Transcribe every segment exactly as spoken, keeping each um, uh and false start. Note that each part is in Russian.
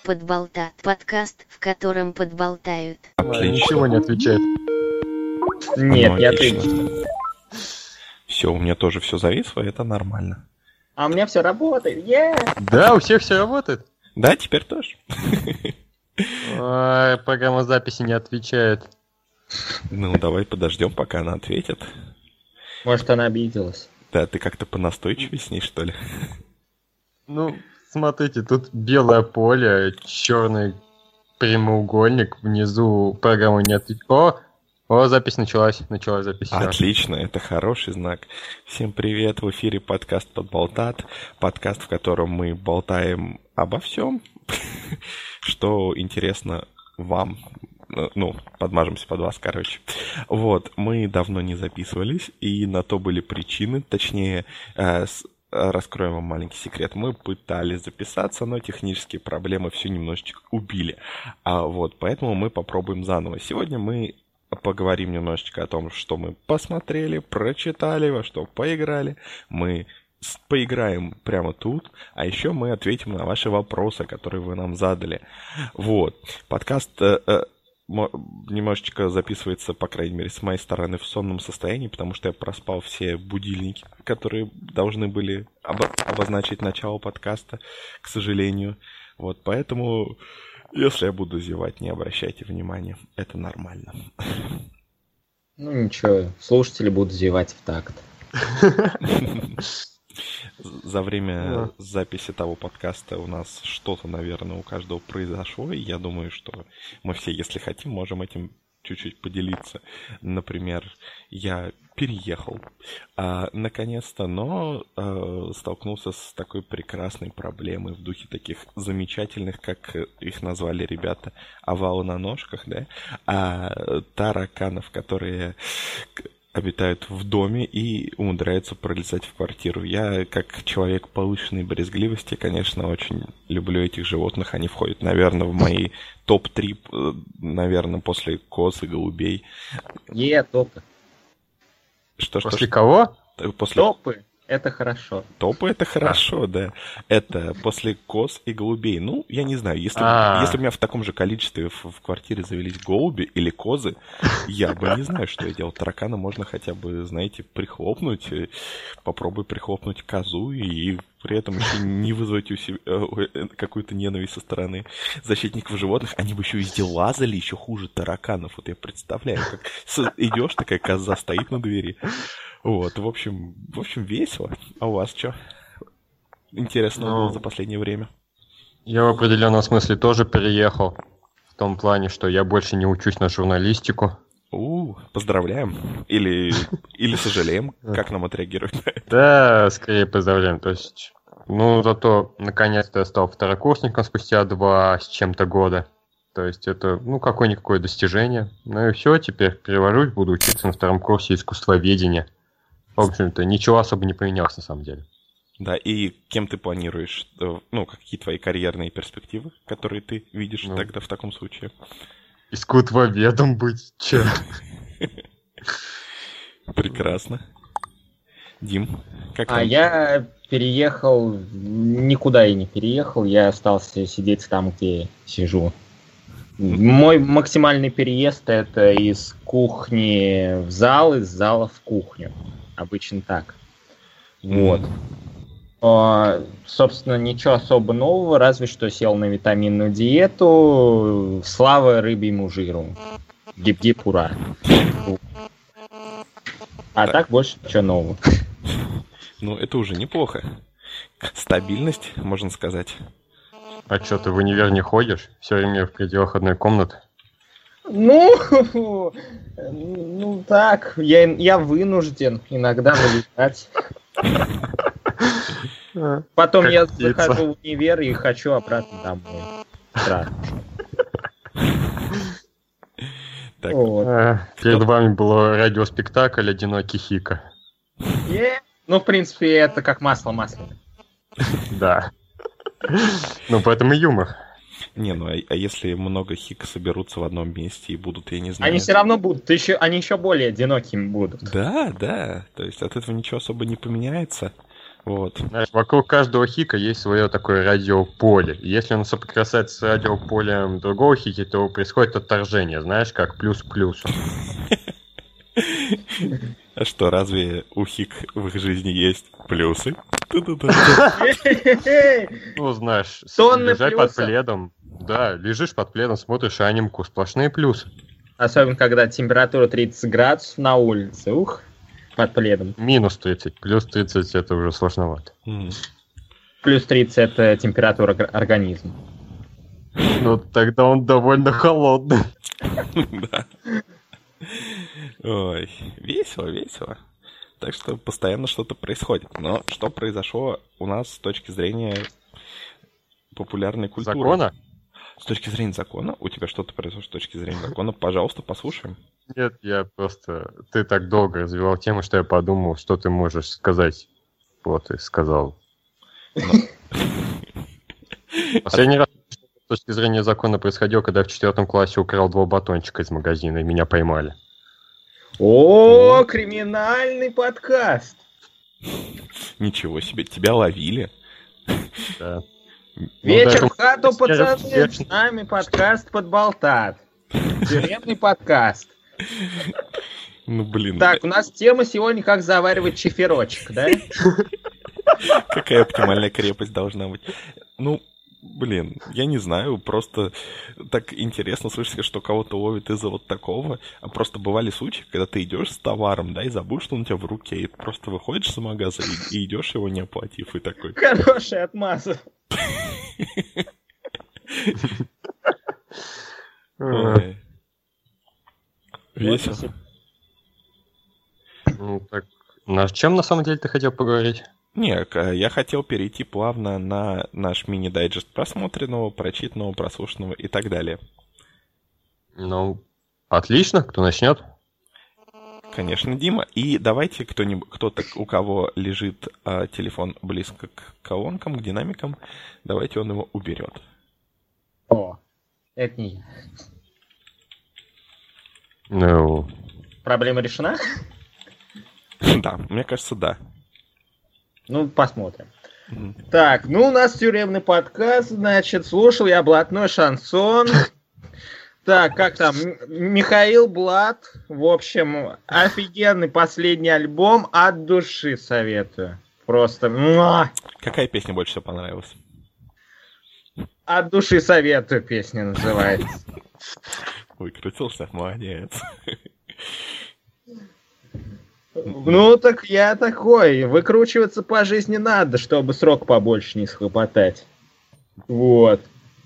Подболтат. Подкаст, в котором подболтают. Отлично. Ничего не отвечает. Нет, Ну, не отлично. ответишь. Все, у меня тоже все зависло, это нормально. А у меня все работает. Yeah! Да, у всех все работает. Да, теперь тоже. Ой, программа записи не отвечает. Ну, давай подождем, пока она ответит. Может, она обиделась. Да, ты как-то понастойчивее с ней, что ли? Ну, смотрите, тут белое поле, черный прямоугольник, внизу программа не отвечает. О, о, запись началась, началась запись. всё. Отлично, это хороший знак. Всем привет, в эфире подкаст «Подболтат». Подкаст, в котором мы болтаем обо всем, что интересно вам. Ну, подмажемся под вас, короче. Вот, мы давно не записывались, и на то были причины. Точнее, э, с- раскроем вам маленький секрет. Мы пытались записаться, но технические проблемы все немножечко убили. А вот, поэтому мы попробуем заново. Сегодня мы поговорим немножечко о том, что мы посмотрели, прочитали, во что поиграли. Мы с- поиграем прямо тут, а еще мы ответим на ваши вопросы, которые вы нам задали. Вот. Подкаст э, э, мо- немножечко записывается, по крайней мере, с моей стороны в сонном состоянии, потому что я проспал все будильники, которые должны были обо- обозначить начало подкаста, к сожалению. Вот, поэтому, если я буду зевать, не обращайте внимания, это нормально. Ну ничего, слушатели будут зевать в такт. За время Да. записи того подкаста у нас что-то, наверное, у каждого произошло, и я думаю, что мы все, если хотим, можем этим чуть-чуть поделиться. Например, я переехал, а, наконец-то, но а, столкнулся с такой прекрасной проблемой в духе таких замечательных, как их назвали ребята, овалы на ножках, да, а, тараканов, которые к- обитают в доме и умудряются пролезать в квартиру. Я, как человек повышенной брезгливости, конечно, очень люблю этих животных. Они входят, наверное, в мои топ три, э, наверное, после коз и голубей. Е, топы. Что, что, После что? кого? Э, После Топы, это хорошо. топа это хорошо, да. Это после коз и голубей. Ну, я не знаю, если, А. если у меня в таком же количестве в, в квартире завелись голуби или козы, я бы не знаю, что я делал. Таракана можно хотя бы, знаете, прихлопнуть. э, Попробуй прихлопнуть козу и при этом еще не вызвать у себя э, э, какую-то ненависть со стороны защитников животных. Они бы еще везде лазали, еще хуже тараканов. Вот я представляю, как с- идешь, такая коза стоит на двери. Вот, в общем, в общем, весело. А у вас что? Интересно Ну, было за последнее время. Я в определенном смысле тоже переехал. В том плане, что я больше не учусь на журналистику. У, поздравляем. Или, или сожалеем, как нам отреагировать на это. Да, скорее поздравляем. То есть, ну, зато наконец-то я стал второкурсником спустя два с чем-то года. То есть это, ну, какое-никакое достижение. Ну и все, теперь перевожусь, буду учиться на втором курсе искусствоведения. В общем-то, ничего особо не поменялось на самом деле. Да, и кем ты планируешь, э, ну, какие твои карьерные перспективы, которые ты видишь Ну. тогда в таком случае? Искусствоведом быть, че? Прекрасно. Дим, как А там? я переехал, никуда и не переехал, я остался сидеть там, где сижу. Мой максимальный переезд это из кухни в зал, из зала в кухню. Обычно так. Вот. А, собственно, ничего особо нового, разве что сел на витаминную диету. Слава рыбьему жиру. Дип-дип, ура. А так больше ничего нового. Ну, это уже неплохо. Стабильность, можно сказать. А что, ты в универ не ходишь? Все время в пределах одной комнаты? Ну, ну так, я, я вынужден иногда вылетать. Потом Как я птица. захожу в универ и хочу обратно домой. Страшно. Так, Вот. А, Перед вами был радиоспектакль «Одинокий Хика». Е. Ну, в принципе, это как масло масляное. Да. Ну, поэтому и юмор. не, ну, а, а если много хик соберутся в одном месте и будут, я не знаю... Они все равно будут, еще, они еще более одинокими будут. Да, да, то есть от этого ничего особо не поменяется. Вот. Знаешь, вокруг каждого хика есть свое такое радиополе. Если он соприкасается с радиополем другого хики, то происходит отторжение, знаешь, как плюс к плюсу. А что, разве у хик в их жизни есть плюсы? Ну, знаешь, Тонны лежать под плюсов. пледом. Да, лежишь под пледом, смотришь анимку, сплошные плюсы. Особенно, когда температура тридцать градусов на улице. Ух, под пледом. Минус тридцать, плюс тридцать это уже сложновато. М. Плюс тридцать это температура ор- организма. Ну, тогда он довольно холодный. Да. Ой, весело, весело. Так что постоянно что-то происходит. Но что произошло у нас с точки зрения популярной культуры? Закона? С точки зрения закона? У тебя что-то произошло с точки зрения закона? Пожалуйста, послушаем. Нет, я просто... Ты так долго развивал тему, что я подумал, что ты можешь сказать. Вот, и сказал. Последний раз с точки зрения закона происходило, когда я в четвертом классе украл два батончика из магазина, и меня поймали. О, криминальный подкаст. Ничего себе, тебя ловили. Да. Вечер Ну, в хату, да, пацаны, это- с нами подкаст подболтат. Тюремный подкаст. Ну, блин, Так, у нас тема сегодня как заваривать чефирочек, да? какая оптимальная крепость должна быть? Ну, блин, я не знаю, просто так интересно слышать, что кого-то ловит из-за вот такого. А просто бывали случаи, когда ты идешь с товаром, да, и забыл, что он у тебя в руке, и ты просто выходишь с магаза и, и идешь его не оплатив, и такой... Хорошая отмаза. Ой. Весело. Ну, так, на чем на самом деле ты хотел поговорить? Не, к- я хотел перейти плавно на наш мини-дайджест просмотренного, прочитанного, прослушанного и так далее. Ну, отлично, кто начнет? Конечно, Дима. И давайте кто-нибудь, кто-то, у кого лежит а, телефон близко к колонкам, к динамикам, давайте он его уберет. О, это не я. Ну, Проблема решена? Да, мне кажется, да. Ну, посмотрим. Мгм. Так, ну у нас тюремный подкаст, значит, слушал я блатной шансон. Так, как там, М- Михаил Блат, в общем, офигенный последний альбом, от души советую. Просто, муа! Какая песня больше всего понравилась? От души советую, песня называется. Выкрутился, молодец. Ну, так я такой, выкручиваться по жизни надо, чтобы срок побольше не схлопотать. Вот.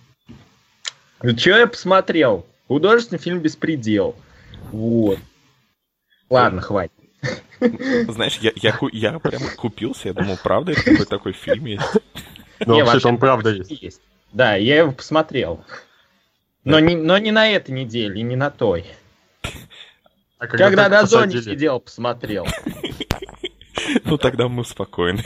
Че я посмотрел? Художественный фильм «Беспредел». Вот. Ладно, хватит. Знаешь, я, я, ку- я прям купился, я думал, правда, это какой такой фильм есть? ну Не, вообще-то он вообще, правда есть. Да, я его посмотрел. Но не, но не на этой неделе, и не на той. А Когда только на зоне посадили- сидел, посмотрел. Ну, тогда мы спокойны.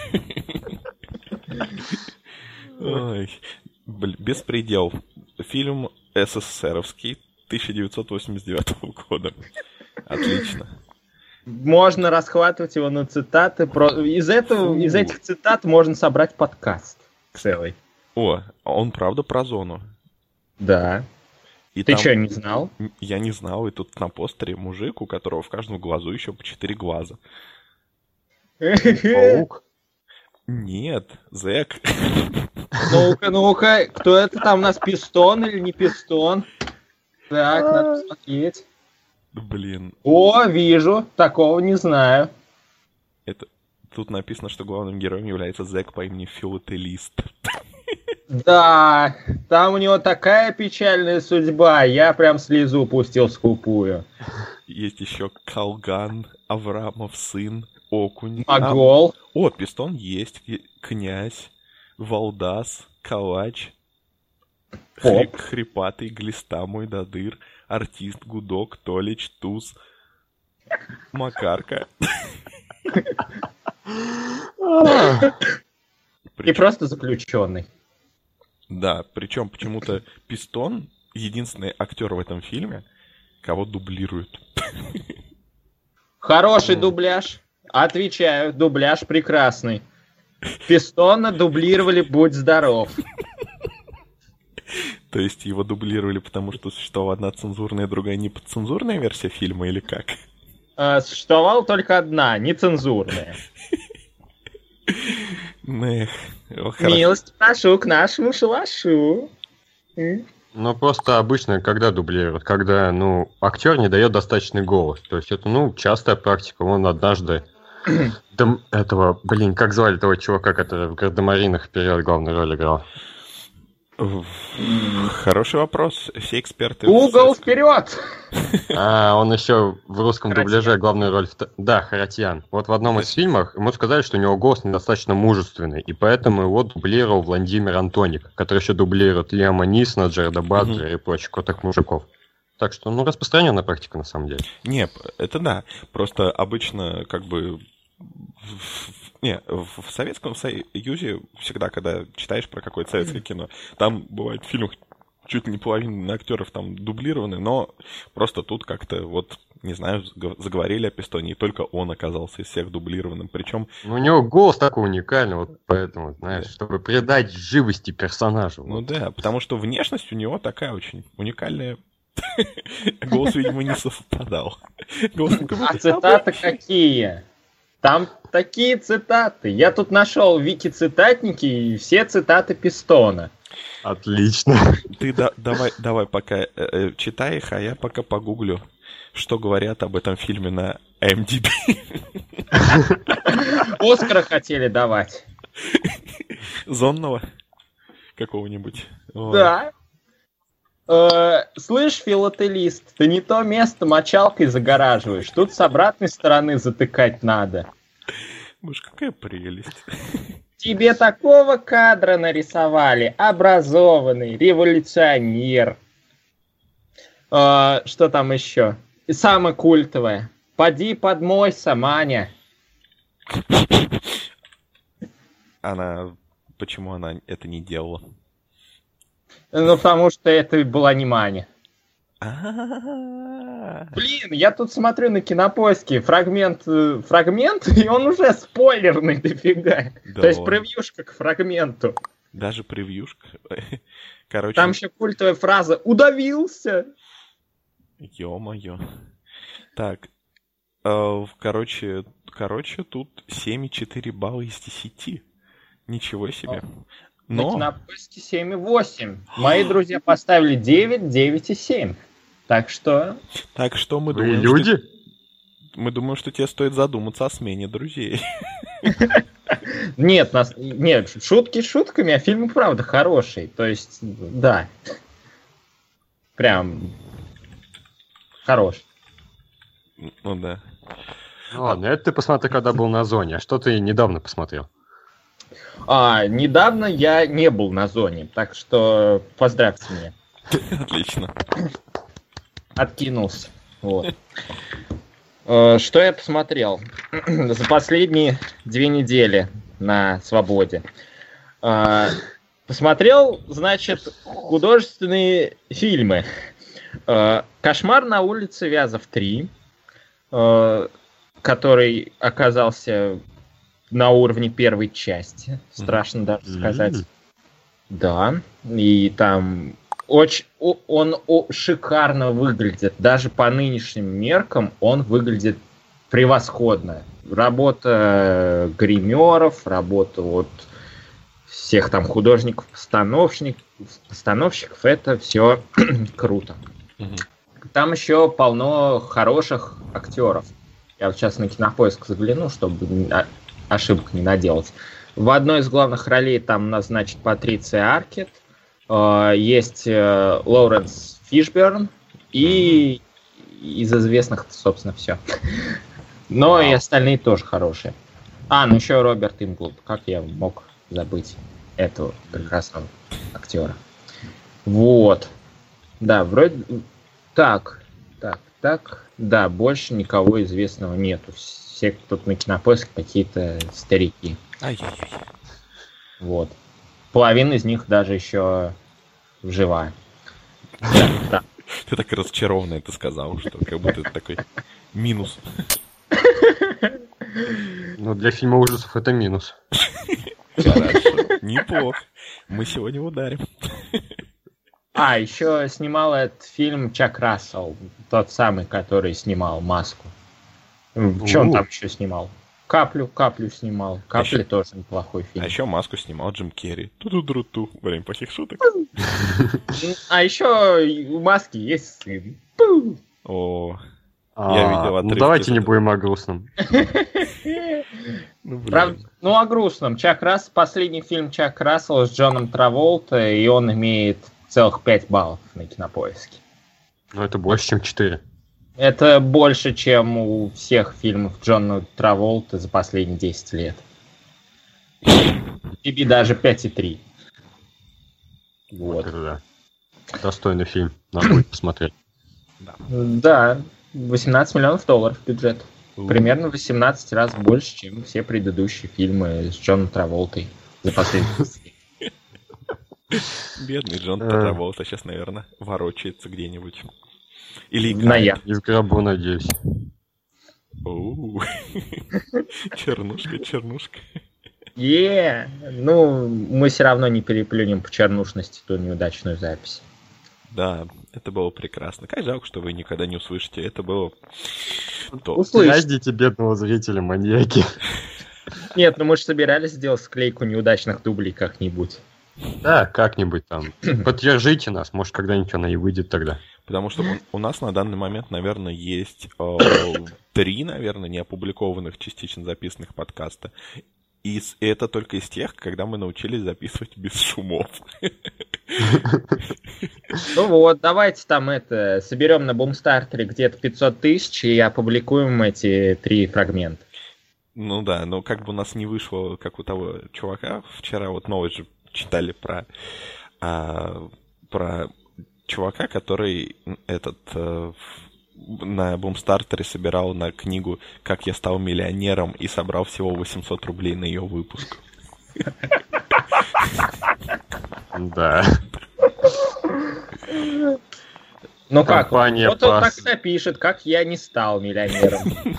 Ой, блин, «Беспредел». Фильм СССРовский тысяча девятьсот восемьдесят девятого года. Отлично. Можно расхватывать его на цитаты. Про- Из, этого, из этих цитат можно собрать подкаст целый. О, он правда про зону. Да. И Ты там- что, не знал? Я не знал, и тут на постере мужик, у которого в каждом глазу еще по четыре глаза. Паук. Нет, зэк. Ну-ка, ну-ка, кто это там у нас, пистон или не пистон? Так, надо посмотреть. Блин, О, вижу, такого не знаю. это... Тут написано, что главным героем является зэк по имени Филателист. Да, там у него такая печальная судьба, я прям слезу пустил скупую. Есть еще Калган, Аврамов сын, Окунь. А, Могол. О, Пистон есть, и Князь, Валдас, Калач, Хри- Поп. Хрипатый, Глиста, Мой Дадыр, Артист, Гудок, Толич, Туз, Макарка. И Причем- просто заключенный. Да, причем почему-то Пистон единственный актер в этом фильме, кого дублируют. Хороший дубляж. Отвечаю, дубляж прекрасный. Пистона дублировали «Будь здоров». То есть его дублировали, потому что существовала одна цензурная, другая неподцензурная версия фильма, или как? Э, существовала только одна, нецензурная. Эх, Милость прошу к нашему шалашу. Ну, просто обычно, когда дублируют, когда, ну, актер не дает достаточный голос. То есть это, ну, частая практика. Он однажды да, этого, блин, как звали того чувака, который в «Гардемаринах» вперед главную роль играл? Хороший вопрос. Все эксперты... Угол вперед! А, он еще в русском Харатьян. дубляже главную роль... В... Да, Харатьян. Вот в одном из фильмов ему сказали, что у него голос недостаточно мужественный, и поэтому его дублировал Владимир Антоник, который еще дублирует Лиама Нисона, Джареда Батлера mm-hmm. и прочих крутых мужиков. Так что, ну, распространенная практика на самом деле. Не, это да. Просто обычно, как бы... Не, в Советском Союзе всегда, когда читаешь про какое-то советское кино, там бывает в фильмах чуть ли не половина актеров там дублированы, но просто тут как-то вот, не знаю, заговорили о Пистоне, и только он оказался из всех дублированным. Причем... Ну, у него голос такой уникальный, вот поэтому, знаешь, чтобы придать живости персонажу. Ну вот. Да, потому что внешность у него такая очень уникальная. Голос, видимо, не совпадал. А цитаты какие? Там такие цитаты. Я тут нашел вики-цитатники и все цитаты Пистона. Отлично. Ты да, давай, давай пока э, э, читай их, а я пока погуглю, что говорят об этом фильме на эм ди би. Оскара хотели давать. Зонного какого-нибудь. Да. Э, слышь, филателист, ты не то место мочалкой загораживаешь. Тут с обратной стороны затыкать надо. Боже, какая прелесть. Тебе такого кадра нарисовали. Образованный, революционер. Э, что там еще? И самое культовое. Поди подмойся, Маня. Она... Почему она это не делала? Ну, потому что это была не Маня. А-а-а. Блин, я тут смотрю на Кинопоиске фрагмент, фрагмент, и он уже спойлерный дофига. Да То есть ладно. превьюшка к фрагменту. Даже превьюшка. Короче... Там еще культовая фраза «удавился». Ё-моё. Так, э, короче, короче, тут семь и четыре балла из десяти. Ничего себе. На Но... Кинопоиске семь и восемь. Мои друзья поставили девять, девять и семь. Так что... Так что мы Вы думаем, люди? Что... Мы думаем, что тебе стоит задуматься о смене друзей. Нет, нас... Нет, шутки шутками, а фильм правда хороший. То есть, да. Прям... Хорош. Ну да. Ну ладно, это ты посмотри, когда был на зоне. А что ты недавно посмотрел? А, недавно я не был на зоне, так что поздравьте меня. Отлично. Откинулся. Вот. Э, Что я посмотрел за последние две недели на свободе? Э, Посмотрел, значит, художественные фильмы. Э, «Кошмар на улице Вязов три», э, который оказался на уровне первой части. Страшно даже сказать. Да. И там очень, о- он о- шикарно выглядит. Даже по нынешним меркам он выглядит превосходно. Работа гримеров, работа вот всех там художников-постановщиков, постановщиков, это все круто. Мгм. Там еще полно хороших актеров. Я вот сейчас на Кинопоиск загляну, чтобы а- ошибок не наделать. В одной из главных ролей там у нас, значит, Патриция Аркет, э, есть э, Лоуренс Фишберн и из известных, собственно, все. Но и остальные тоже хорошие. А, ну еще Роберт Инглвуд. Как я мог забыть этого прекрасного актера? Вот. Да, вроде... Так, так, так. Да, больше никого известного нету. Все, кто тут на Кинопоиске, какие-то старики. Ай-яй-яй. Вот. Половина из них даже еще жива. Да, да. Ты так разочарованно это сказал, что как будто это такой минус. Ну, для фильма ужасов это минус. Хорошо, неплохо. Мы сегодня ударим. А, еще снимал этот фильм Чак Рассел, тот самый, который снимал «Маску». Что он там еще снимал? «Каплю», «Каплю» снимал. «Капли» еще... тоже неплохой фильм. А еще «Маску» снимал Джим Керри. Ту-ду-дру-ту. Время плохих шуток. А еще у «Маски» есть сын. О, а, я видел отрывки. Ну давайте не будем о грустном. Ну, Правда, ну о грустном. Чак Рассел, последний фильм Чак Рассела с Джоном Траволта, и он имеет целых пять баллов на Кинопоиске. Ну это больше, чем четыре. Это больше, чем у всех фильмов Джона Траволта за последние десять лет. И даже пять и три. Вот. Вот это да. Достойный фильм. Надо будет посмотреть. Да. Да, восемнадцать миллионов долларов бюджет. У. Примерно восемнадцать раз больше, чем все предыдущие фильмы с Джоном Траволтой за последние десять лет. Бедный Джон Траволта сейчас, наверное, ворочается где-нибудь. Или на я. И в гробу, надеюсь. Чернушка, чернушка. Е, ну, мы все равно не переплюнем по чернушности ту неудачную запись. Да, это было прекрасно. Как жалко, что вы никогда не услышите. Это было то. Услышите бедного зрителя, маньяки. Нет, ну мы же собирались сделать склейку неудачных дублей как-нибудь. Да, как-нибудь там. Поддержите нас, может, когда-нибудь она и выйдет тогда. Потому что у нас на данный момент, наверное, есть э, три, наверное, неопубликованных, частично записанных подкаста. И это только из тех, когда мы научились записывать без шумов. Ну вот, давайте там это, соберем на Бумстартере где-то пятьсот тысяч и опубликуем эти три фрагмента. Ну да, но как бы у нас не вышло, как у того чувака, вчера вот новость же читали про, а, про чувака, который этот а, на Бумстартере собирал на книгу «Как я стал миллионером» и собрал всего восемьсот рублей на ее выпуск. Да. Ну как, вот он так напишет, как я не стал миллионером.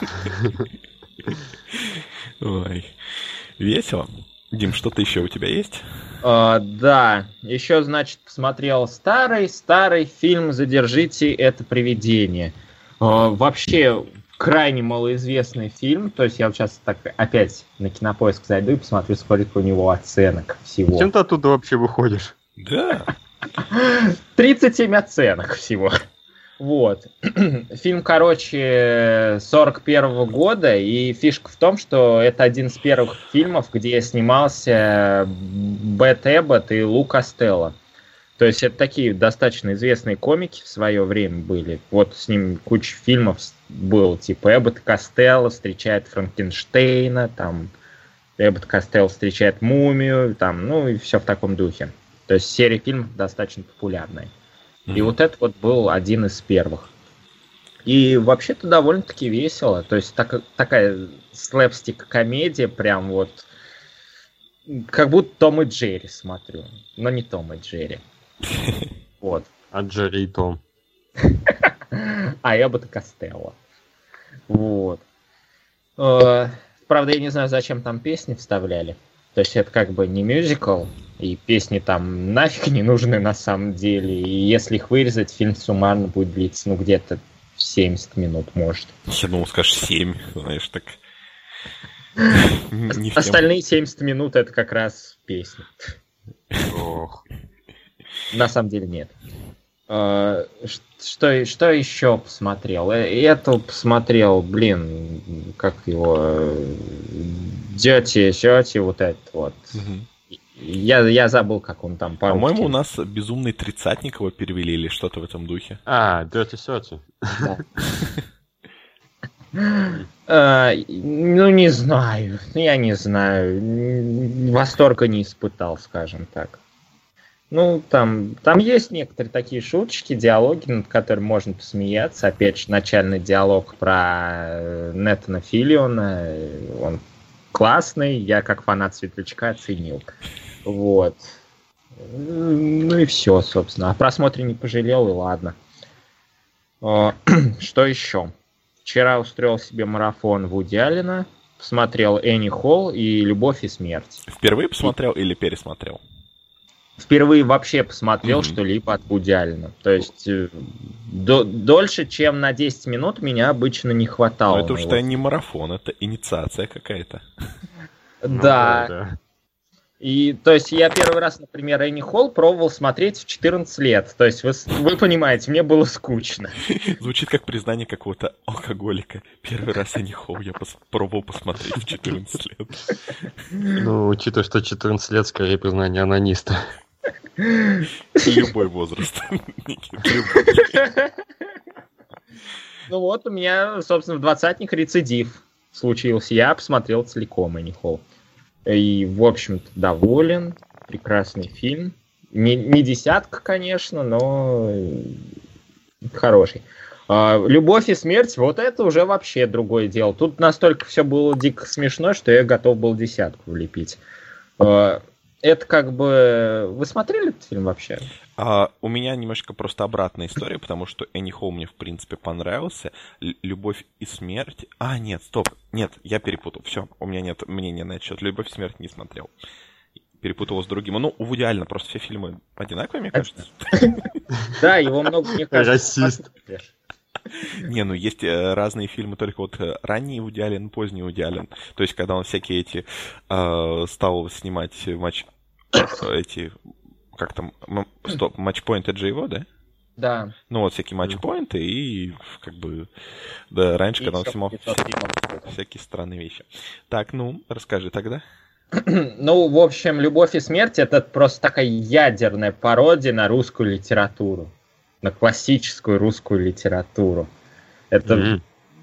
Ой, весело. Дим, что-то еще у тебя есть? Uh, да, еще, значит, посмотрел старый-старый фильм «Задержите это привидение». Uh, вообще, крайне малоизвестный фильм, то есть я вот сейчас так опять на Кинопоиск зайду и посмотрю, сколько у него оценок всего. Чем ты оттуда вообще выходишь? Да. тридцать семь оценок всего. Вот. Фильм, короче, сорок первого года, и фишка в том, что это один из первых фильмов, где снимался Бет Эббот и Лу Костелло. То есть это такие достаточно известные комики в свое время были. Вот с ним куча фильмов был, типа Эббот и Костелло встречает Франкенштейна, там Эббот и Костелло встречает мумию, там, ну и все в таком духе. То есть серия фильмов достаточно популярная. И вот это вот был один из первых. И вообще-то довольно-таки весело. То есть так, такая слэпстик-комедия, прям вот... Как будто Том и Джерри смотрю. Но не Том и Джерри. Вот. А Джерри и Том. А Эббот и Костелло. Вот. Правда, я не знаю, зачем там песни вставляли. То есть это как бы не мюзикл, и песни там нафиг не нужны на самом деле. И если их вырезать, фильм суммарно будет длиться, ну, где-то семьдесят минут, может. Я думал, скажешь семь, знаешь, так... Остальные семьдесят минут — это как раз песни. Ох. На самом деле нет. Что, что еще посмотрел? Это посмотрел, блин, как его... Дети, Сёти, вот этот вот. Угу. Я, я забыл, как он там по-русски. По-моему, у нас «Безумный тридцатник» его перевели или что-то в этом духе. А, Dirty Сёти. Ну, не знаю. Я не знаю. Восторга не испытал, скажем так. Ну, там, там есть некоторые такие шуточки, диалоги, над которыми можно посмеяться. Опять же, начальный диалог про Нэтана Филлиона. Он классный, я как фанат Светлячка оценил. Вот. Ну и все, собственно. О просмотре не пожалел, и ладно. Что еще? Вчера устроил себе марафон Вуди Аллена. посмотрел Энни Холл и «Любовь и смерть». Впервые посмотрел или пересмотрел? Впервые вообще посмотрел Mm-hmm. что-либо от Вуди Аллена. То есть э, до, дольше, чем на десять минут меня обычно не хватало. Ну, это уж не марафон, это инициация какая-то. Да. Ну, да, да. И, то есть, я первый раз, например, Энни Холл пробовал смотреть в четырнадцать лет. То есть, вы, вы понимаете, мне было скучно. Звучит как признание какого-то алкоголика. Первый раз Энни Холл я пос- пробовал посмотреть в четырнадцать лет. Ну, учитывая, что четырнадцать лет, скорее признание анониста. Любой возраст. Никит, любой. Ну вот, у меня, собственно, в двадцатник рецидив случился. Я посмотрел целиком Энни Холл. И, в общем-то, доволен. Прекрасный фильм. Не, не десятка, конечно, но хороший. А, «Любовь и смерть» — вот это уже вообще другое дело. Тут настолько все было дико смешно, что я готов был десятку влепить. А, это как бы... Вы смотрели этот фильм вообще? А, у меня немножко просто обратная история, потому что Энни Холл мне, в принципе, понравился. Л- «Любовь и смерть». А, нет, стоп. Нет, я перепутал. Все, у меня нет мнения на этот счет. «Любовь и смерть» не смотрел. Перепутал с другим. Ну, у Вуди Аллена просто все фильмы одинаковые, мне кажется. Да, его много, мне кажется. Расист. Не, ну есть э, разные фильмы, только вот э, ранний Вуди Аллен, поздний Вуди Аллен. То есть, когда он всякие эти э, стал снимать матч... Э, эти... Как там? М- стоп, матчпоинты джей о, да? Да. Ну вот всякие матчпоинты и как бы... Да, раньше, И когда он всё, снимал и всё, всякие, всякие странные вещи. Так, ну, расскажи тогда. Ну, в общем, «Любовь и смерть» — это просто такая ядерная пародия на русскую литературу. На классическую русскую литературу. Это... Мгм.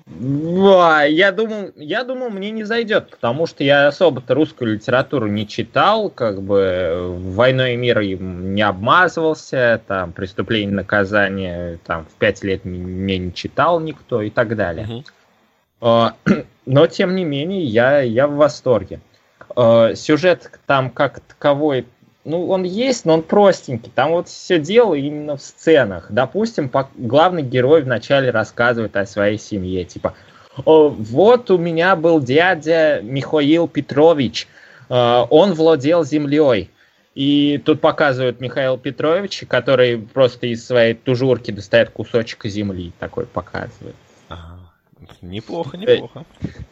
Ва, Я думал, я думал, мне не зайдет, потому что я особо-то русскую литературу не читал, как бы «Войной и миром» им не обмазывался, там «Преступление и наказание» там в пять лет мне не читал никто и так далее. Мгм. А, Но, тем не менее, я, я в восторге. А, Сюжет там как таковой, ну, он есть, но он простенький. Там вот все дело именно в сценах. Допустим, по- главный герой вначале рассказывает о своей семье. Типа, «О, вот у меня был дядя Михаил Петрович, э, он владел землей». И тут показывают Михаила Петровича, который просто из своей тужурки достает кусочек земли. Такой показывает. Ага. Неплохо, неплохо.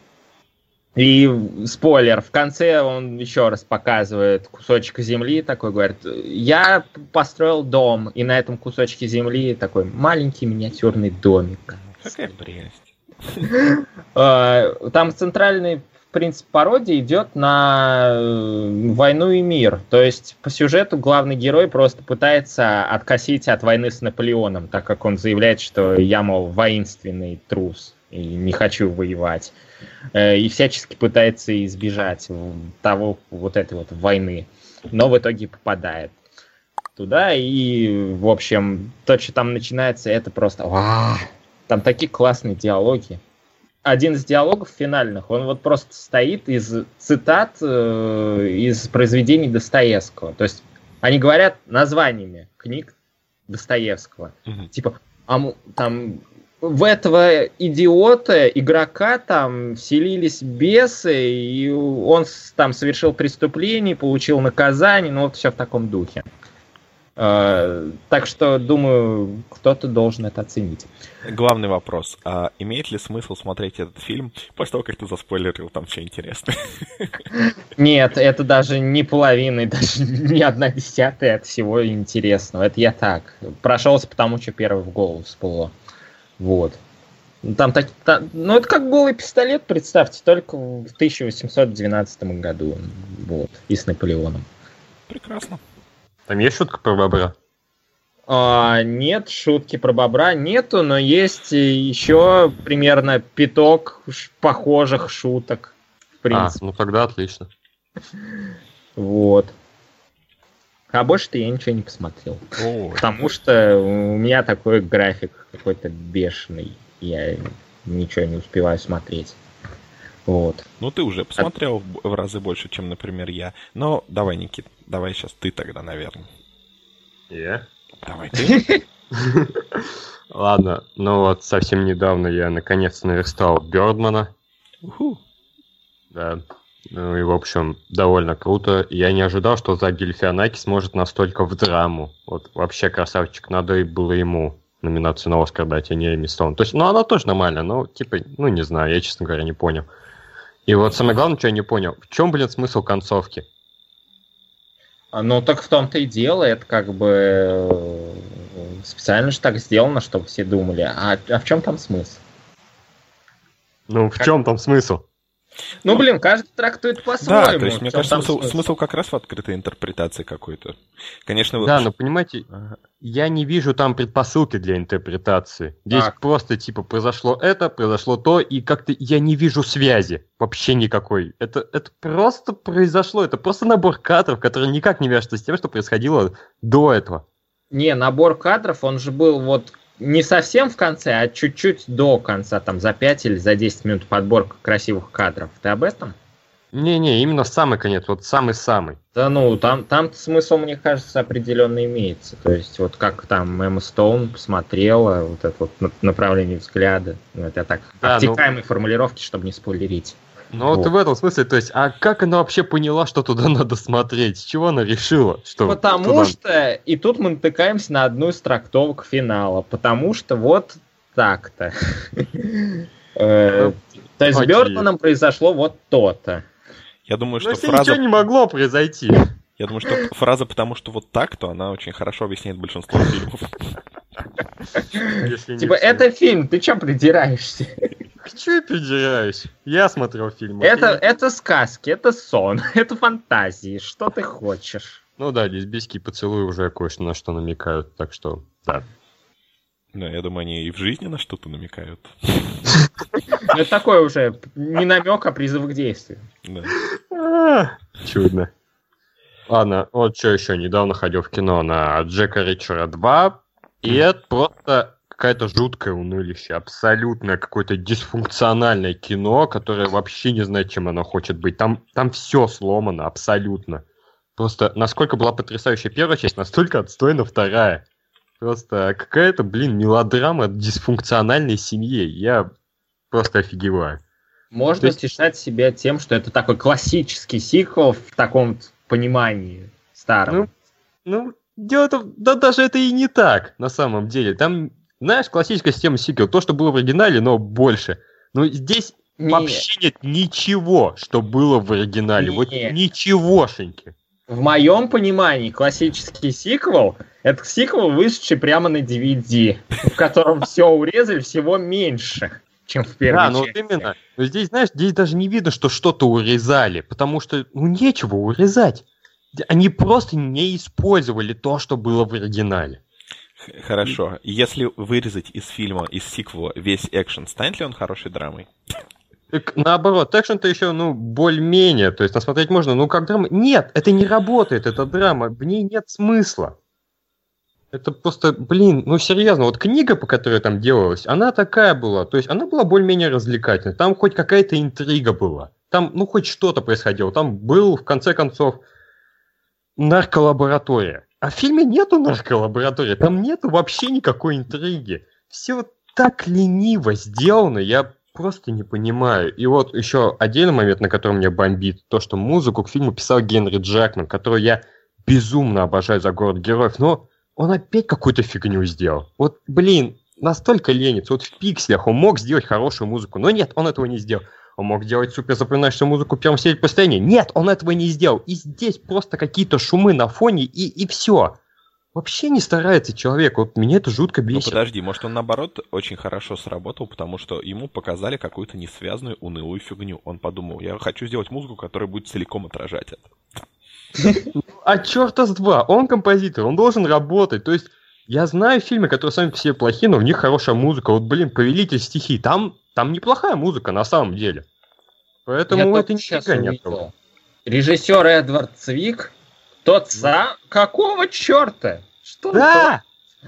И спойлер, в конце он еще раз показывает кусочек земли, такой говорит: я построил дом, и на этом кусочке земли такой маленький миниатюрный домик. Какая прелесть. А, Там центральный, в принципе, пародия идет на э, «Войну и мир». То есть по сюжету главный герой просто пытается откосить от войны с Наполеоном, так как он заявляет, что я, мол, воинственный трус и не хочу воевать. Э, И всячески пытается избежать того, вот этой вот войны. Но в итоге попадает туда. И, в общем, то, что там начинается, это просто... Ва! Там такие классные диалоги. Один из диалогов финальных, он вот просто стоит из цитат э, из произведений Достоевского. То есть они говорят названиями книг Достоевского. Мгм. Типа, а м- там в этого идиота, игрока там вселились бесы, и он с- там совершил преступление, получил наказание, ну вот все в таком духе. Э, так что, думаю, кто-то должен это оценить. Главный вопрос. А имеет ли смысл смотреть этот фильм после того, как ты заспойлерил там все интересное? Нет, это даже не половина, и даже не одна десятая от всего интересного. Это я так. Прошелся потому, что первый в голову всплыло. Вот. Ну, Там так, та- ну, это как «Голый пистолет», представьте, только в тысяча восемьсот двенадцатом году. Вот. И с Наполеоном. Прекрасно. Там есть шутка про бобра? А, нет, шутки про бобра нету, но есть еще примерно пяток ш- похожих шуток. В А, принципе. ну тогда отлично. Вот. А больше-то я ничего не посмотрел. Ой. Потому что у меня такой график какой-то бешеный. Я ничего не успеваю смотреть. Вот. Ну, ты уже посмотрел в в разы больше, чем, например, я. Но давай, Никит, давай сейчас ты тогда, наверное. Я? Давай ты. Ладно, ну вот совсем недавно я наконец-то наверстал Бёрдмана. Уху. Да. Ну и, в общем, довольно круто. Я не ожидал, что Зак Галифианакис сможет настолько в драму. Вот вообще красавчик. Надо и было ему номинацию на Оскар дать, а не Эми Стоун. То есть, ну, она тоже нормальная, но, типа, ну, не знаю, я, честно говоря, не понял. И вот самое главное, что я не понял, в чем, блин, смысл концовки? Ну, так в том-то и дело, это как бы специально же так сделано, чтобы все думали, а, а в чем там смысл? Ну, в как... чем там смысл? Ну, блин, каждый трактует по-своему. Да, то есть, мне кажется, смысл, смысл? смысл как раз в открытой интерпретации какой-то. Конечно, да, вы... но понимаете, ага. я не вижу там предпосылки для интерпретации. Здесь так. просто, типа, произошло это, произошло то, и как-то я не вижу связи вообще никакой. Это, это просто произошло, это просто набор кадров, которые никак не вяжутся с тем, что происходило до этого. Не, набор кадров, он же был вот не совсем в конце, а чуть-чуть до конца, там за пять или за десять минут подборка красивых кадров. Ты об этом? Не-не, именно самый конец, вот самый-самый. Да ну, там, там смысл, мне кажется, определенно имеется. То есть вот как там Эмма Стоун посмотрела, вот это вот направление взгляда. Ну, это так, да, обтекаемые ну... формулировки, чтобы не спойлерить. Ну вот. вот в этом смысле, то есть, а как она вообще поняла, что туда надо смотреть? С чего она решила? Что потому туда... что, и тут мы натыкаемся на одну из трактовок финала, потому что вот так-то. То есть с Бёртоном произошло вот то-то. Я думаю, что фраза... ничего не могло произойти. Я думаю, что фраза «потому что вот так-то» она очень хорошо объясняет большинство фильмов. Типа, это фильм, ты чё придираешься? К чё я придираюсь? Я смотрел фильм. Это, это сказки, это сон, это фантазии. Что ты хочешь? Ну да, лесбийские поцелуи уже кое-что на что намекают, так что да. Да, я думаю, они и в жизни на что-то намекают. Это такое уже не намек, а призыв к действию. Чудно. Ладно, вот что еще. Недавно ходил в кино на Джека Ричера два, и это просто какая-то жуткое унылище, абсолютное какое-то дисфункциональное кино, которое вообще не знает, чем оно хочет быть. Там, там все сломано, абсолютно. Просто насколько была потрясающая первая часть, настолько отстойна вторая. Просто какая-то, блин, мелодрама дисфункциональной семьи. Я просто офигеваю. Можно есть... утешать себя тем, что это такой классический сиквел в таком понимании старом. Ну, ну дело-то, да даже это и не так, на самом деле. Там, знаешь, классическая система сиквел, то, что было в оригинале, но больше. Но здесь нет. Вообще нет ничего, что было в оригинале. Нет. Вот ничегошеньки. В моем понимании классический сиквел — это сиквел, вышедший прямо на ди ви ди, в котором все урезали всего меньше, чем в первой части. Да, ну вот именно. Но здесь, знаешь, здесь даже не видно, что что-то урезали, потому что, ну, нечего урезать. Они просто не использовали то, что было в оригинале. Хорошо. Если вырезать из фильма, из сиквела весь экшен, станет ли он хорошей драмой? Наоборот, экшен-то еще, ну, более-менее, то есть насмотреть можно, ну, как драма. Нет, это не работает, это драма, в ней нет смысла. Это просто, блин, ну, серьезно, вот книга, по которой там делалась, она такая была, то есть она была более-менее развлекательной, там хоть какая-то интрига была, там, ну, хоть что-то происходило, там был, в конце концов, нарколаборатория. А в фильме нету нарколаборатории, там нету вообще никакой интриги. Все так лениво сделано, я... просто не понимаю. И вот еще отдельный момент, на котором меня бомбит, то, что музыку к фильму писал Генри Джекман, которого я безумно обожаю за «Город героев», но он опять какую-то фигню сделал. Вот, блин, настолько ленец. Вот в «Пикселях» он мог сделать хорошую музыку, но нет, он этого не сделал. Он мог делать супер запоминающуюся музыку в первом серии постоянно. Нет, он этого не сделал. И здесь просто какие-то шумы на фоне, и, и все. Вообще не старается человек, вот меня это жутко бесит. Ну подожди, может он наоборот очень хорошо сработал, потому что ему показали какую-то несвязную унылую фигню. Он подумал, я хочу сделать музыку, которая будет целиком отражать это. А черта с два, он композитор, он должен работать. То есть я знаю фильмы, которые сами по себе плохие, но в них хорошая музыка. Вот, блин, «Повелитель стихий», там, там неплохая музыка на самом деле. Поэтому я это нифига не было. Режиссер Эдвард Цвик. Тот сам? Какого черта? Что да!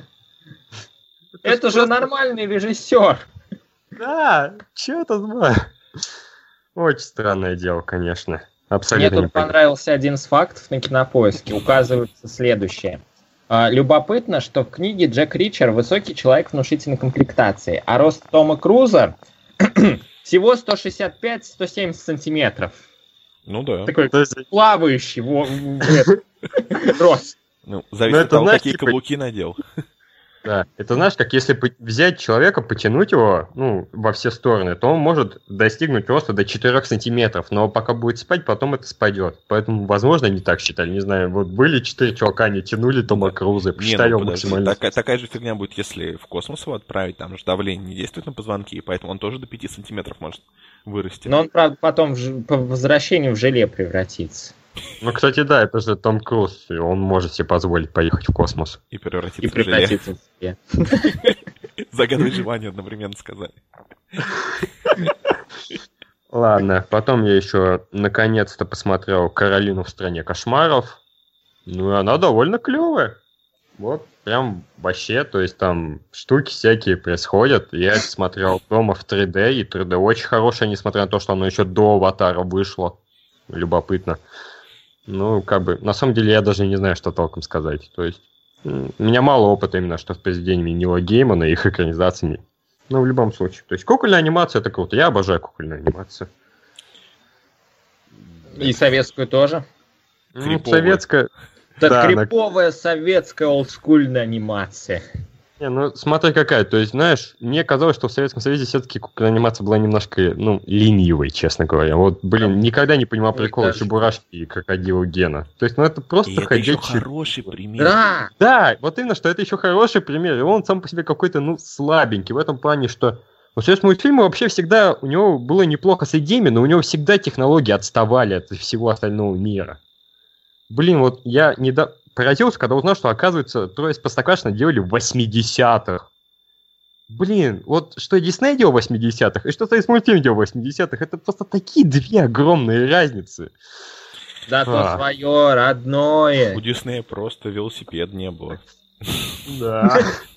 Это, это же просто... нормальный режиссер. Да, че это знаю. Очень странное дело, конечно. Абсолютно. Мне тут понравился один из фактов на Кинопоиске. Указывается следующее. Любопытно, что в книге Джек Ричер высокий человек внушительной комплектации, а рост Тома Круза Всего сто шестьдесят пять - сто семьдесят сантиметров. Ну да. Такой То есть- плавающий во- в- этот рост. Ну, зависит Ну, от это, того, знаешь, какие типа- каблуки надел. Да, это знаешь, как если по- взять человека, потянуть его, ну, во все стороны, то он может достигнуть роста до четырёх сантиметров, но пока будет спать, потом это спадет. Поэтому, возможно, они так считали, не знаю, вот были четыре чувака, они тянули Тома Круза, Не, посчитали ну его подожди, максимально. такая, такая же фигня будет, если в космос его отправить, там же давление не действует на позвонки, и поэтому он тоже до пяти сантиметров может вырасти. Но он, правда, потом в ж- по возвращению в желе превратится. Ну, кстати, да, это же Том Круз, и он может себе позволить поехать в космос. И превратиться И в желе. превратится в желе. Загадывать желание одновременно сказали. Ладно, потом я еще наконец-то посмотрел «Каролину в стране кошмаров». Ну, и она довольно клевая. Вот, прям вообще, то есть там штуки всякие происходят. Я это смотрел дома в три дэ, и три дэ очень хорошее, несмотря на то, что оно еще до «Аватара» вышло. Любопытно. Ну, как бы, на самом деле я даже не знаю, что толком сказать. То есть, м, у меня мало опыта именно что с произведениями Нила Геймана и их экранизациями. Ну, в любом случае. То есть, кукольная анимация — это круто. Я обожаю кукольную анимацию. И советскую тоже. Ну, Криповая. советская... Это Да, она- криповая советская олдскульная анимация. Не, ну смотри какая, то есть, знаешь, мне казалось, что в Советском Союзе все-таки кукольная анимация была немножко, ну, ленивой, честно говоря. Вот, блин, никогда не понимал Ой, прикола даже. Чебурашки и Крокодила Гена. То есть, ну это просто И это еще ходячий... хороший пример. Да! Да, вот именно, что это еще хороший пример, и он сам по себе какой-то, ну, слабенький, в этом плане, что... Вот сейчас мультфильмы вообще всегда, у него было неплохо с идеями, но у него всегда технологии отставали от всего остального мира. Блин, вот я недавно поразился, когда узнал, что, оказывается, трое из Простоквашино делали в восьмидесятых. Блин, вот что Дисней делал в восьмидесятых, и что Союз мультфильм делал в восьмидесятых, это просто такие две огромные разницы. Зато А. свое, родное. У Диснея просто велосипед не было. Да.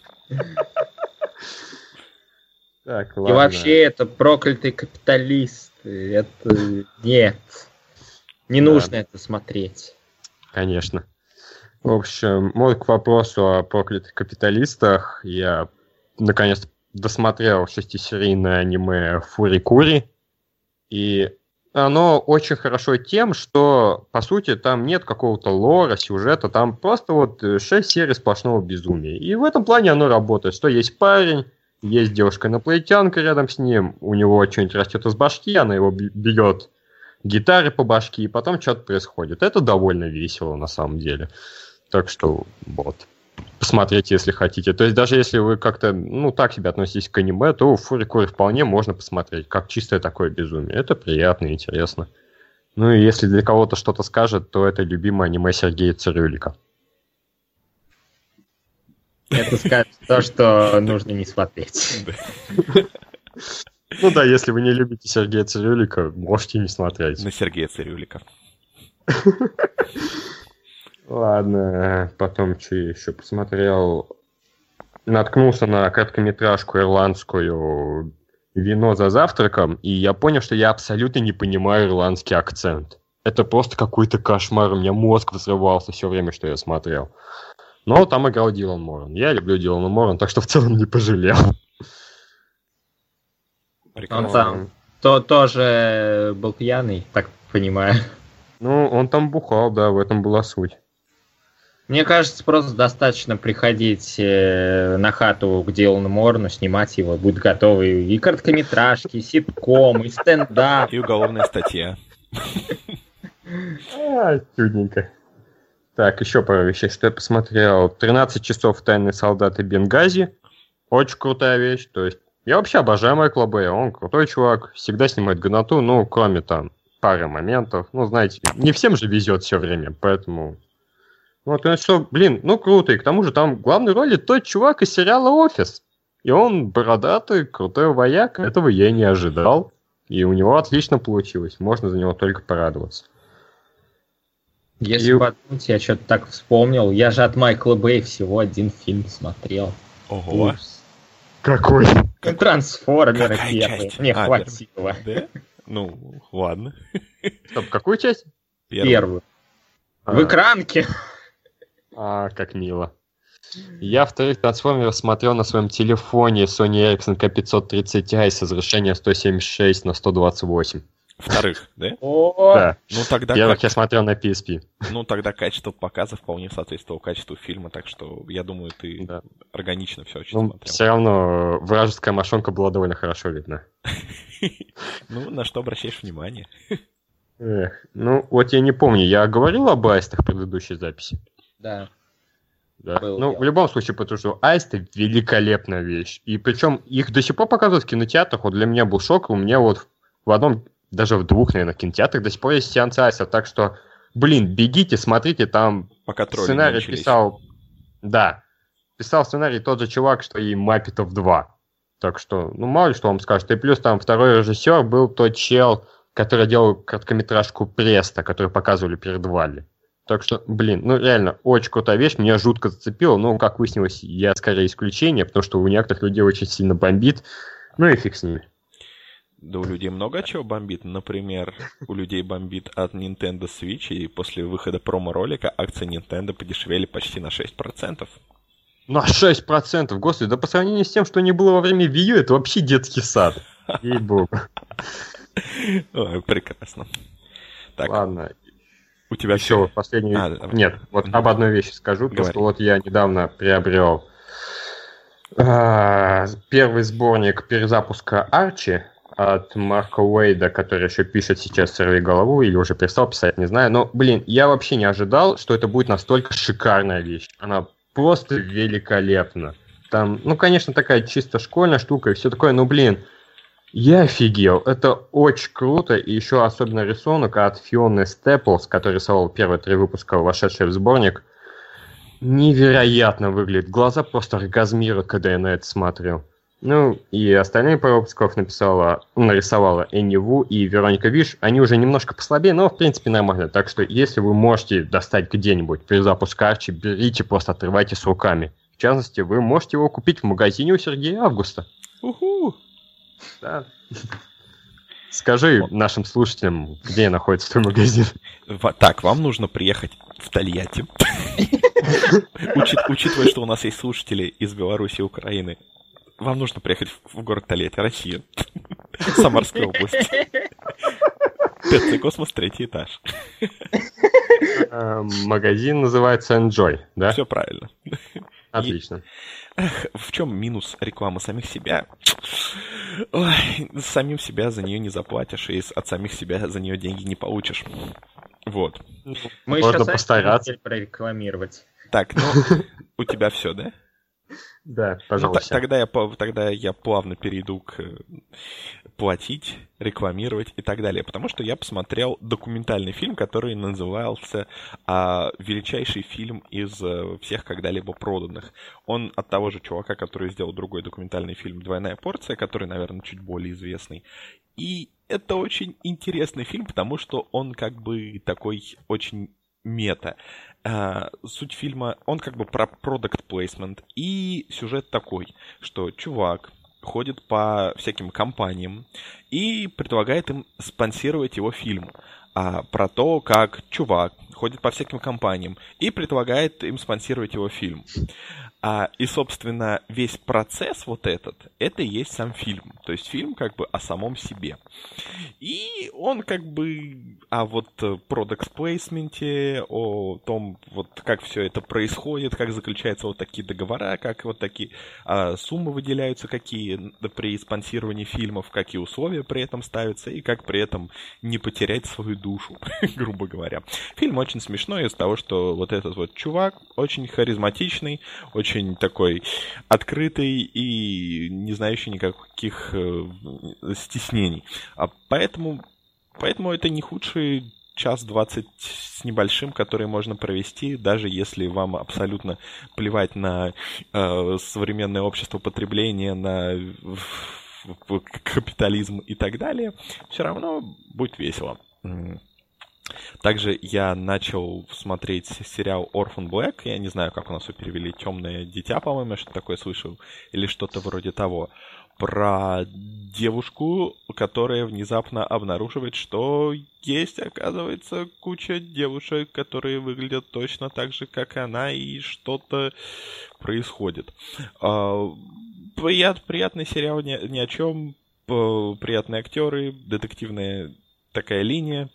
Так, И ладно. вообще это проклятый капиталист. Это нет. Не Да. нужно это смотреть. Конечно. В общем, мой к вопросу о проклятых капиталистах. Я наконец досмотрел шестисерийное аниме Фури-Кури. И оно очень хорошо тем, что, по сути, там нет какого-то лора, сюжета. Там просто вот шесть серий сплошного безумия. И в этом плане оно работает. Что есть парень, есть девушка-инопланетянка рядом с ним. У него что-нибудь растет из башки, она его б- берет гитары по башке, и потом что-то происходит. Это довольно весело, на самом деле. Так что, вот. Посмотрите, если хотите. То есть, даже если вы как-то, ну, так себя относитесь к аниме, то Фури-Кури вполне можно посмотреть, как чистое такое безумие. Это приятно и интересно. Ну, и если для кого-то что-то скажет, то это любимое аниме Сергея Цирюлика. Это скажет то, что нужно не смотреть. Ну да, если вы не любите Сергея Цирюлика, можете не смотреть. На Сергея Цирюлика. Ладно, потом что еще посмотрел. Наткнулся на короткометражку ирландскую «Вино за завтраком», и я понял, что я абсолютно не понимаю ирландский акцент. Это просто какой-то кошмар, у меня мозг взрывался все время, что я смотрел. Но там играл Дилан Моран. Я люблю Дилана Морана, так что в целом не пожалел. Он там то, тоже был пьяный, так понимаю. Ну, он там бухал, да, в этом была суть. Мне кажется, просто достаточно приходить э, на хату к Дилану Морану, снимать его, будет готовы и короткометражки, и ситком, и стендап. И уголовная статья. А, чудненько. Так, еще пару вещей, что я посмотрел. тринадцать часов «Тайные солдаты Бенгази». Очень крутая вещь. То есть, я вообще обожаю Майкла Бэя. Он крутой чувак, всегда снимает годноту, ну, кроме там пары моментов. Ну, знаете, не всем же везет все время, поэтому... Вот, ну что, блин, ну круто. И к тому же там в главной роли тот чувак из сериала «Офис». И он бородатый, крутой вояк. Этого я не ожидал. И у него отлично получилось. Можно за него только порадоваться. Если И- подумать, я что-то так вспомнил. Я же от Майкла Бэя всего один фильм смотрел. Ого. Ужас. Какой? Ну, Трансформеры Какая первые. часть? Мне А, хватило. Да? Ну, ладно. Стоп, какую часть? Первую. А, В экранке. а, как мило. Я вторых трансформеров смотрел на своем телефоне Sony Ericsson кей пятьсот тридцать ай с разрешением сто семьдесят шесть на сто двадцать восемь. Вторых, да? О, Да. Ну тогда, Первых как- я смотрел на пи эс пи. ну, тогда качество показа вполне соответствовало качеству фильма, так что я думаю, ты Да. органично все очень Ну, смотрел. все равно вражеская мошонка была довольно хорошо видна. Ну, на что обращаешь внимание? Эх, ну, вот я не помню, я говорил об аистах в предыдущей записи? да. Да. Было Ну, дело. в любом случае, потому что аисты великолепная вещь. И причем их до сих пор показывают в кинотеатрах. Вот для меня был шок. У меня вот в одном, даже в двух, наверное, кинотеатрах до сих пор есть сеансы аистов. Так что, блин, бегите, смотрите, там Пока тролли не сценарий начались. писал... Да, писал сценарий тот же чувак, что и Маппетов два. Так что, ну, мало ли что вам скажет. И плюс там второй режиссер был тот чел, который делал короткометражку Преста, которую показывали перед Валли. Так что, блин, ну реально, очень крутая вещь, меня жутко зацепило. Ну, как выяснилось, я скорее исключение, потому что у некоторых людей очень сильно бомбит. Ну и фиг с ними. Да у людей много чего бомбит. Например, у людей бомбит от Nintendo Switch, и после выхода промо-ролика акции Nintendo подешевели почти на шесть процентов. На шесть процентов, господи, да по сравнению с тем, что не было во время Wii U, это вообще детский сад. Ей-богу. Ой, прекрасно. Так, Ладно, у тебя еще вот последнюю... А, давай. Нет, вот Мгм. об одной вещи скажу, потому Говори. что вот я недавно приобрел а, первый сборник перезапуска Арчи от Марка Уэйда, который еще пишет сейчас «Сорви голову», или уже перестал писать, не знаю. Но, блин, я вообще не ожидал, что это будет настолько шикарная вещь. Она просто великолепна. Там, ну, конечно, такая чисто школьная штука и все такое, но, блин, я офигел. Это очень круто. И еще особенно рисунок от Фионы Степлс, который рисовал первые три выпуска, вошедшие в сборник. Невероятно выглядит. Глаза просто оргазмируют, когда я на это смотрю. Ну, и остальные пару выпусков написала, нарисовала Энни Ву и Вероника Виш. Они уже немножко послабее, но, в принципе, нормально. Так что, если вы можете достать где-нибудь перезапуск Арчи, берите, просто отрывайте с руками. В частности, вы можете его купить в магазине у Сергея Августа. Уху! Да. Скажи нашим слушателям, где находится твой магазин. Ва- Так, вам нужно приехать в Тольятти. Учит- Учитывая, что у нас есть слушатели из Беларуси и Украины, вам нужно приехать в в город Тольятти, Россия. Самарской области. ТЦ «Космос», третий этаж. Э, Магазин называется Enjoy, да? Все правильно. Отлично. Эх, в чем минус рекламы самих себя? Ой, самим себя за нее не заплатишь, и с- от самих себя за нее деньги не получишь. Вот. Мы Можно еще постараться. хотели прорекламировать. Так, ну, у тебя все, да? Да, Ну, та- пожалуйста. тогда, я, по- тогда я плавно перейду к э, платить, рекламировать и так далее. Потому что я посмотрел документальный фильм, который назывался а, «Величайший фильм из э, всех когда-либо проданных». Он от того же чувака, который сделал другой документальный фильм «Двойная порция», который, наверное, чуть более известный. И это очень интересный фильм, потому что он как бы такой очень мета. А, суть фильма, он как бы про продакт плейсмент, и сюжет такой, что чувак ходит по всяким компаниям и предлагает им спонсировать его фильм. А, про то, как чувак ходит по всяким компаниям и предлагает им спонсировать его фильм. А, и, собственно, весь процесс вот этот, это и есть сам фильм. То есть фильм как бы о самом себе. И он как бы о вот продакт плейсменте, о том, вот как все это происходит, как заключаются вот такие договора, как вот такие а, суммы выделяются, какие при спонсировании фильмов, какие условия при этом ставятся, и как при этом не потерять свою душу, грубо говоря. Фильм очень смешной из-за того, что вот этот вот чувак очень харизматичный, очень такой открытый и не знающий никаких э, стеснений. А поэтому, поэтому это не худший час двадцать с небольшим, который можно провести, даже если вам абсолютно плевать на э, современное общество потребления, на в- в- капитализм и так далее, все равно будет весело. М. Также я начал смотреть сериал Orphan Black. Я не знаю, как у нас его перевели. «Темное дитя», по-моему, я что-то такое слышал. Или что-то вроде того. Про девушку, которая внезапно обнаруживает, что есть, оказывается, куча девушек, которые выглядят точно так же, как и она, и что-то происходит. Прият, приятный сериал, ни, ни о чем. Приятные актеры, детективная такая линия.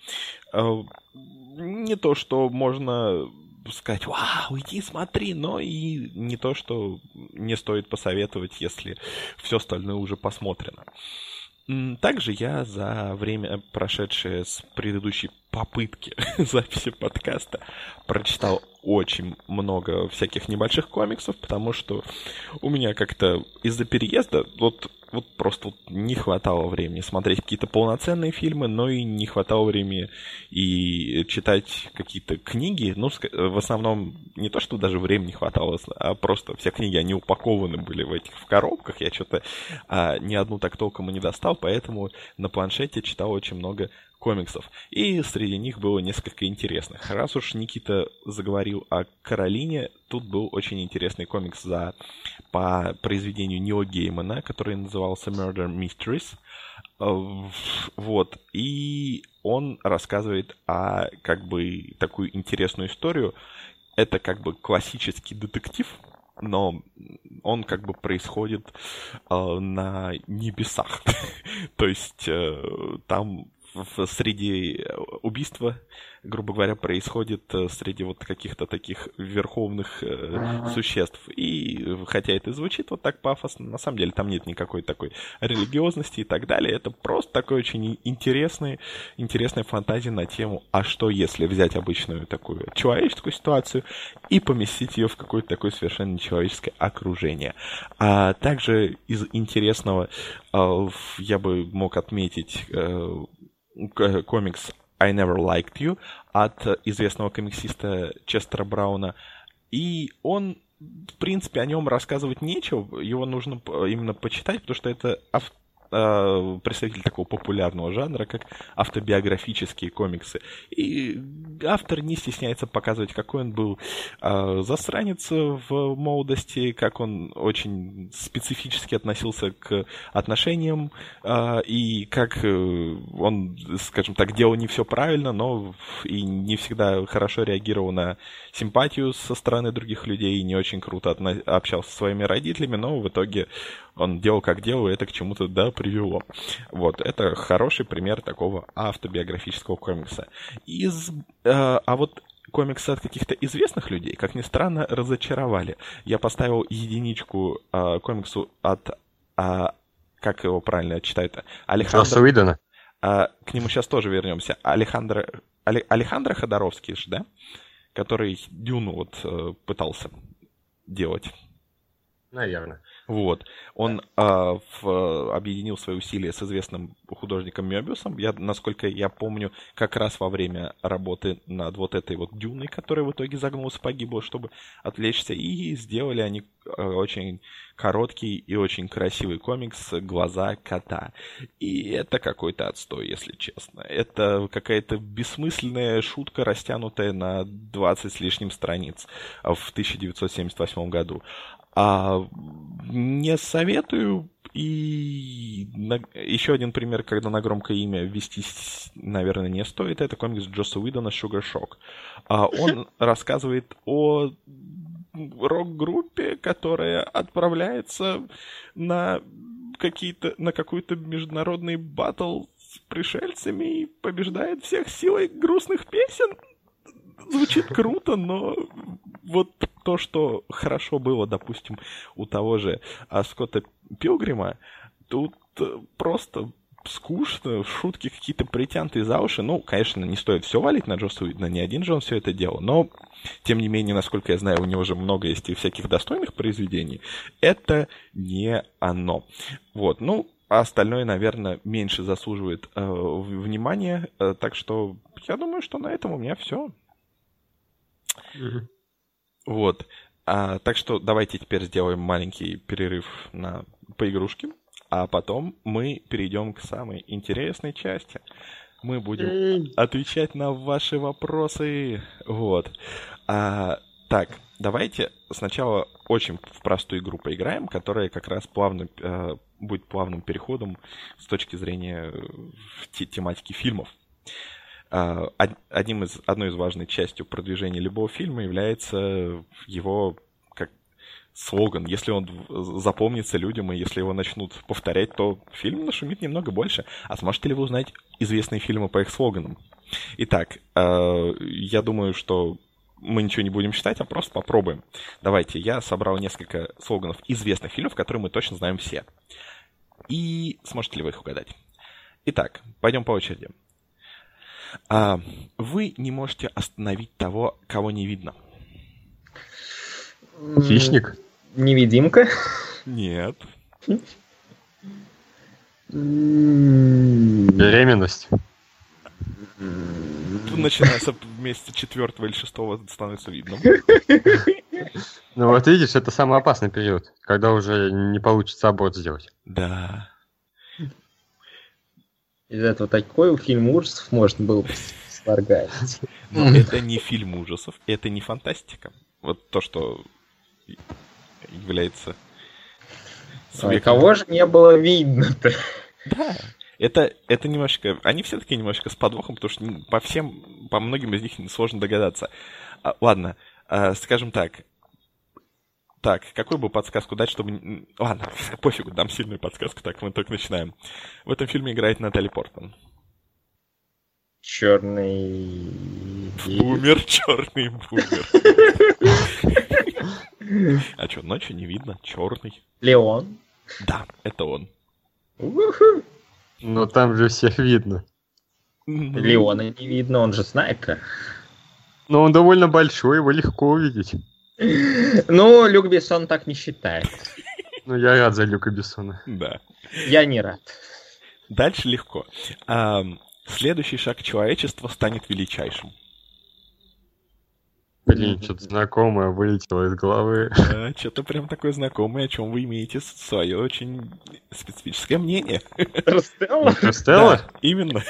Не то, что можно сказать, вау, иди смотри, но и не то, что не стоит посоветовать, если все остальное уже посмотрено. Также я за время, прошедшее с предыдущей попытки записи подкаста, прочитал очень много всяких небольших комиксов, потому что у меня как-то из-за переезда вот, вот просто вот не хватало времени смотреть какие-то полноценные фильмы, но и не хватало времени и читать какие-то книги. Ну, в основном не то, что даже времени не хватало, а просто все книги, они упакованы были в этих в коробках. Я что-то а, ни одну так толком и не достал, поэтому на планшете читал очень много комиксов. И среди них было несколько интересных. Раз уж Никита заговорил о Каролине, тут был очень интересный комикс за, по произведению Нила Геймана, который назывался Murder Mysteries. Вот. И он рассказывает о как бы такую интересную историю. Это как бы классический детектив, но он как бы происходит э, на небесах. То есть э, там в, среди убийства, грубо говоря, происходит среди вот каких-то таких верховных э, существ. И хотя это звучит вот так пафосно, на самом деле там нет никакой такой религиозности и так далее. Это просто такой очень интересный, интересная фантазия на тему, а что если взять обычную такую человеческую ситуацию и поместить ее в какое-то такое совершенно нечеловеческое окружение. А также из интересного э, я бы мог отметить э, комикс I Never Liked You от известного комиксиста Честера Брауна. И он, в принципе, о нем рассказывать нечего. Его нужно именно почитать, потому что это ав- представитель такого популярного жанра, как автобиографические комиксы. И автор не стесняется показывать, какой он был э, засранец в молодости, как он очень специфически относился к отношениям, э, и как э, он, скажем так, делал не все правильно, но и не всегда хорошо реагировал на симпатию со стороны других людей, и не очень круто отно- общался со своими родителями, но в итоге он делал, как делал, и это к чему-то, да, привело. Вот, это хороший пример такого автобиографического комикса. Из, э, а вот комиксы от каких-то известных людей, как ни странно, разочаровали. Я поставил единичку э, комиксу от, э, как его правильно читают, Алехандро... Джосса Уидона? Э, к нему сейчас тоже вернемся. Алехандро, Але, Алехандро Ходоровский же, да? Который Дюну вот э, пытался делать. Наверное. Вот. Он э, в, объединил свои усилия с известным художником Мёбиусом. Я, насколько я помню, как раз во время работы над вот этой вот Дюной, которая в итоге загнулась и погибла, чтобы отвлечься. И сделали они э, очень короткий и очень красивый комикс «Глаза кота». И это какой-то отстой, если честно. Это какая-то бессмысленная шутка, растянутая на двадцать с лишним страниц в тысяча девятьсот семьдесят восьмом году. А не советую. И на... еще один пример, когда на громкое имя вестись, наверное, не стоит, это комикс Джосса Уидона «Sugar Shock». А он рассказывает о рок-группе, которая отправляется на какие-то, на какой-то международный баттл с пришельцами и побеждает всех силой грустных песен. Звучит круто, но вот то, что хорошо было, допустим, у того же а, Скотта Пилгрима, тут просто скучно, шутки какие-то притянутые за уши. Ну, конечно, не стоит все валить на Джосса Уидона, не один же он все это делал, но, тем не менее, насколько я знаю, у него же много есть и всяких достойных произведений. Это не оно. Вот, ну, а остальное, наверное, меньше заслуживает э, внимания, э, так что я думаю, что на этом у меня все. Mm-hmm. Вот. А, так что давайте теперь сделаем маленький перерыв на поигрушки, а потом мы перейдем к самой интересной части. Мы будем отвечать на ваши вопросы. Вот. А, так, давайте сначала очень в простую игру поиграем, которая как раз плавно, э, будет плавным переходом с точки зрения те- тематики фильмов. Э, од- одним из, одной из важной частью продвижения любого фильма является его как слоган. Если он в- запомнится людям, и если его начнут повторять, то фильм нашумит немного больше. А сможете ли вы узнать известные фильмы по их слоганам? Итак, э, я думаю, что мы ничего не будем читать, а просто попробуем. Давайте, я собрал несколько слоганов известных фильмов, которые мы точно знаем все. И сможете ли вы их угадать? Итак, пойдем по очереди. А, вы не можете остановить того, кого не видно. Хищник? Невидимка? Нет. Беременность? Начинается вместе четвертого или шестого становится видно. Ну вот видишь, это самый опасный период, когда уже не получится аборт сделать. Да. Из этого такой фильм ужасов можно было бы сваргать. Но это не фильм ужасов, это не фантастика. Вот то, что является... А кого же не было видно-то? Да. Это, это немножко... Они все такие немножко с подвохом, потому что по всем, по многим из них сложно догадаться. А, ладно, а, скажем так. Так, какую бы подсказку дать, чтобы... Ладно, пофигу, дам сильную подсказку, так, мы только начинаем. В этом фильме играет Натали Портман. Черный... Бумер, черный бумер. А что, ночью не видно? Черный. Леон. Да, это он. Уху. Но там же всех видно. Леона не видно, он же снайпер. Но он довольно большой, его легко увидеть. Ну, Люк Бессон так не считает. Ну, я рад за Люка Бессона. Да. Я не рад. Дальше легко. А, следующий шаг человечества станет величайшим. Блин, что-то знакомое вылетело из головы. А, что-то прям такое знакомое, о чем вы имеете свое очень специфическое мнение. Интерстеллар? Интерстеллар? Да, именно.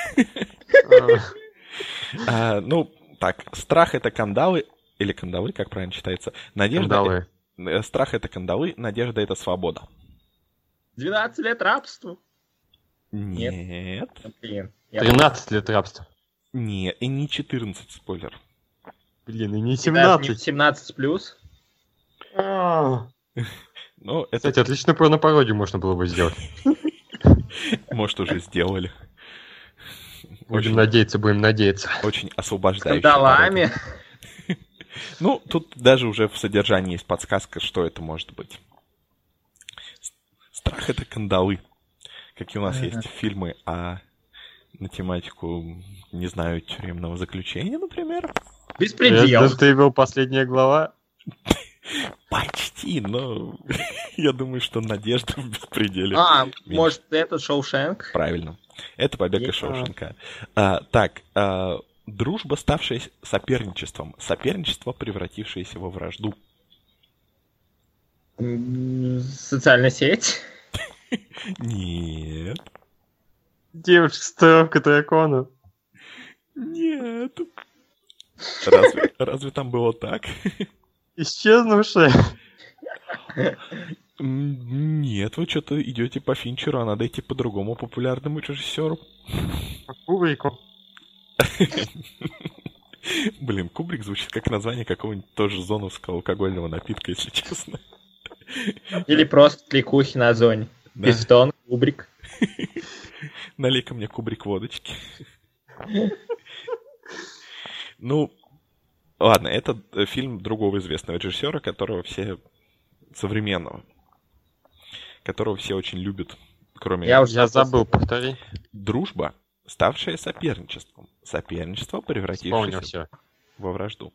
А, ну, так, страх — это кандалы, или кандалы, как правильно читается. Надежда. Кандалы. Страх — это кандалы, надежда — это свобода. двенадцать лет рабства. Нет. Блин. я- тринадцать лет рабства. Нет, и не четырнадцать, спойлер. Блин, и не Даже не семнадцать. семнадцать плюс. А. Ну, это, Кстати, отлично порно-пародию можно было бы сделать. может, уже сделали. Будем Очень, надеяться, будем надеяться. очень освобождающий. Скандалами. Ну, тут даже уже в содержании есть подсказка, что это может быть. С- Страх — это кандалы. Какие у нас Ага. есть фильмы о... на тематику, не знаю, тюремного заключения, например. Беспредел. Resident Evil последняя глава. Почти, но я думаю, что надежда в беспределе. А, меньше. может, это Шоушенк? Правильно. Это побег из Есть. Шоушенка. А, так, а, дружба, ставшая соперничеством. Соперничество, превратившееся во вражду. М, Социальная сеть? Нет. Девушка с коробкой дракона. Нет. Разве, разве там было так? Исчезнувшая. М, Нет, вы что-то идете по Финчеру, а надо идти по другому популярному режиссеру. По Кубрику. Блин, Кубрик звучит как название какого-нибудь тоже зоновского алкогольного напитка, если честно. Или просто кликухи на зоне? Да. Пистон, Кубрик. Налей-ка мне кубрик водочки. Ну, ладно, это э, фильм другого известного режиссера, которого все... современного. Которого все очень любят, кроме... Я уже Я забыл, повтори. Дружба, ставшая соперничеством. Соперничество, Вспомнил превратившееся все. во вражду.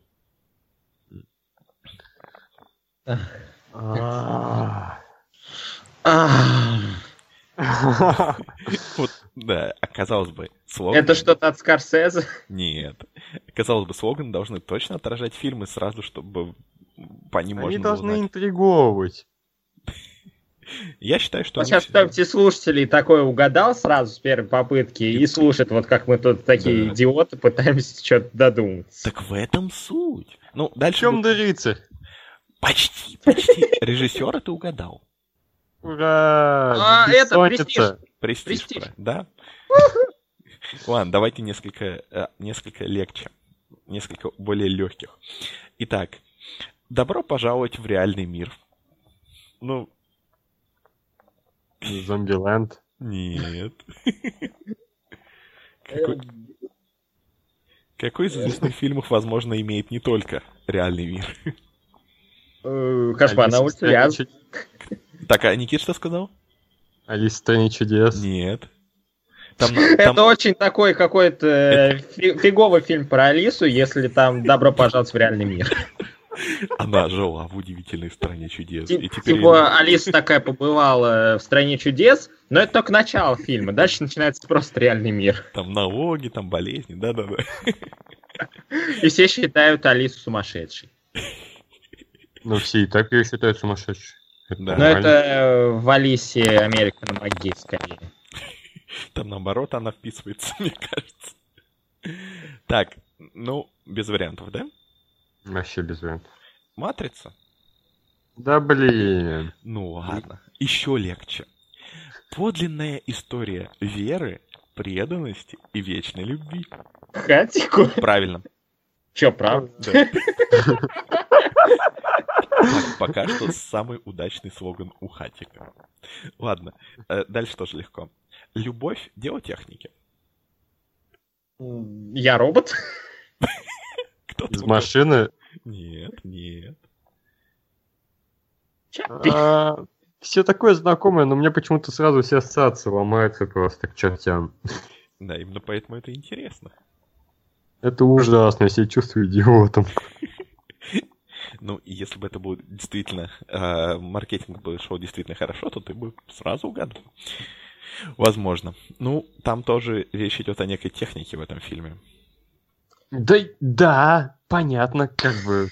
Вот, да, а казалось бы, слоган... Это что-то от Скорсезе? Нет. Казалось бы, слоганы должны точно отражать фильмы сразу, чтобы по ним Они можно было должны узнать. интриговывать. Я считаю, что... Вот сейчас кто-нибудь из слушателей такое угадал сразу с первой попытки и слушает, вот как мы тут такие Да. идиоты пытаемся что-то додумать. Так в этом суть. Ну, дальше... Чем будет- да рыцарь? Почти, почти. Режиссера ты угадал. Ура! А, это, Бессонница. Престиж, Престиж. про- да? Ладно, давайте несколько, э, несколько легче. Несколько более легких. Итак, добро пожаловать в реальный мир. Ну, Зомбиленд. нет. Какой, какой из известных фильмов, возможно, имеет не только реальный мир? Э, Кошмар на Алиса в улице стране Вяз. чуд- Так, а Никит что сказал? Алиса в стране чудес. Нет. Там, Это там- очень такой какой-то э, фи- фиговый фильм про Алису, если там добро пожаловать в реальный мир. она жила в удивительной стране чудес. Ти- И теперь... Типа Алиса такая побывала в стране чудес, но это только начало фильма. Дальше начинается просто реальный мир. Там налоги, там болезни, да-да-да. И все считают Алису сумасшедшей. Ну, все и так ее считают сумасшедшей. Это Да. Но нормально. это э, в Алисе Америка на ноге скорее. Там наоборот она вписывается, мне кажется. Так, ну, без вариантов, да? Вообще без вариантов. Матрица? Да блин. Ну ладно, еще легче. Подлинная история веры, преданности и вечной любви. Хатику? Правильно. Че, правда? Да. Так, пока что самый удачный слоган у Хатика. Ладно, э, дальше тоже легко. Любовь – дело техники. Я робот? Кто Из там? машины. Нет, нет. Чаппи. Все такое знакомое, но мне почему-то сразу все ассоциации ломаются просто к чертям. Да, именно поэтому это интересно. Это ужасно, я себя чувствую идиотом. Ну, и если бы это было действительно, э, маркетинг бы шел действительно хорошо, то ты бы сразу угадал. Возможно. Ну, там тоже речь идет о некой технике в этом фильме. Да, да, понятно, как бы.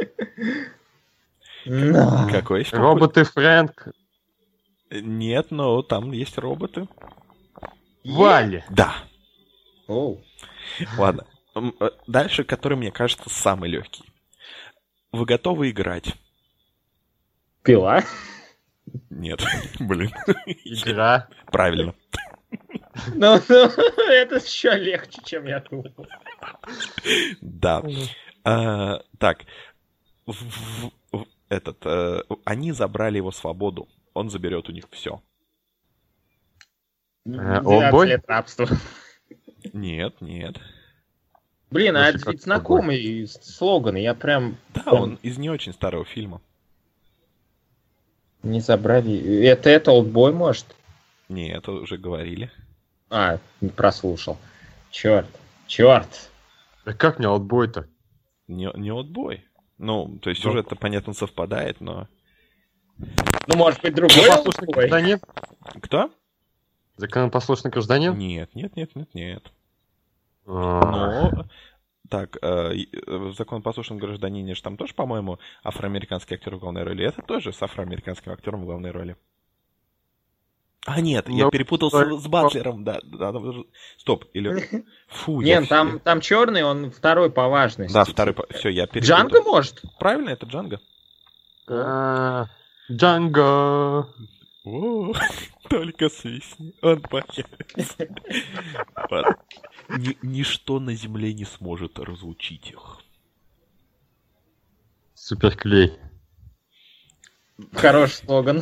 Но. Какой еще? Роботы Фрэнк. Нет, но там есть роботы. Вали. Да. Оу. Ладно. М, э, Дальше, который, мне кажется, самый легкий. Вы готовы играть? Пила? Нет. Блин. Игра. Правильно. Ну, ну, это еще легче, чем я думал. Да. А, так. В- в- в- Этот, э, они забрали его свободу. Он заберет у них все. Э, двенадцать Олдбой? лет рабства. Нет, нет. Блин, а Слушай, это как ведь знакомый слоган, я прям Да, Прям- он из не очень старого фильма. не забрали. Это это Олдбой, может? Не, это уже говорили. А, не прослушал. Черт, черт. Да как мне отбой-то? Не, не отбой. Ну, то есть Да. сюжет-то, понятно, совпадает, но... Ну, может быть, другой Законопослушный Олдбой? гражданин? Кто? Законопослушный гражданин? Нет, нет, нет, нет, нет. А, Но... Так, э, и, э, в «Законопослушном гражданине» же там тоже, по-моему, афроамериканский актер в главной роли. Это тоже с афроамериканским актером в главной роли. А, нет, я Ну, перепутал с, с Батлером, да, да, да, Стоп, или... Фу, я Нет, там, там черный, он второй по важности. Да, второй... Все, я перепутал. Джанго, может? Правильно, это Джанго. а, Джанго. О, только свистни, он появится. Ладно. Ни- Ничто на земле не сможет разлучить их. Суперклей. Хороший слоган.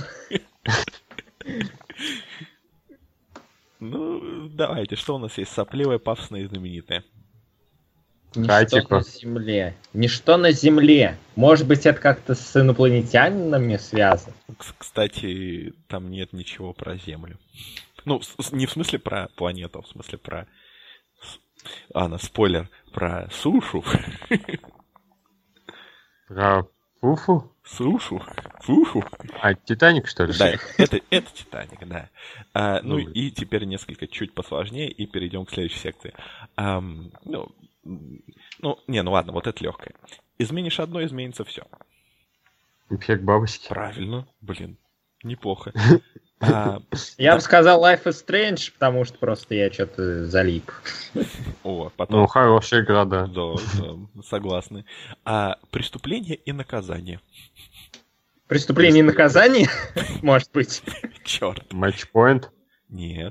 Ну, давайте, что у нас есть? Сопливое, пафосное и знаменитое. Ничто Хатико. на земле. Ничто на земле. Может быть, это как-то с инопланетянами связано? К- Кстати, там нет ничего про Землю. Ну, с- с- не в смысле про планету, а в смысле про... с- А, на спойлер, про сушу. Про Фуфу? Сушу? Фушу? А, Титаник, что ли? Да, это, это Титаник, да. А, ну Ну, и теперь несколько чуть посложнее, и перейдем к следующей секции. Ам, ну, м, ну, не, ну ладно, вот это легкое. Изменишь одно, изменится все. Эффект бабочки. Правильно, блин. Неплохо. А, Я бы сказал Life is Strange, потому что просто я что-то залип. О, потом... Ну, хорошая игра, да. Да, да, согласны. А преступление и наказание. Преступление и наказание? Может быть. Черт. Матчпоинт? Нет.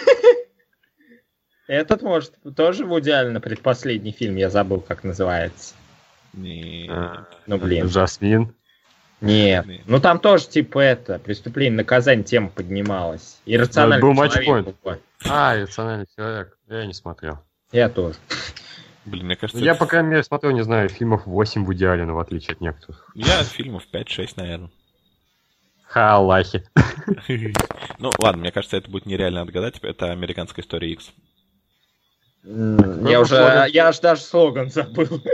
Этот, может, тоже Вуди Аллена предпоследний фильм, я забыл, как называется. Нет. А, Ну, блин. Жасмин? Нет. Нет. Ну, там тоже, типа, это, преступление, наказание, тема поднималась. Иррациональный Ну, был человек. матчпоинт. был. А, «Рациональный человек». Я не смотрел. Я тоже. Блин, мне кажется... Ну, я, это- по крайней мере, смотрел, не знаю, фильмов восемь Вуди Аллена, в отличие от некоторых. Я фильмов пять-шесть, наверное. Ха, Аллахи. Ну, ладно, мне кажется, это будет нереально отгадать. Это «Американская история Икс». М, Я был уже, слоган? я аж даже слоган забыл.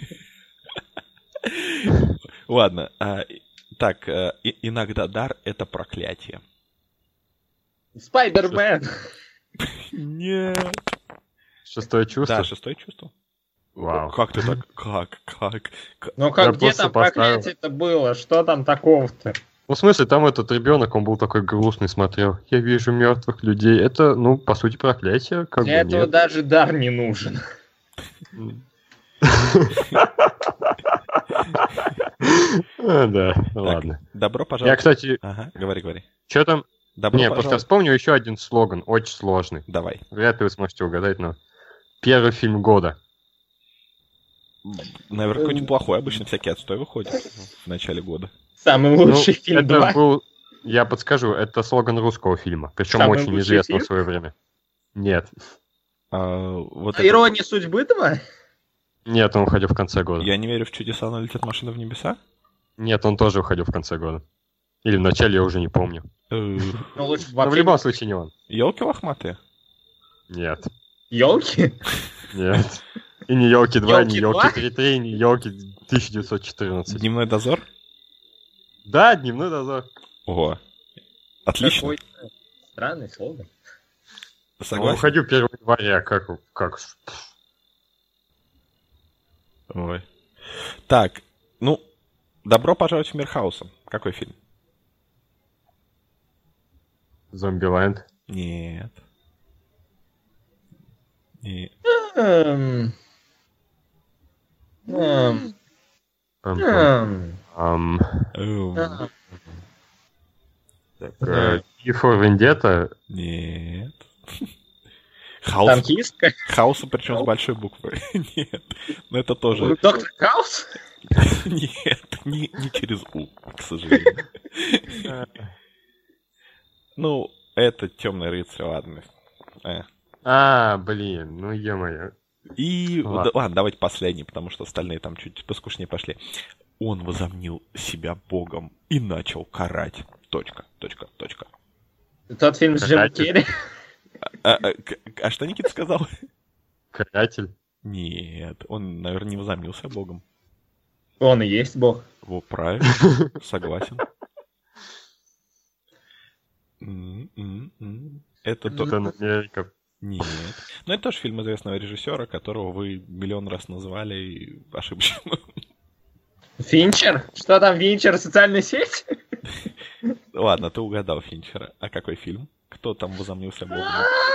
Ладно. а, Так, э, и- иногда дар — это проклятие. Спайдермен. Нет. Шестое чувство? Да, шестое чувство. Вау. Как ты так? Как? Как? Как? Ну Я как, где просто там поставил. проклятие-то было? Что там такого-то? Ну, в смысле, там этот ребенок, он был такой грустный, смотрел. Я вижу мертвых людей. Это, ну, по сути, проклятие, как Для бы этого нет. даже дар не нужен. А, Да, ладно. Добро Я, пожаловать. кстати, Ага, говори, говори. что там... Добро Не, просто пожаловать. вспомню еще один слоган, очень сложный. Давай. Вряд ли вы сможете угадать, но... Первый фильм года. Наверное, какой-нибудь плохой. Обычно всякий отстой выходит в начале года. Самый Ну, лучший фильм это два. был... Я подскажу, это слоган русского фильма. Причем Самый очень лучший известного фильм? в свое время. Нет. А, вот А это- Ирония судьбы два? Нет, он выходил в конце года. Я не верю в чудеса, но летят машины в небеса. Нет, он тоже выходил в конце года. Или в начале, я уже не помню. Ну лучше Но в вообще любом случае не он. Елки лохматые. Нет. елки. Нет. И не елки два, не «Ёлки елки три три, не елки тысяча девятьсот четырнадцать. Дневной дозор. Да, дневной дозор. Ого. Отлично. Какой странный слоган. Он Согласен. выходил первого января, как... как... Ой. Так, ну, добро пожаловать в мир хаоса. Какой фильм? Зомбиленд. Нет. Не- Эм. Эм. Пам-пам. Эм. Ам, Эм, Эм. так, э, И for Vendetta. Нет. Хаос. Танкистка. Хаоса, причем с большой буквы. Нет. Но это тоже... Доктор Хаус? Нет, не, не через У, к сожалению. Ну, это темный рыцарь, ладно. Э. А, блин, ну е-мое. И Ладно. да- ладно, давайте последний, потому что остальные там чуть поскучнее пошли. Он возомнил себя богом и начал карать. Точка, точка, точка. Тот фильм с Джимом Каратель. Керри. А, а, к- а что Никита сказал? Каратель. Нет, он, наверное, не возомнил себя богом. Он и есть бог. Во, правильно, согласен. М, м, м. Это то... Капитан Америка. Нет. Но это тоже фильм известного режиссера, которого вы миллион раз называли и ошибочно. Финчер? Что там, Финчер, социальная сеть? Ладно, ты угадал Финчера. А какой фильм? Кто там возомнил себя богом?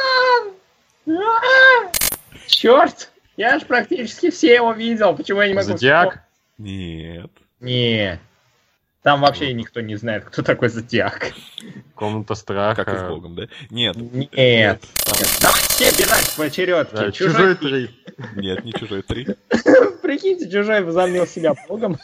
Черт! Я же практически все его видел. Почему я не могу... Зодиак. Нет. Не. Там вообще никто не знает, кто такой Зодиак. Комната страха. Как и с богом, да? Нет. Нет. Давайте все бежать по Да, очередке. Чужой три. Нет, не чужой три. Прикиньте, чужой возомнил себя богом.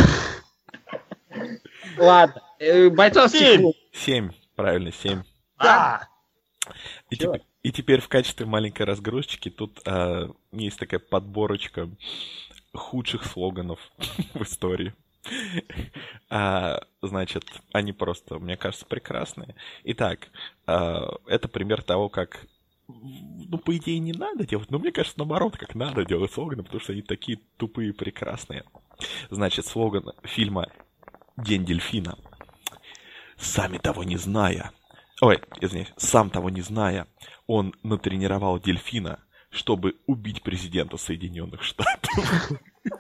Ладно. э, Бойцовский Семь. клуб. Семь. Правильно, семь. Да. И, Чё? теп- и теперь в качестве маленькой разгрузочки тут а, есть такая подборочка худших слоганов в истории. А, значит, они просто, мне кажется, прекрасные. Итак, а, это пример того, как, ну, по идее, не надо делать, но мне кажется, наоборот, как надо делать слоганы, потому что они такие тупые и прекрасные. Значит, слоган фильма «День дельфина». Сами того не зная, ой, извиняюсь, сам того не зная, он натренировал дельфина, чтобы убить президента Соединенных Штатов.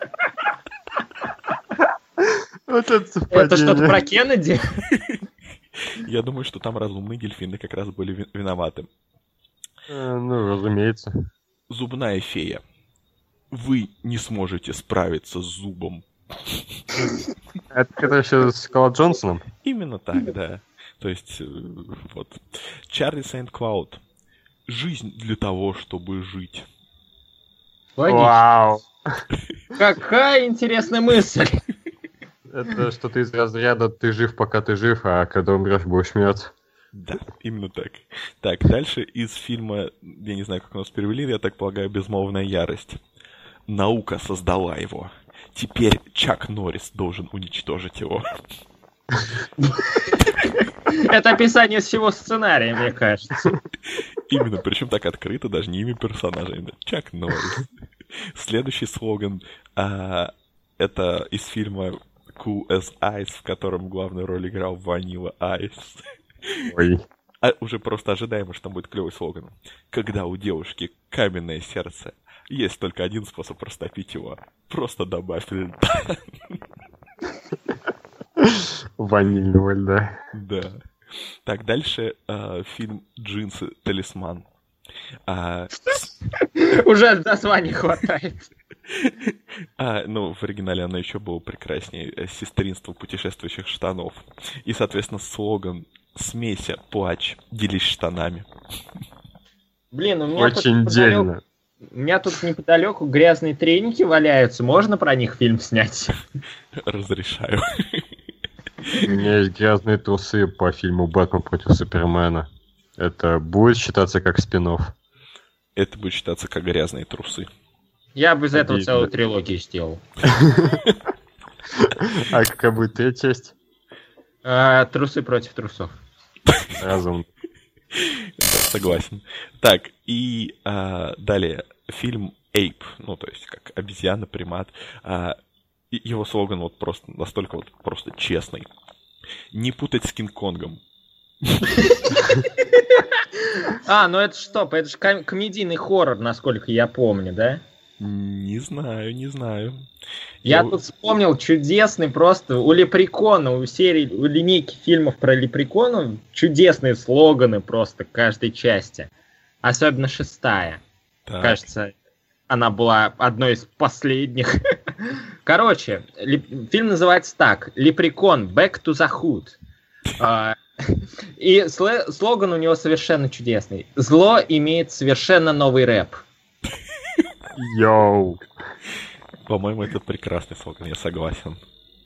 Вот это Это что-то совпадение. про Кеннеди? Я думаю, что там разумные дельфины как раз были ви- виноваты. Э, Ну, разумеется. Зубная фея. Вы не сможете справиться с зубом. Это, это еще с Скала Джонсоном? Именно так, да. То есть, э, вот. Чарли Сент-Клауд. Жизнь для того, чтобы жить. Логично. Вау! Какая интересная мысль. Это что-то из разряда «ты жив, пока ты жив, а когда умрешь, будешь мертв». Да, именно так. Так, дальше из фильма, я не знаю, как у нас перевели, я так полагаю, «Безмолвная ярость». Наука создала его. Теперь Чак Норрис должен уничтожить его. Это описание всего сценария, мне кажется. Именно, причем так открыто, даже не имя персонажа. Именно Чак Норрис. Следующий слоган а, это из фильма Cool as Ice, в котором главную роль играл Ванила Айс. Ой. А уже просто ожидаемо, что там будет клевый слоган. Когда у девушки каменное сердце, есть только один способ растопить его. Просто добавь льда. Ванильного льда. Да. Так, дальше э, фильм «Джинсы. Талисман». А, Уже названий хватает. а, ну, в оригинале оно еще было прекраснее. э, «Сестринство путешествующих штанов». И, соответственно, слоган «Смейся, плачь, делись штанами». Блин, у меня тут Очень неподалеку- дельно. У меня тут неподалеку грязные треники валяются. Можно про них фильм снять? Разрешаю. У меня есть грязные трусы по фильму «Бэтмен против Супермена». Это будет считаться как спин-офф? Это будет считаться как грязные трусы. Я бы из этого Отлично. целую трилогию сделал. А какая будет третья часть? А, трусы против трусов. Разум. Да, согласен. Так, и а, далее фильм «Эйп», ну, то есть как обезьяна, примат. А, и его слоган вот просто настолько вот просто честный. Не путать с Кинг-Конгом. А, ну это что? Это же ком- комедийный хоррор, насколько я помню, да? Не знаю, не знаю. Я Я- тут вспомнил чудесный просто у Лепрекона, у серии, у линейки фильмов про Лепрекона чудесные слоганы просто каждой части. Особенно шестая. Так, Кажется, она была одной из последних. Короче, леп- фильм называется так. Лепрекон Back to the Hood. А, И слэ- слоган у него совершенно чудесный. Зло имеет совершенно новый рэп. Йоу. по-моему, это прекрасный слоган, я согласен.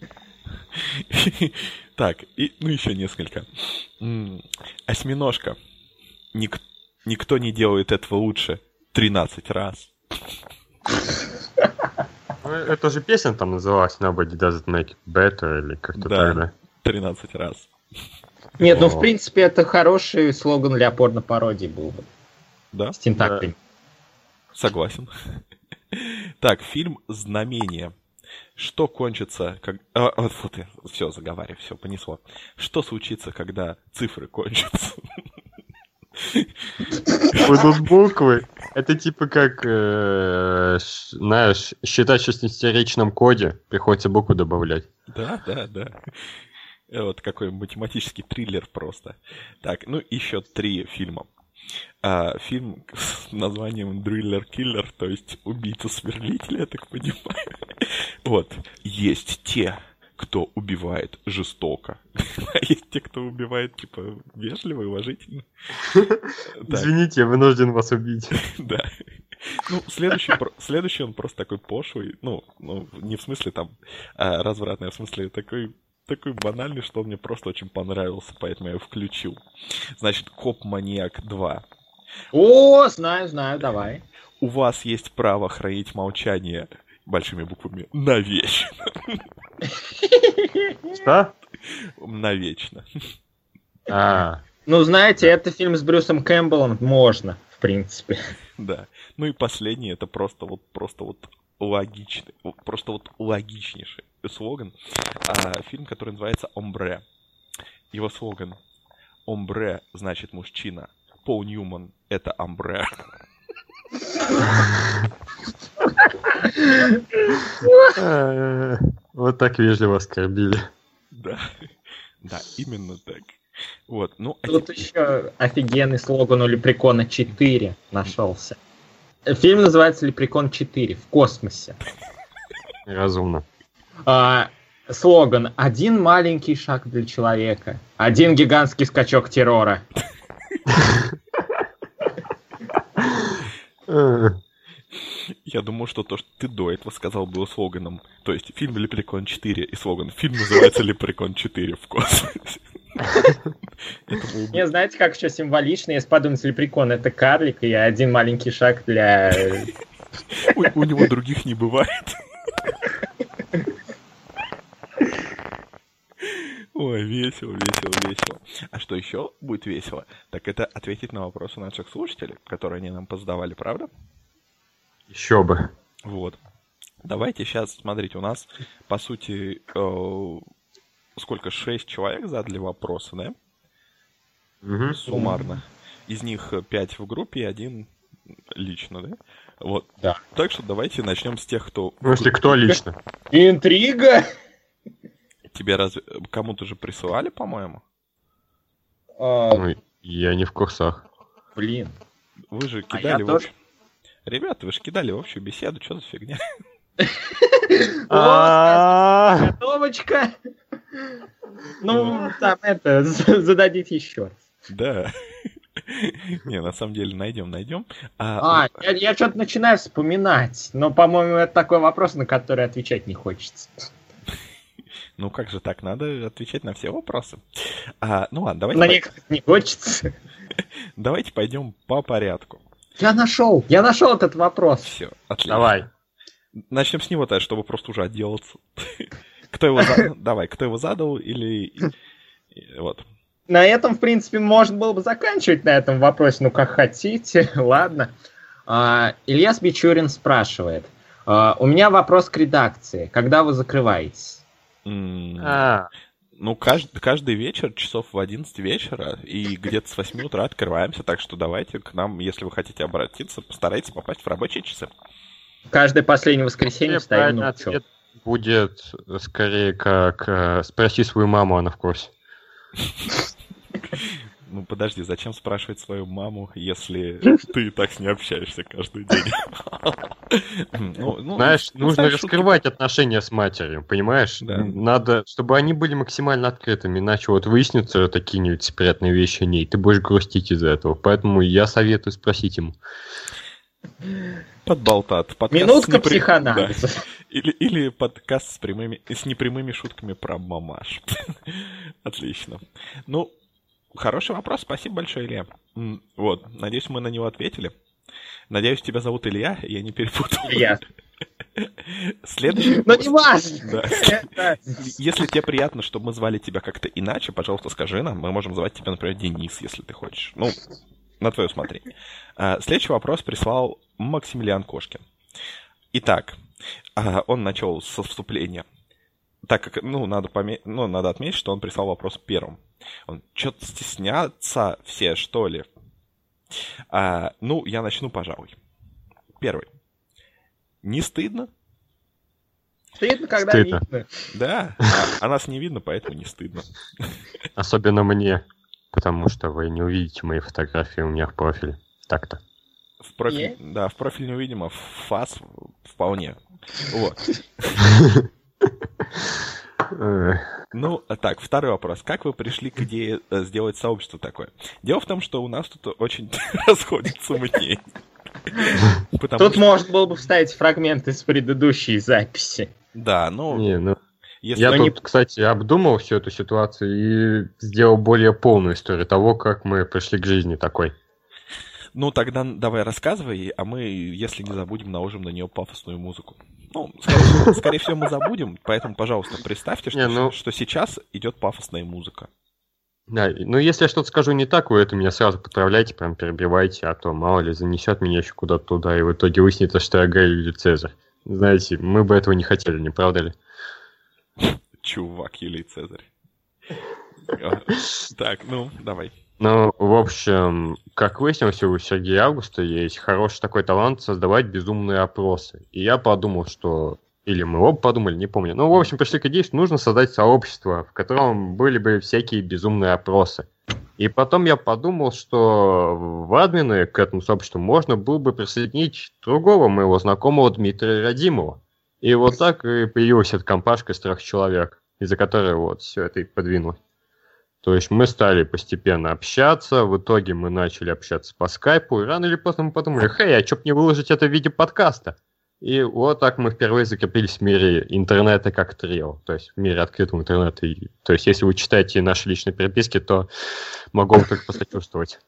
Так, и, ну еще несколько. М, Осьминожка. Ник- никто не делает этого лучше. тринадцать раз. Ну, это же песня там называлась Nobody Does It Make It Better или как-то Да. так, да? тринадцать раз. Нет, ну О. в принципе это хороший слоган для порно-пародии был бы. Да? С тентаклями. Согласен. Так, фильм «Знамение». Что кончится, как... А, вот, фу ты, все, заговаривай, все, понесло. Что случится, когда цифры кончатся? Будут буквы. Это типа как, э, ш- знаешь, считать в шестисеричном коде, приходится букву добавлять. Да, да, да. Э, Вот какой математический триллер просто. Так, ну еще три фильма. А, фильм с названием «Дриллер-киллер», то есть «Убийца-сверлитель», я так понимаю. Вот. Есть те, кто убивает жестоко. А есть те, кто убивает, типа, вежливо и уважительно. Так, Извините, я вынужден вас убить. да. Ну, следующий, про- следующий он просто такой пошлый. Ну, ну, не в смысле там а, развратный, а в смысле такой, такой банальный, что он мне просто очень понравился, поэтому я его включил. Значит, «Коп-маньяк два». О, знаю, знаю, давай. У вас есть право хранить молчание большими буквами навечно. Что? Навечно. А, Ну, знаете, это фильм с Брюсом Кэмпбеллом, можно, в принципе. Да. Ну и последний, это просто вот, просто вот логичный, вот просто вот логичнейший слоган. А, фильм, который называется «Омбре». Его слоган «Омбре» значит мужчина. Пол Ньюман — это омбре. э, вот так вежливо оскорбили. Да. Да, именно так. Вот, ну, а Тут теперь- еще офигенный слоган у Лепрекона четыре нашелся. Фильм называется Лепрекон четыре в космосе. Разумно. А, слоган «Один маленький шаг для человека, один гигантский скачок террора». Э, Я думаю, что то, что ты до этого сказал, было слоганом. То есть фильм «Лепрекон четыре» и слоган. Фильм называется «Лепрекон четыре в космосе». Это было бы- Не, знаете, как еще символично, если подумать, Лепрекон — это карлик, и один маленький шаг для... У у него других не бывает. Ой, весело, весело, весело. А что еще будет весело, так это ответить на вопросы наших слушателей, которые они нам позадавали, правда? Еще бы. Вот. Давайте сейчас, смотрите, у нас, по сути, э, сколько, шесть человек задали вопросы, да? Мгм. Суммарно. Из них пять в группе и один лично, да? Вот. Да. Так что давайте начнем с тех, кто... Ну, если кто лично. Интрига! Тебе разве... Кому-то же присылали, по-моему? А, Ну, я не в курсах. блин. Вы же А кидали я в тоже. общ- Ребята, вы же кидали в общую беседу, что за фигня? О, готовочка! Ну, там это, з- зададите еще раз. Да. Не, на самом деле, найдем, найдем. А, А, я, я что-то начинаю вспоминать, но, по-моему, это такой вопрос, на который отвечать не хочется. ну как же так, надо отвечать на все вопросы. А, ну ладно, давайте, На по- некоторых не хочется. давайте пойдем по порядку. Я нашел, я нашел этот вопрос. Все, отлично. Давай. Начнем с него, так, чтобы просто уже отделаться. Кто его задал? Давай, кто его задал или... и- Вот. На этом, в принципе, можно было бы заканчивать на этом вопросе, ну как хотите, ладно. А, Ильяс Бичурин спрашивает. а, У меня вопрос к редакции. Когда вы закрываетесь? М, А, Ну, каждый, каждый вечер, часов в одиннадцать вечера, и где-то с восьми утра открываемся, так что давайте к нам, если вы хотите обратиться, постарайтесь попасть в рабочие часы. Каждое последнее воскресенье вообще встаю правильный на учет. ответ будет скорее как э, спроси свою маму, она в курсе. Ну, подожди, зачем спрашивать свою маму, если ты и так с ней общаешься каждый день? Ну, ну, Знаешь, ну, нужно ставь шутки. раскрывать отношения с матерью, понимаешь? Да. Надо, чтобы они были максимально открытыми, иначе вот выяснятся такие-нибудь секретные вещи о ней, ты будешь грустить из-за этого. Поэтому я советую спросить ему. Подболтат. подкаст Минутка с непри- психоанализа. Да. Или, или подкаст с прямыми, с непрямыми шутками про мамаш. Отлично. Ну, хороший вопрос. Спасибо большое, Илья. М, Вот, надеюсь, мы на него ответили. Надеюсь, тебя зовут Илья, я не перепутал. Илья. Следующий Но вопрос. не важно. Да. Это- Если тебе приятно, чтобы мы звали тебя как-то иначе, пожалуйста, скажи нам. Мы можем звать тебя, например, Денис, если ты хочешь. Ну, на твое усмотрение. А, Следующий вопрос прислал Максимилиан Кошкин. Итак, а, он начал со вступления. Так как, ну, надо, поме- ну, надо отметить, что он прислал вопрос первым. Он, что-то стеснятся все, что ли? А, ну, я начну, пожалуй. Первый. Не стыдно? Стыдно, когда Стыдно. видно. Да, а, а нас не видно, поэтому не стыдно. Особенно мне, потому что вы не увидите мои фотографии у меня в профиле. Так-то. В профиль, Е? да, в профиль не увидим, а в фас вполне. Вот. Э, Ну, а так, второй вопрос. Как вы пришли к идее э, сделать сообщество такое? Дело в том, что у нас тут очень расходятся мнения. Потому Тут что, можно было бы вставить фрагменты с предыдущей записи. да, ну, Не, ну, если... я Но тут, не- кстати, обдумал всю эту ситуацию и сделал более полную историю того, как мы пришли к жизни такой. Ну, тогда давай рассказывай, а мы, если не забудем, наложим на нее пафосную музыку. Ну, скорее всего, скорее всего, мы забудем, поэтому, пожалуйста, представьте, что, Не, ну- что сейчас идет пафосная музыка. Да, и- ну если я что-то скажу не так, вы это меня сразу поправляйте, прям перебивайте, а то, мало ли, занесет меня еще куда-то туда, и в итоге выяснится, что я Гай или Цезарь. Знаете, мы бы этого не хотели, не правда ли? Чувак, Юлий Цезарь. А, Так, ну, давай. Ну, в общем, как выяснилось, у Сергея Августа есть хороший такой талант создавать безумные опросы. И я подумал, что... Или мы оба подумали, не помню. Ну, в общем, пришли к идее, что нужно создать сообщество, в котором были бы всякие безумные опросы. И потом я подумал, что в админы к этому сообществу можно было бы присоединить другого моего знакомого Дмитрия Радимова. И вот так и появилась эта компашка из трех человек, из-за которой вот все это и подвинулось. То есть мы стали постепенно общаться, в итоге мы начали общаться по скайпу, и рано или поздно мы подумали, хей, а чё б не выложить это в виде подкаста? И вот так мы впервые закрепились в мире интернета как трио, то есть в мире открытого интернета. И, то есть если вы читаете наши личные переписки, то могу вам только посочувствовать.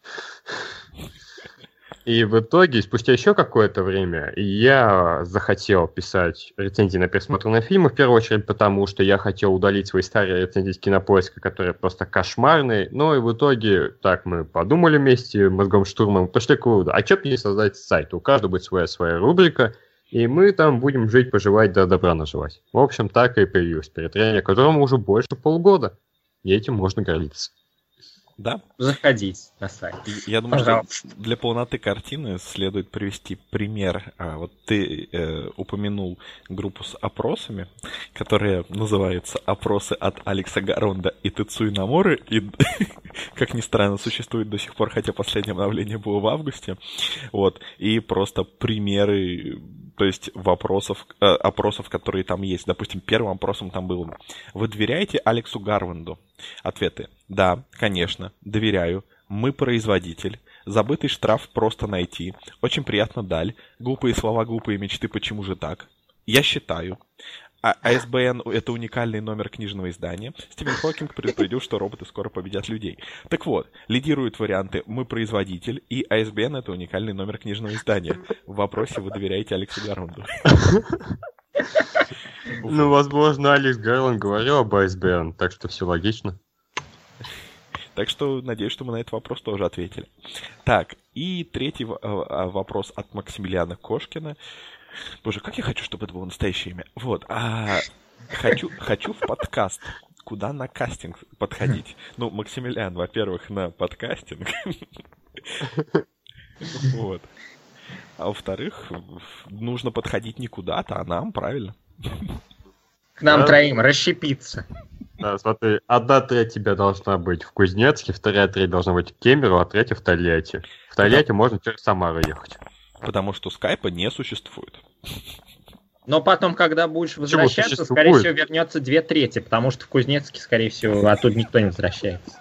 И в итоге, спустя еще какое-то время, я захотел писать рецензии на пересмотренные фильмы, в первую очередь потому, что я хотел удалить свои старые рецензии с Кинопоиска, которые просто кошмарные. Ну и в итоге, так мы подумали вместе, мозгом штурмом, пришли к выводу, а что бы не создать сайт? У каждого будет своя своя рубрика, и мы там будем жить, поживать, да добра наживать. В общем, так и появилось перетрение, которому уже больше полгода. И этим можно гордиться. Да? Заходите на сайт. Я думаю, Пожалуйста. что для полноты картины следует привести пример. А, вот ты э, упомянул группу с опросами, которая называется «Опросы от Алекса Гаронда и Тецуи Наморы», и, как ни странно, существует до сих пор, хотя последнее обновление было в августе. Вот. И просто примеры, то есть вопросов, э, опросов, которые там есть. Допустим, первым опросом там было: «Вы доверяете Алексу Гарванду?» Ответы: да, конечно, доверяю. Мы производитель. Забытый штраф просто найти. Очень приятно даль. Глупые слова, глупые мечты, почему же так? Я считаю. А АСБН — это уникальный номер книжного издания. Стивен Хокинг предупредил, что роботы скоро победят людей. Так вот, лидируют варианты «Мы производитель» и АСБН — это уникальный номер книжного издания. В вопросе: вы доверяете Алексу Гарванду? Ну, возможно, Алекс Гарланд говорил об АСБН, так что все логично. Так что надеюсь, что мы на этот вопрос тоже ответили. Так, и третий вопрос от Максимилиана Кошкина. Боже, как я хочу, чтобы это было настоящее имя. Вот. А, хочу, хочу в подкаст. Куда на кастинг подходить? Ну, Максимилиан, во-первых, на подкастинг. Вот. А во-вторых, нужно подходить не куда-то, а нам, правильно? К нам Да. троим расщепиться. Да, смотри, одна треть тебя должна быть в Кузнецке, вторая треть должна быть в Кемерово, а третья в Тольятти. В Тольятти можно через Самару ехать. Потому что скайпа не существует. Но потом, когда будешь возвращаться, существует? скорее всего, вернется две трети, потому что в Кузнецке, скорее всего, оттуда никто не возвращается.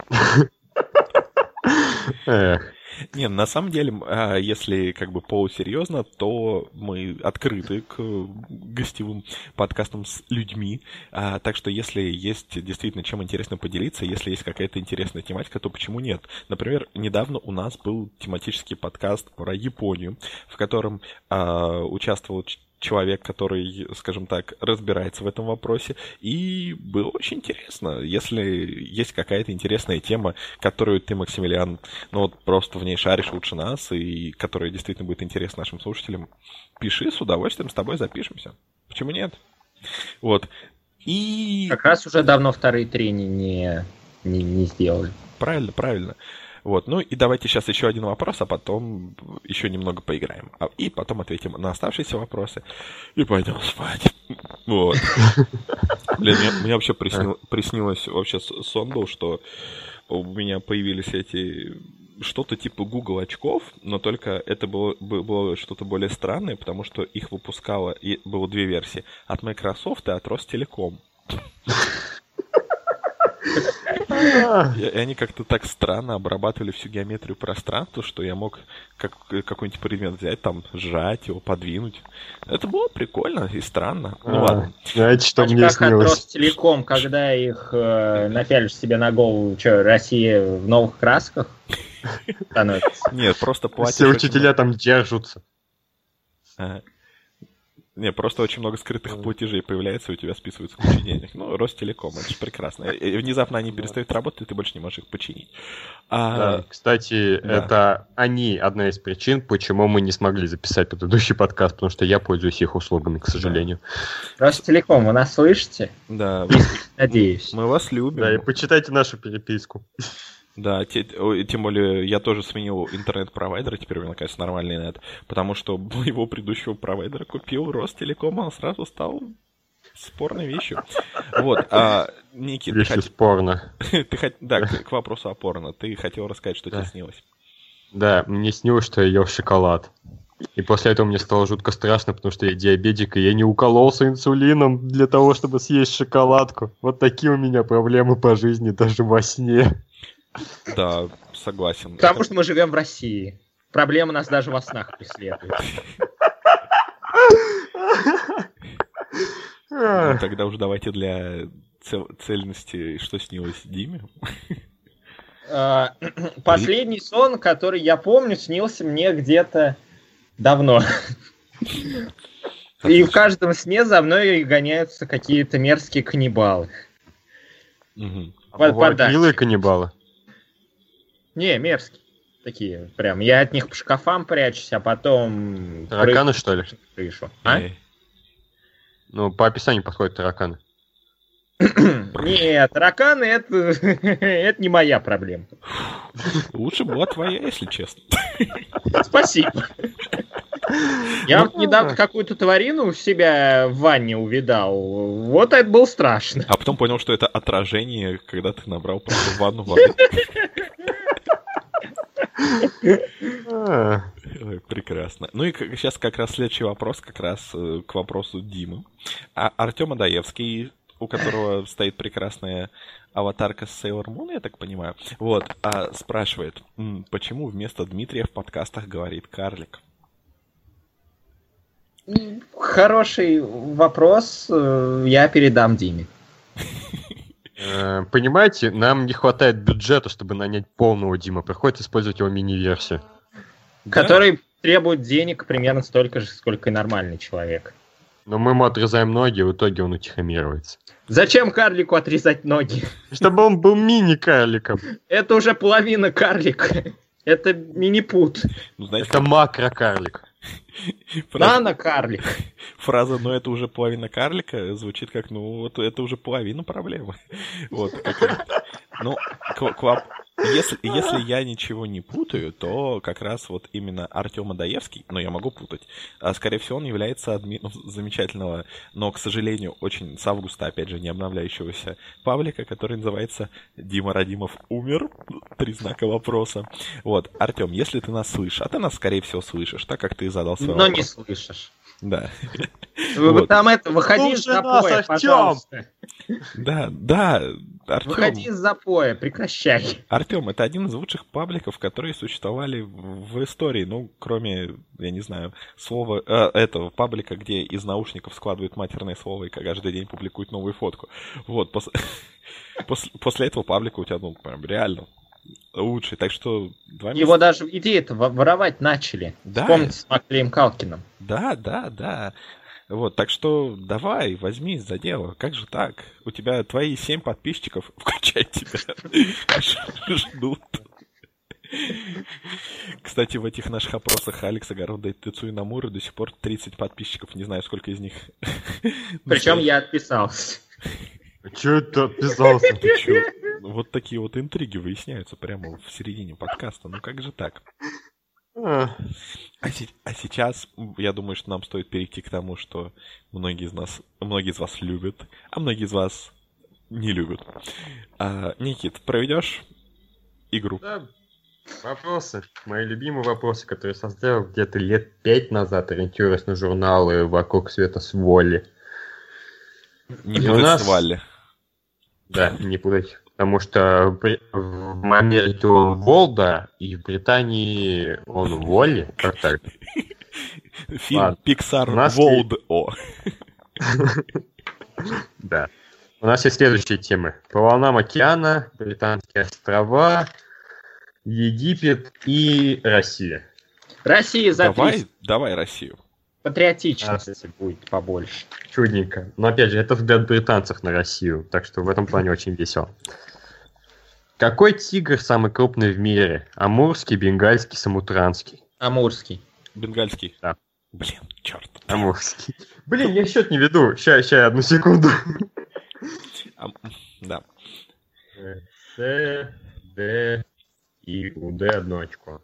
Эх. Не, на самом деле, если как бы полусерьезно, то мы открыты к гостевым подкастам с людьми. Так что если есть действительно чем интересно поделиться, если есть какая-то интересная тематика, то почему нет? Например, недавно у нас был тематический подкаст про Японию, в котором участвовал человек, который, скажем так, разбирается в этом вопросе, и было очень интересно. Если есть какая-то интересная тема, которую ты, Максимилиан, ну вот просто в ней шаришь лучше нас, и которая действительно будет интересна нашим слушателям, пиши, с удовольствием с тобой запишемся. Почему нет? Вот. И... Как раз уже давно вторые трени не, не, не сделали. Правильно, правильно. Вот, ну и давайте сейчас еще один вопрос, а потом еще немного поиграем. И потом ответим на оставшиеся вопросы и пойдем спать. Вот. Блин, мне, мне вообще приснил, приснилось вообще сон был, что у меня появились эти... что-то типа Google очков, но только это было, было что-то более странное, потому что их выпускало, и было две версии, от Microsoft и от Ростелеком. И они как-то так странно обрабатывали всю геометрию пространства, что я мог как, какой-нибудь предмет взять, там, сжать его, подвинуть. Это было прикольно и странно. Ну ладно. Знаете, что мне Как снилось? от Ростелеком, когда их э, напялишь себе на голову, что, Россия в новых красках становится? Нет, просто платишь... Все очень учителя там держатся. много. Ага. Не, просто очень много скрытых платежей появляется, и у тебя списываются куча денег. Ну, Ростелеком, это же прекрасно. И внезапно они перестают работать, и ты больше не можешь их починить. А... Да, кстати, да. это они одна из причин, почему мы не смогли записать предыдущий подкаст, потому что я пользуюсь их услугами, к сожалению. Ростелеком, вы нас слышите? Да, Надеюсь. мы вас любим. Да, и почитайте нашу переписку. Да, те, тем более я тоже сменил интернет-провайдер, теперь у меня, конечно, нормальный нет, потому что моего предыдущего провайдера купил Ростелеком, а он сразу стал Спорной вещью. Вот, а, Никит, Вещи ты хот... спорно. ты хот... Да, к, к вопросу о порно. Ты хотел рассказать, что Да. тебе снилось. Да, мне снилось, что я ел шоколад. И после этого мне стало жутко страшно, потому что я диабетик, и я не укололся инсулином для того, чтобы съесть шоколадку. Вот такие у меня проблемы по жизни, даже во сне. Да, согласен. Потому Это- что мы живем в России. Проблемы нас даже во снах преследуют. Ну, тогда уже давайте для цел- цельности, что снилось Диме. А, Последний сон, который я помню, снился мне где-то давно. И в каждом сне за мной гоняются какие-то мерзкие каннибалы. Мгм. А Под- бывают подальше. милые каннибалы. Не, мерзкие. Такие прям. Я от них по шкафам прячусь, а потом... Тараканы, что ли? прыг- на крышу. А? Эй, Ну, по описанию подходят тараканы. Нет, тараканы это, это не моя проблема. Лучше была твоя, если честно. Спасибо. Я вот недавно какую-то тварину у себя в ванне увидал. Вот это было страшно. А потом понял, что это отражение, когда ты набрал просто в ванну воды. А, Ой, прекрасно. Ну и сейчас как раз следующий вопрос, как раз э, к вопросу Димы. А Артем Адаевский, у которого стоит прекрасная аватарка с Sailor Moon, я так понимаю, вот, а, спрашивает, м, почему вместо Дмитрия в подкастах говорит карлик? Хороший вопрос. э, Я передам Диме. э, Понимаете, нам не хватает бюджета, чтобы нанять полного Дима. Приходится использовать его мини-версию. Который требует денег примерно столько же, сколько и нормальный человек. Но мы ему отрезаем ноги, и в итоге он утихомиривается. Зачем карлику отрезать ноги? Чтобы он был мини-карликом. Это уже половина карлика. Это мини-пут. Ну, знаете, Это макро-карлик. фраза, Нано-карлик. фраза «но это уже половина карлика» звучит как, ну, вот это уже половина проблемы. Вот, как- ну, к- к воп- если, если я ничего не путаю, то как раз вот именно Артем Адаевский, но я могу путать, а, скорее всего, он является админом замечательного, но, к сожалению, очень с августа, опять же, не обновляющегося паблика, который называется «Дима Радимов умер?» Три знака вопроса. Вот, Артем, если ты нас слышишь, а ты нас, скорее всего, слышишь, так как ты задал свой Но не вопрос. слышишь. Да. Вы Вот. там это, выходи из Слушай нас, запоя, Артём! пожалуйста. Да, да, Выходи Артем, из запоя, прекращай. Артем, это один из лучших пабликов, которые существовали в, в истории, ну, кроме, я не знаю, слова, э, этого паблика, где из наушников складывают матерное слово и каждый день публикуют новую фотку. Вот, пос- после, после этого паблика у тебя, ну, прям реально лучший, так что два месяца... Его даже идеи-то во- воровать начали. Да. Вспомните с Маклеем Калкиным. Да, да, да. Вот, так что давай, возьмись за дело. Как же так? У тебя твои семь подписчиков, включая тебя, ждут. Кстати, в этих наших опросах Алекс Огорода и Тецуи Намуры до сих пор тридцать подписчиков. Не знаю, сколько из них. Причем я отписался. Че это отписался? Ты чё? Вот такие вот интриги выясняются прямо в середине подкаста. Ну как же так? А, А, се- а сейчас, м, я думаю, что нам стоит перейти к тому, что многие из нас, многие из вас любят, а многие из вас не любят. А, Никит, проведешь игру? да. Вопросы. Мои любимые вопросы, которые я составил где-то лет пять назад, ориентируясь на журналы «Вокруг света с Волли». Не И у путать нас- с Валли. Да, не путать. Потому что в Бри- в Америке он Волда, и в Британии он Волли. Как так? Фильм Ладно. Pixar У нас Волд О. Да. У нас есть следующие темы. По волнам океана, Британские острова, Египет и Россия. Россия за Давай, триста. давай Россию. Патриотичности будет побольше. Чудненько. Но опять же, это взгляд британцев на Россию, так что в этом плане очень весело. Какой тигр самый крупный в мире? Амурский, бенгальский, самутранский? Амурский. Бенгальский. Да. Блин, черт. Амурский. Блин, я счет не веду. Ща, ща, одну секунду. Да. С, Д и у Д одно очко.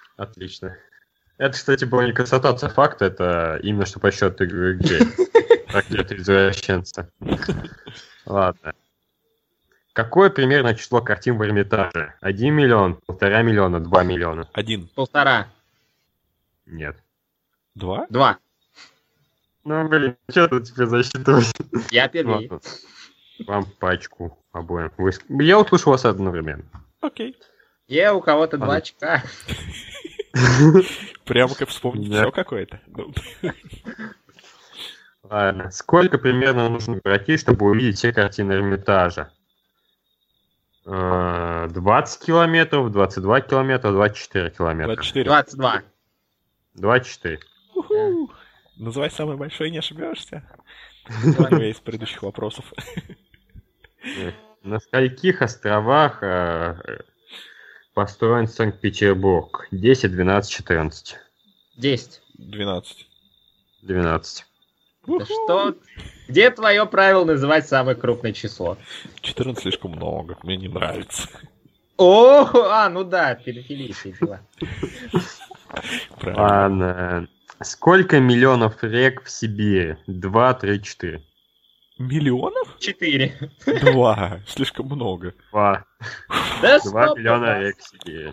Отлично. Это, кстати, была не констатация факта, это именно что по счету игры. Портрет извращенца. Ладно. Какое примерно число картин в Эрмитаже? Один миллион, полтора миллиона, два миллиона. Один. Полтора. Нет. Два? Два. Ну, блин, что тут тебе засчитывать? Я первый. Ладно. Вам пачку обоим. Вы... Я услышу вас одновременно. Окей. Я у кого-то два Ладно. очка. Прямо как вспомнить Да. все какое-то. Ну, Ладно. Сколько примерно нужно пройти, чтобы увидеть все картины Эрмитажа? Э, двадцать километров, двадцать два километра, двадцать четыре километра. двадцать четыре. двадцать два. двадцать четыре. Уху. Называй самый большой, не ошибешься. У меня из предыдущих вопросов. На скольких островах э, построен Санкт-Петербург? десять, двенадцать, четырнадцать. Десять. двенадцать. двенадцать. Да что? Где твое правило называть самое крупное число? четырнадцать слишком много, мне не нравится. О, а, ну да, педофилия дела. Правильно. Ладно. Сколько миллионов рек в Сибири? Два, три, четыре. Миллионов? Четыре. Два. Слишком много. Два. Да Два стоп, миллиона папа. рек в Сибири.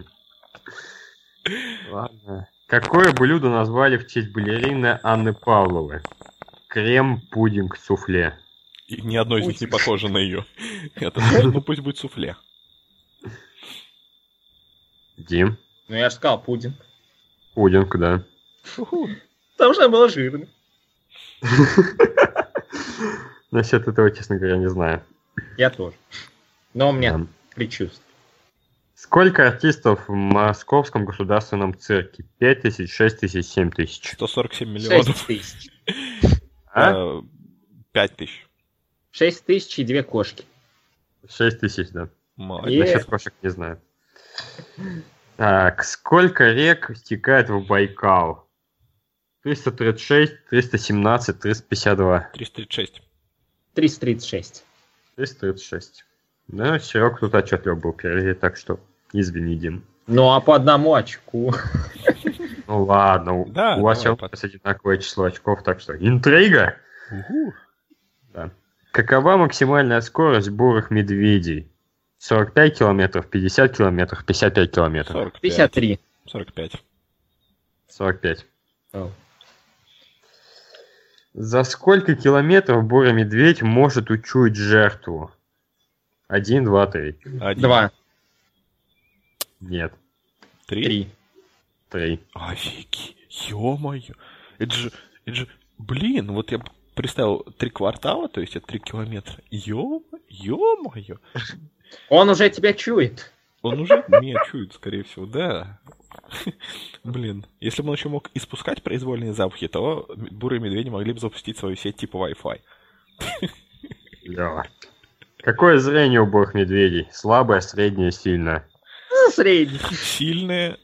Ладно. Какое блюдо назвали в честь балерины Анны Павловой? Крем, пудинг, суфле. И ни одно из них не похоже на ее. Это, ну пусть будет суфле. Дим. Ну я же сказал пудинг. Пудинг, да. Уху. Потому что было жирно. Насчет этого, честно говоря, не знаю. Я тоже. Но у меня Да. предчувствие. Сколько артистов в Московском государственном цирке? Пять тысяч, шесть тысяч, семь тысяч. сто сорок семь миллионов. Шесть тысяч. А? Э, Пять тысяч. Шесть тысяч и две кошки. Шесть тысяч, да. Молодец. Е. Насчет кошек не знаю. Так, сколько рек стекает в Байкал? триста тридцать шесть, триста семнадцать, триста пятьдесят два. триста тридцать шесть. триста тридцать шесть. триста тридцать шесть. Да, Серег тут отчетливо был впереди, так что извини, Дим. Ну а по одному очку. Ну ладно, у- Да, у вас давай, все под- одинаковое число очков, так что интрига. Уху. Да. Какова максимальная скорость бурых медведей? сорок пять километров, пятьдесят километров, пятьдесят пять километров. сорок пять. пятьдесят три. сорок пять. сорок пять. О. За сколько километров бурый медведь может учуять жертву? Один, два, три. Один. Два. Нет, Три. Три. три. Офигеть. Ё-моё. Это же, это же, блин, вот я представил три квартала, то есть это три километра. Ё, ё-моё. Он уже тебя чует. Он уже меня чует, скорее всего, да. Блин, если бы он еще мог испускать произвольные запахи, то бурые медведи могли бы запустить свою сеть типа Wi-Fi. Да. Какое зрение у бурых медведей? Слабое, среднее, сильное? Ну, средний. Сильные,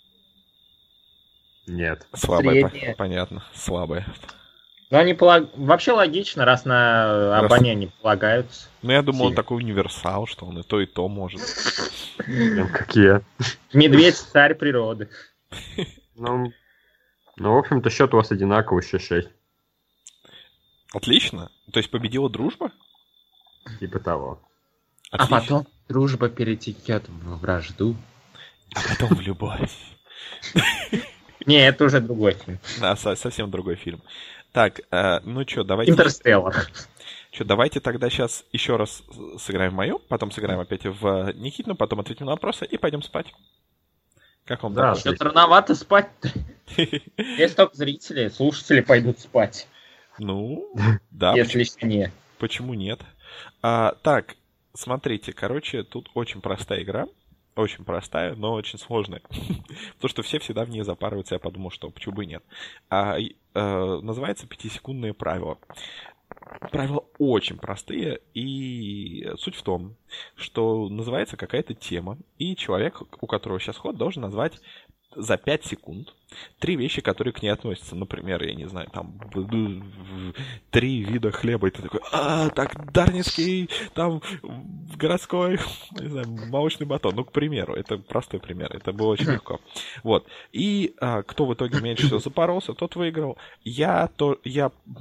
Нет. слабые, Среднее. по- понятно, слабые. Но они полаг... вообще логично, раз на Раз- обоняние полагаются. Но я думаю, он Сильно. такой универсал, что он и то, и то может. Прям как я. Медведь царь природы. Ну, ну, в общем-то, счет у вас одинаковый, шесть-шесть. Отлично. То есть победила дружба? Типа того. А Отлично. потом дружба перетекет в вражду. А потом в любовь. Не, это уже другой фильм. Да, со- совсем другой фильм. Так, э, ну что, давайте... Интерстеллар. Что, давайте тогда сейчас еще раз сыграем в мою, потом сыграем опять в Никитину, потом ответим на вопросы и пойдем спать. Как вам Да, такое? Что-то рановато спать-то. Если только зрители, слушатели пойдут спать. Ну, да, Если еще не. почему нет? А, так, смотрите, короче, тут очень простая игра. Очень простая, но очень сложная. Потому что все всегда в ней запарываются, я подумал, что почему бы и нет. А, и, э, называется «Пятисекундные правила». Правила очень простые, и суть в том, что называется какая-то тема, и человек, у которого сейчас ход, должен назвать за пять секунд три вещи, которые к ней относятся. Например, я не знаю, там три вида хлеба, и ты такой, а, так, дарницкий, там, городской, не знаю, молочный батон. Ну, к примеру, это простой пример, это было очень легко. Вот. И а, кто в итоге меньше всего запоролся, тот выиграл. Я, то, я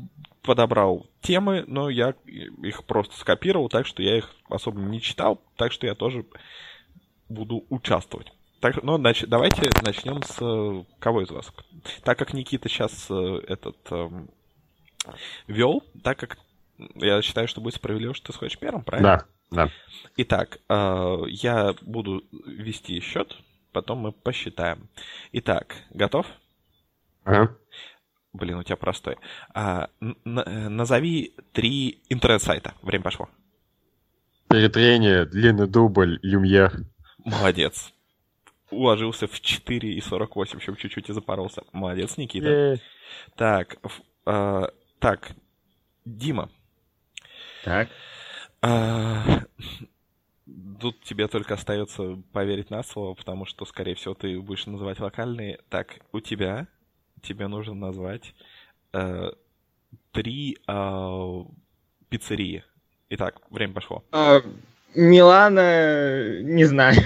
подобрал темы, но я их просто скопировал, так что я их особо не читал, так что я тоже буду участвовать. Так, ну, нач- давайте начнем с кого из вас? Так как Никита сейчас э, этот э, вел, так как я считаю, что будет справедливо, что ты сходишь первым, правильно? Да, да. Итак, э, я буду вести счет, потом мы посчитаем. Итак, готов? Ага. Блин, у тебя простой. А, н- н- назови три интернет-сайта. Время пошло. Перетрение, длинный дубль, Люмьер. Молодец. Уложился в четыре и сорок восемь, еще чуть-чуть и запоролся. Молодец, Никита. Е-е. Так, ф- а, так, Дима. Так. А, тут тебе только остается поверить на слово, потому что, скорее всего, ты будешь называть локальные. Так, у тебя, тебе нужно назвать э, три э, пиццерии. Итак, время пошло. А, Милана, не знаю.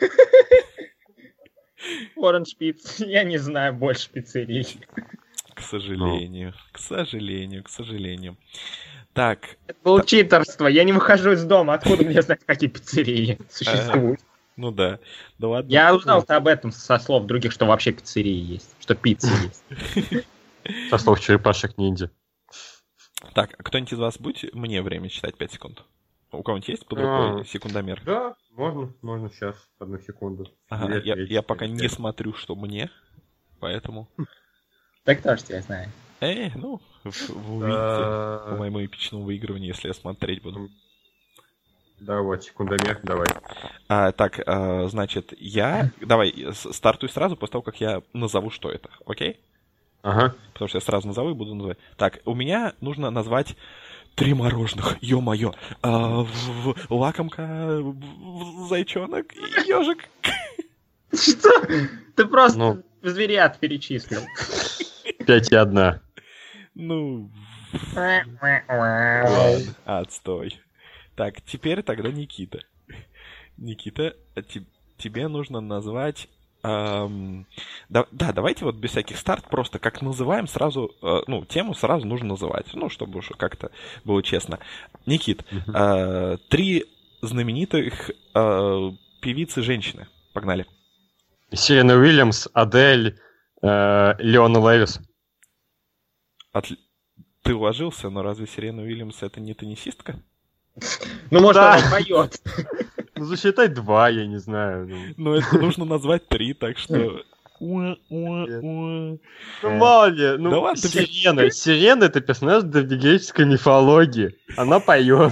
Оранж Пицца, я не знаю больше пиццерий. К сожалению, к сожалению, к сожалению. Так, Это было читерство, я не выхожу из дома, откуда мне знать, какие пиццерии существуют? ну да, да ладно. Я узнал-то об этом со слов других, что вообще пиццерии есть, что пицца есть. Со слов черепашек ниндзя. Так, а кто-нибудь из вас будет мне время считать пять секунд? У кого-нибудь есть под рукой А. секундомер? Да, можно, можно сейчас, одну секунду. Ага, Лет я, тридцать, я пока тридцать не пять. смотрю, что мне, поэтому... Так тоже тебя знаю. Эй, ну, в- вы увидите по А, моему эпичному выигрыванию, если я смотреть буду. Да, вот, секундомер, давай. А, так, а, значит, я... Давай, с- стартуй сразу после того, как я назову, что это, окей? Ага. Потому что я сразу назову и буду называть. Так, у меня нужно назвать три мороженых, ё-моё. А, в- в- лакомка, в- зайчонок и ежик. Что? Ты просто Ну. зверят перечислил. Пять и одна. Ну, ладно, отстой. Так, теперь тогда Никита. Никита, а те- тебе нужно назвать... ам, да, да, давайте вот без всяких старт, просто как называем сразу, э, ну, тему сразу нужно называть, ну, чтобы уж как-то было честно. Никит, Мгм. э, три знаменитых э, певицы-женщины. Погнали. Сирена Уильямс, Адель, э, Леона Левис. Отли- Ты уложился, но разве Сирена Уильямс это не теннисистка? Ну, может, Да. она поет. Ну, засчитай два, я не знаю. Ну, Ну, это нужно назвать три, так что... Уа, уа, уа. Ну, мало ли, ну, Да ладно, ты- Сирена. Сирена — это персонаж древнегреческой мифологии. Она поет.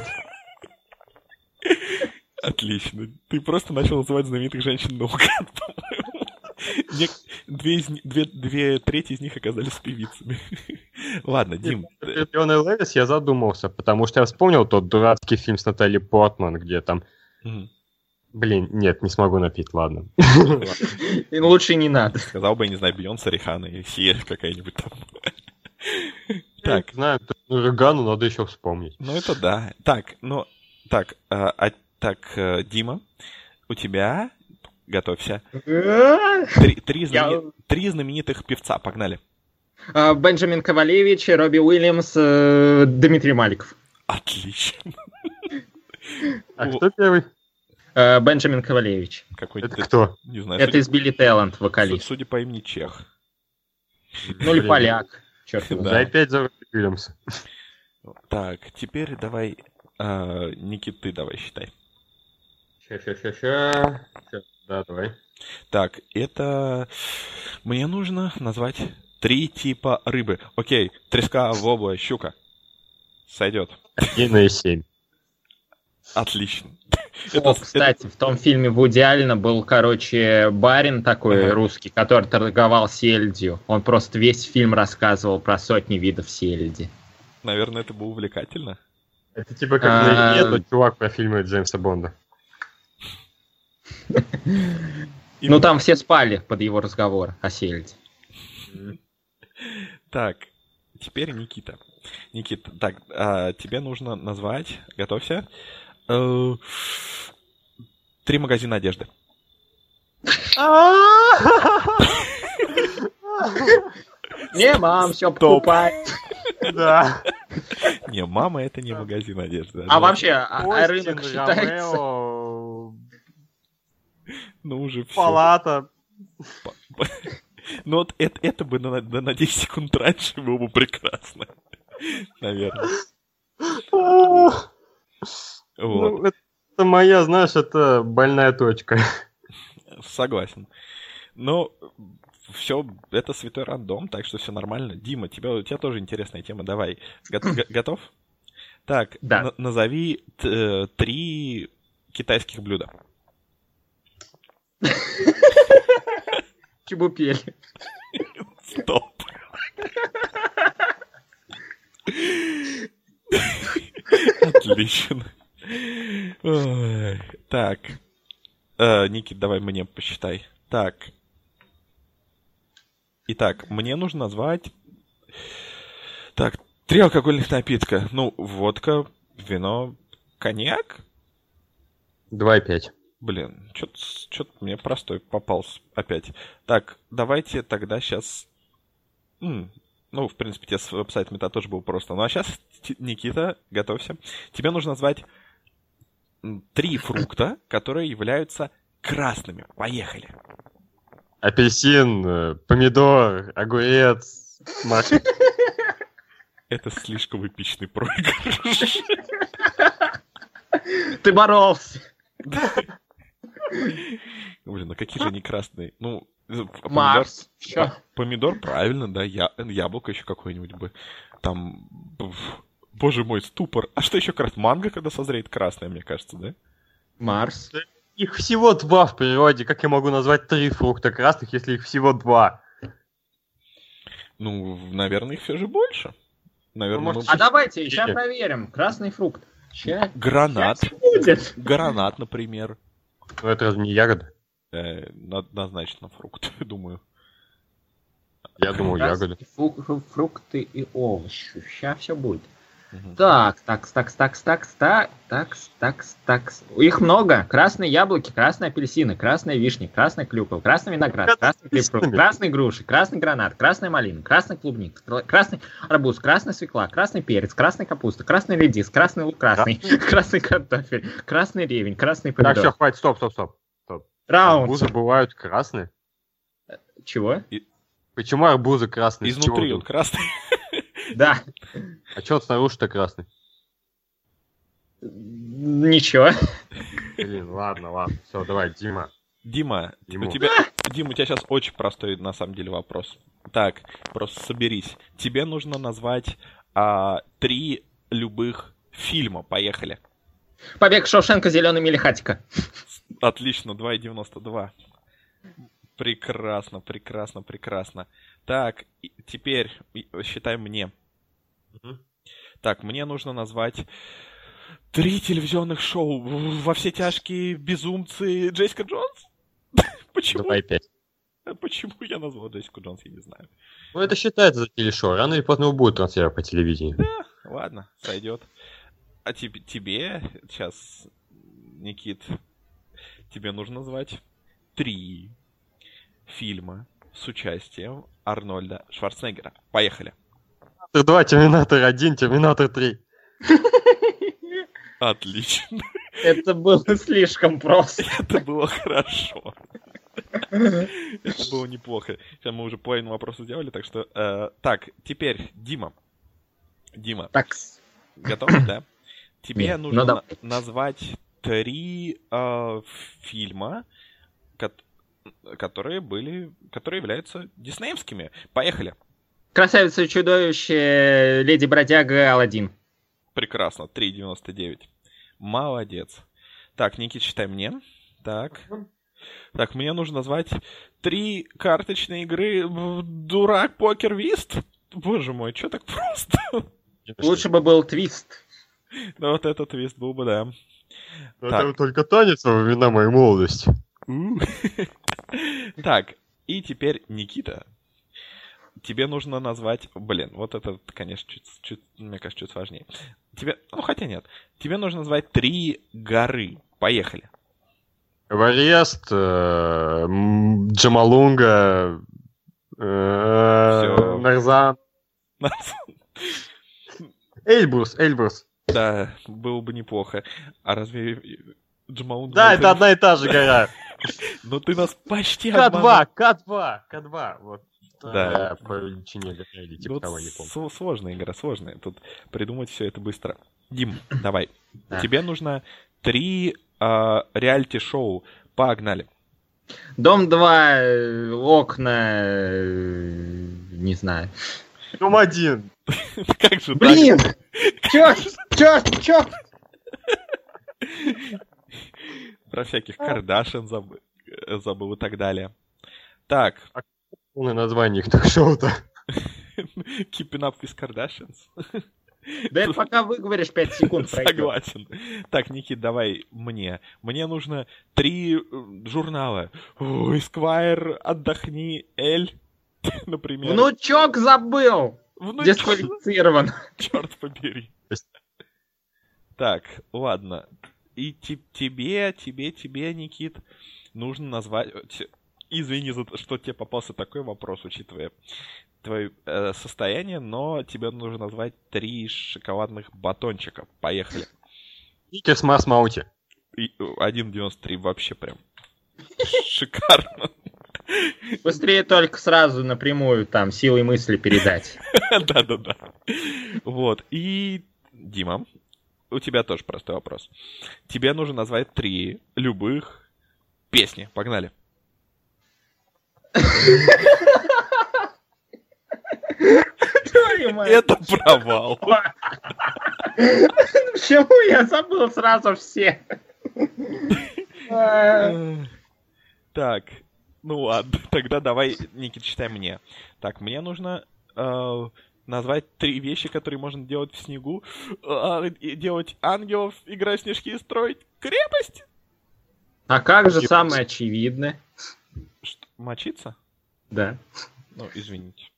Отлично. Ты просто начал называть знаменитых женщин наугад, по-моему. Не- Две, из ни- две, две трети из них оказались певицами. Ладно, Дим. э, Леона Левис я задумался, потому что я вспомнил тот дурацкий фильм с Натали Портман, где там... мгм. Блин, нет, не смогу напить, ладно. И лучше не надо. Сказал бы, я не знаю, Бейонсе, Рихана или Сия какая-нибудь там. Так, Так, знаю, ну, Регану надо еще вспомнить. ну это да. Так, ну, так, а, а- так, э, Дима, у тебя, готовься, три, три Я- знамени- три знаменитых певца, погнали. А, Бенджамин Ковалевич, Робби Уильямс, э, Дмитрий Маликов. Отлично. А О. кто первый? Э, Бенджамин Ковалевич. Какой-то, Это кто? не знаю, Это судя, из Билли Талант, су- вокалист. судя по имени Чех. Ну или Блин. поляк. Черт его Да. Дай пять за Робби Уильямса. Так, теперь давай, а, Никит, ты давай считай. Ща, ща, ща, ща. Ща, да, давай. Так, это... Мне нужно назвать три типа рыбы. Окей, треска, вобло, щука. Сойдет. Один и семь. Отлично. О, Это- кстати, в том фильме Вуди Аллена был, короче, барин такой Ага. русский, который торговал сельдью. Он просто весь фильм рассказывал про сотни видов сельди. это, наверное, это было увлекательно. Это типа как А. на этот чувак про фильмы Джеймса Бонда. И Ну там все спали под его разговор о сельде. Так, теперь Никита. Никита, так, а, тебе нужно назвать, готовься, э, три магазина одежды. Не, мам, все Стоп. покупай. Да. Не, мама это не магазин одежды. А вообще, а, а рынок Остин, считается? Ромео, Ну уже все. Палата. Ну вот это, это бы на, на, на десять секунд раньше было бы прекрасно. Наверное. Вот. Ну, это моя, знаешь, это больная точка. Согласен. Но все, это святой рандом, так что все нормально. Дима, тебя, у тебя тоже интересная тема. Давай. Го- го- готов? Так, Да. на- назови т- э, три китайских блюда. Чебупели. Стоп. Отлично. Ой. Так. Э, Никит, давай мне посчитай. Так. Итак, мне нужно назвать... Так, три алкогольных напитка. Ну, водка, вино, коньяк. два и пять. Блин, что-то мне простой попался опять. Так, давайте тогда сейчас... Ну, в принципе, тебе с веб-сайтом это тоже было просто. Ну, а сейчас, Никита, готовься. Тебе нужно назвать три фрукта, которые являются красными. Поехали. Апельсин, э, помидор, огурец, мак. Это слишком эпичный проигрыш. Ты боролся. Блин, ну какие же они красные? Ну, помидор, Марс. Чё? помидор, правильно, да, я, яблоко еще какое-нибудь бы. Там, пф, боже мой, ступор. А что еще красное? Манго, когда созреет, красное, мне кажется, да? Марс. Их всего два в природе. Как я могу назвать три фрукта красных, если их всего два? Ну, наверное, их все же больше. Наверное, Ну, может, мы- А давайте сейчас проверим. Красный фрукт. Ща. Гранат. Щас будет. Гранат, например. Ну это разве не ягода? Э, однозначно фрукт, думаю. Я думал, Красные ягода. фу- фу- Фрукты и овощи. Сейчас все будет. Мгм. Так, так, так, так, так, так, так, так, так. Их много. Красные яблоки, красные апельсины, красные вишни, красный клюква, красный виноград, красный грейпфрут, красный груши, красный гранат, красная малина, красный клубник, кра- красный арбуз, красная свекла, красный перец, красная капуста, красный редис, красный лук, красный, красный картофель, красный ревень, красный Так, все, помидор. хватит, стоп, стоп, стоп. Раунд. Арбузы бывают красные? Чего? Почему арбузы красные? С чего Изнутри он вдруг? красный. Да. А что снаружи-то красный? Ничего. Блин, ладно, ладно. Все, давай, Дима. Дима, Ему. у тебя, Дима, у тебя сейчас очень простой, на самом деле, вопрос. Так, просто соберись. Тебе нужно назвать а, три любых фильма. Поехали. Побег Шоушенка, Зеленый мили Хатико. Отлично, два и девяносто два. Прекрасно, прекрасно, прекрасно. Так, и теперь и- считай мне. Мгм. Так, мне нужно назвать три телевизионных шоу. В- Во все тяжкие, Безумцы, Джессика Джонс? Почему? два и пять. Почему я назвал Джессику Джонс, я не знаю. Ну это считается за телешоу. Рано или поздно его будут транслировать по телевидению. Ладно, сойдет. А тебе, тебе сейчас, Никит, тебе нужно назвать три фильма с участием Арнольда Шварценеггера. Поехали. Терминатор два, Терминатор один, Терминатор три. Отлично. Это было слишком просто. Это было хорошо. Это было неплохо. Сейчас мы уже половину вопросов сделали, так что... э, так, теперь, Дима. Дима, Так, готов, да? Тебе Нет, нужно ну да. на- назвать три э, фильма, кот- которые были, которые являются диснеевскими. Поехали. Красавица и чудовище, Леди Бродяга, Аладдин. Прекрасно, три девяносто девять. Молодец. Так, Никит, считай мне. Так. Так, мне нужно назвать три карточные игры в Дурак, Покер, Вист. Боже мой, что так просто? Лучше бы был твист. Ну вот этот твист был бы, да. Это только танец во времена моей молодости. У. Так, и теперь, Никита, тебе нужно назвать... Блин, вот это, конечно, чуть, чуть, мне кажется, чуть сложнее. Тебе... Ну, хотя нет. Тебе нужно назвать три горы. Поехали. Эверест, э, м, Джамалунга, э, Всё. Нарзан. Эльбрус, Эльбрус. Да, было бы неплохо. А разве Джамаун... Да, это одна и та же гора. Ну ты нас почти К обманул. два, К два, К два. Вот. Да. По величине гора или типа Ну, того, не помню. с- Сложная игра, сложная. Тут придумать все это быстро. Дим, давай. Да. Тебе нужно три а, реалити-шоу. Погнали. Дом два, э, окна, э, не знаю. Дом один. Как же так? Блин! Чё? Чё? Чё? Про всяких Кардашин забыл, забыл и так далее. Так, Полное название их ток-шоу-то. Keeping Up with Kardashians. Да это пока выговоришь пять секунд пройдет. Согласен. Так, Никит, давай мне. Мне нужно три э, журнала. О, Esquire, Отдохни, Эль, например. Внучок забыл! Внучок. Дисквалифицирован. Черт побери. Так, ладно. И те- тебе, тебе, тебе, Никит, нужно назвать... те- Извини, за то, что тебе попался такой вопрос, учитывая твое э, состояние, но тебе нужно назвать три шоколадных батончика. Поехали. Сникерс Марс Маути. И один девяносто три вообще прям шикарно. Быстрее только сразу напрямую там силой мысли передать. Да-да-да. Вот. И, Дима, у тебя тоже простой вопрос. Тебе нужно назвать три любых песни. Погнали. Твою мать. Это провал. Почему я забыл сразу все? Так, ну ладно, тогда давай, Никит, читай мне. Так, мне нужно э, назвать три вещи, которые можно делать в снегу. Э, и делать ангелов, играть в снежки и строить крепость. А как же самое очевидное? Что, мочиться? Да. Ну, извините.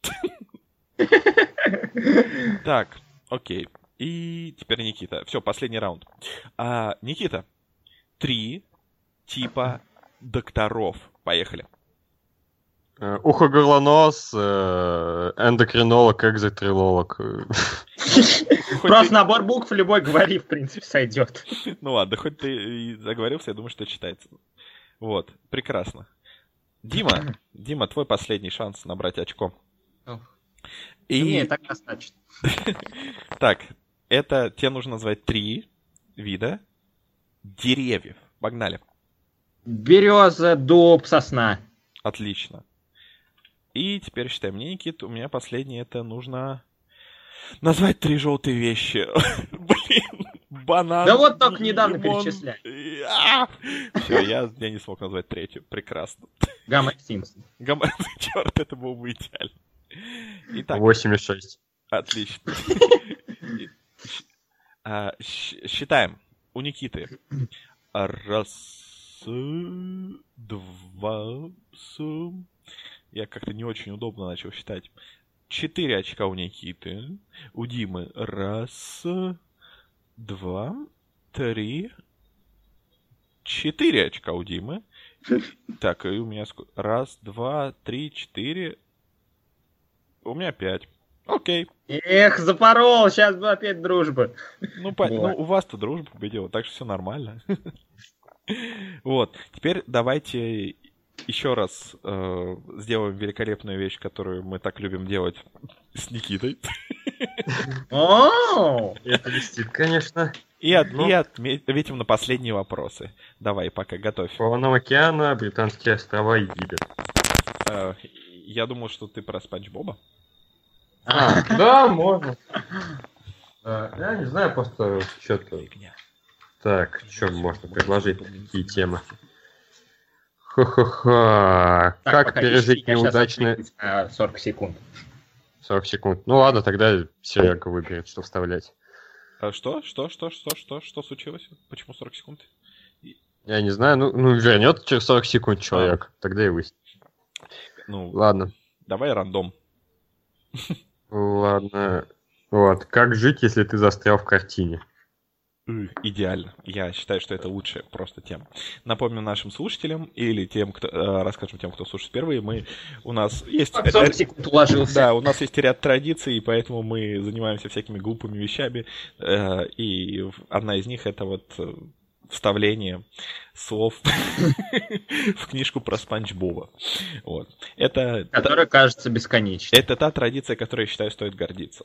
Так, окей. И теперь Никита. Все, последний раунд. А, Никита, три типа докторов. Поехали. Э, Ухо, горло, нос, э, эндокринолог, экзотрилолог. э. Хоть Просто набор букв любой говори, в принципе, сойдет. ты- Ну ладно, хоть ты и заговорился, я думаю, что читается. Вот, прекрасно. Дима, Дима, твой последний шанс набрать очко. И Не, так достаточно. так, это тебе нужно назвать три вида деревьев. Погнали. Береза, дуб, сосна. Отлично. И теперь считай мне, Никит, у меня последнее, это нужно назвать три желтые вещи. Блин, банан. Да вот только недавно лимон. перечисляй. Все, я, я не смог назвать третью. Прекрасно. Гамма Симпсон. Гамма, черт, это было бы идеально. Итак, восемьдесят шесть. отлично. А, щ- Считаем. У Никиты. Раз, два, с- я как-то не очень удобно начал считать. Четыре очка у Никиты. У Димы раз, два, три, четыре очка у Димы. Так, и у меня ск- раз, два, три, четыре. У меня пять. Окей. Эх, запорол, сейчас бы опять дружба. Ну, по- Вот. ну, у вас-то дружба победила, так что все нормально. Вот. Теперь давайте еще раз э, сделаем великолепную вещь, которую мы так любим делать с Никитой. О, Это листит, конечно. И, от- Ну. и отме- ответим на последние вопросы. Давай, пока, готовь. Полном океана, Британские острова, Египет. Э, я думал, что ты про Спанч Боба. А, да, можно. А, Я не знаю, просто что-то... Так, что можно предложить, какие темы? Ха-ха-ха. Так, Как пока пережить ищи, я щас неудачные... отвлекусь на сорок секунд. сорок секунд. Ну ладно, тогда Серега выберет, что вставлять. А что? Что? Что? Что? Что? Что случилось? Почему сорок секунд? Я не знаю, ну, ну вернет через сорок секунд человек, тогда и выяснит. Ну, Ладно. давай рандом. Ладно. Вот. Как жить, если ты застрял в картине? Идеально. Я считаю, что это лучшая просто тема. Напомню нашим слушателям или тем, кто э, расскажем тем, кто слушает впервые, мы у нас есть сорок секунд уложился. Да, у нас есть ряд традиций, и поэтому мы занимаемся всякими глупыми вещами. Э, и одна из них это вот вставление слов в книжку про Спанч Боба. Вот. Это которая кажется бесконечной. Это та традиция, которой, я считаю, стоит гордиться.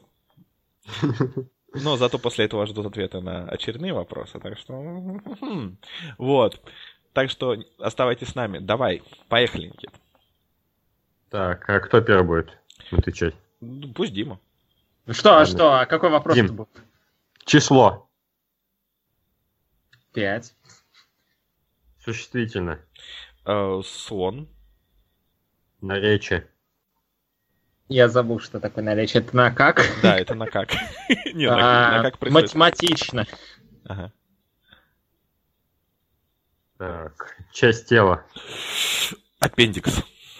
Но зато после этого ждут ответы на очередные вопросы, так что... Вот. Так что оставайтесь с нами. Давай, поехали, Никит. Так, а кто первый будет отвечать? Ну, пусть Дима. Ну что, а что? А какой вопрос Дим. был? Число. Пять. Существительное. Э, слон. Наречие. Я забыл, что такое наречие. Это на как? Да, это на как. Не, А, на как происходит. математично. Ага. Так, часть тела. Аппендикс.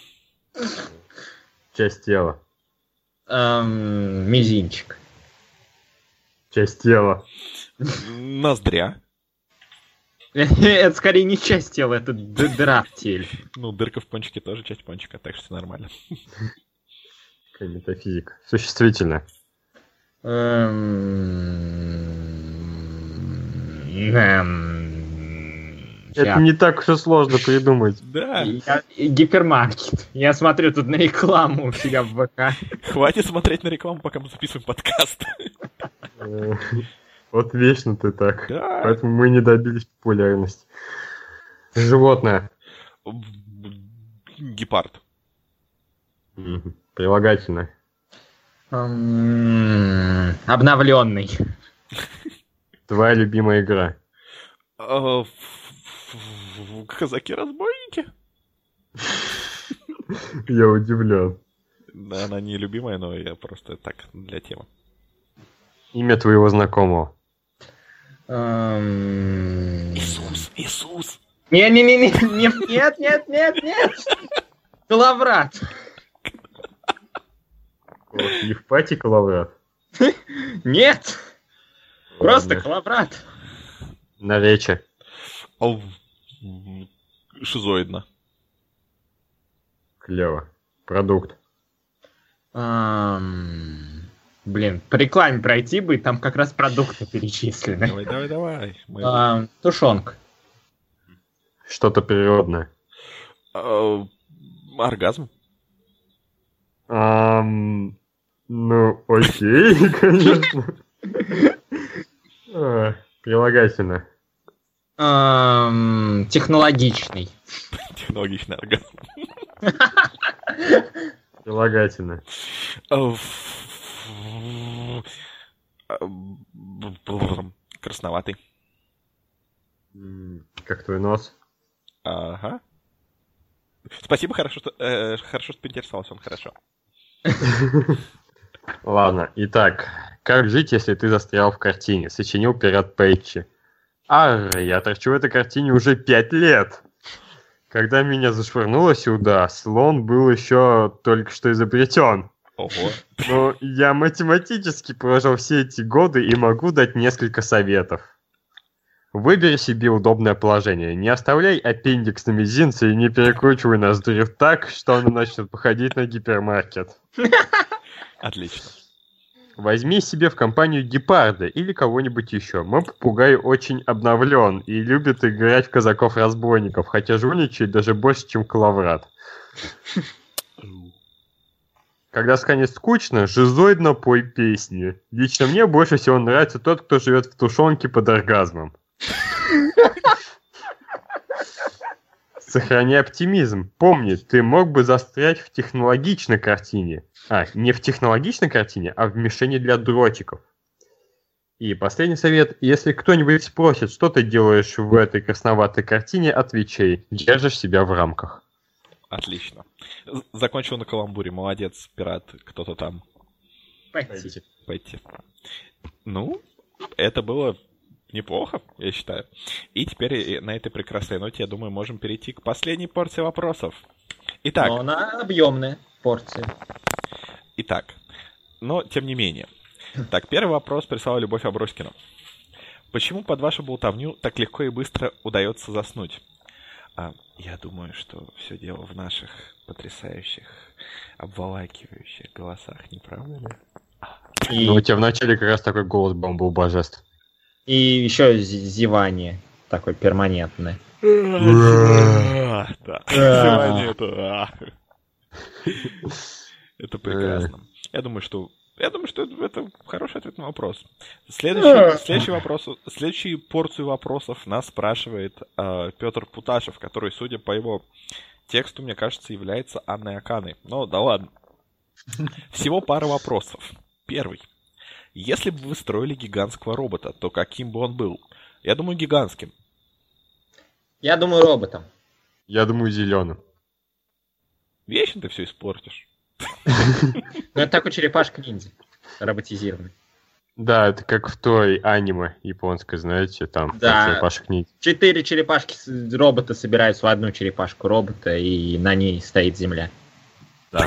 Часть тела. Эм, мизинчик. Часть тела. Ноздря. Это скорее не часть тела, это д- дыра в теле. Ну, дырка в пончике тоже часть пончика, так что нормально. Какая метафизика. Существительное. Эм, эм, Это щас. не так уж и сложно придумать. Да. Я- гипермаркет. Я смотрю тут на рекламу у себя в ВК. Хватит смотреть на рекламу, пока мы записываем подкаст. Э, Вот вечно ты так. Да. Поэтому мы не добились популярности. Животное. Гепард. Мгм. Прилагательное. Эм, Обновленный. Твоя любимая игра. А, ф- ф- Казаки-разбойники? Я удивлен. Да, она не любимая, но я просто так для темы. Имя твоего знакомого. Эм, Иисус, Иисус. Не-не-не, нет, нет, нет, нет, нет. Главрат. Вот, Евпатий Калаврат. Нет. Просто Ладно. Главрат. Наречие. А, в- Шизоидно. Клево. Продукт. Эм, Блин, по рекламе пройти бы, там как раз продукты перечислены. Давай, давай, давай. Мы- Эм, Тушенка. Что-то природное. А, Оргазм. Ам, ну, окей, конечно. А, Прилагательное. Эм, Технологичный. Технологичный оргазм. Прилагательное. А, ф- а, б- б- Красноватый. М, Как твой нос? Ага. Спасибо, хорошо, что, э, хорошо, что поинтересовался, он хорошо. Ладно, итак, как жить, если ты застрял в картине? Сочинил пират Пейчи. Ар, я торчу в этой картине уже пять лет. Когда меня зашвырнуло сюда, слон был еще только что изобретен. Ого. Но я математически прожил все эти годы и могу дать несколько советов. Выбери себе удобное положение. Не оставляй аппендикс на мизинце и не перекручивай ноздрю так, что он начнет походить на гипермаркет. Отлично. Возьми себе в компанию гепарда или кого-нибудь еще. Мой попугай очень обновлен и любит играть в казаков-разбойников, хотя жульничает даже больше, чем Калаврат. Когда станет скучно, жизоидно пой песни. Лично мне больше всего нравится тот, кто живет в тушенке под оргазмом. Сохраняй оптимизм. Помни, ты мог бы застрять в технологичной картине. А, не в технологичной картине, а в мишени для дротиков. И последний совет. Если кто-нибудь спросит, что ты делаешь в этой красноватой картине, отвечай. Держишь себя в рамках. Отлично. З- Закончил на каламбуре. Молодец, пират. Кто-то там. Пойти. Пойти. Ну, это было неплохо, я считаю. И теперь и на этой прекрасной ноте, я думаю, можем перейти к последней порции вопросов. Итак, Но она объемная порция. итак, но тем не менее. Так, первый вопрос прислала Любовь Аброськина. Почему под вашу болтовню так легко и быстро удается заснуть? А, я думаю, что все дело в наших потрясающих, обволакивающих голосах, не правда ли? И, Ну, у тебя вначале как раз такой голос был божеств. и еще зевание такое перманентное. Да, зевание это... Это прекрасно. Я думаю, что Я думаю, что это, это хороший ответ на вопрос. Следующий, следующий вопрос, следующую порцию вопросов нас спрашивает э, Петр Путашев, который, судя по его тексту, мне кажется, является Анной Аканой. Ну, да ладно. Всего пара вопросов. Первый. Если бы вы строили гигантского робота, то каким бы он был? Я думаю, гигантским. Я думаю, роботом. Я думаю, зеленым. Вечно ты все испортишь. Ну, это такой черепашка-ниндзя. Роботизированный. Да, это как в той аниме японской, знаете, там Да. черепашек ниндзя. Четыре черепашки с- робота собираются в одну черепашку робота, и на ней стоит земля. Да.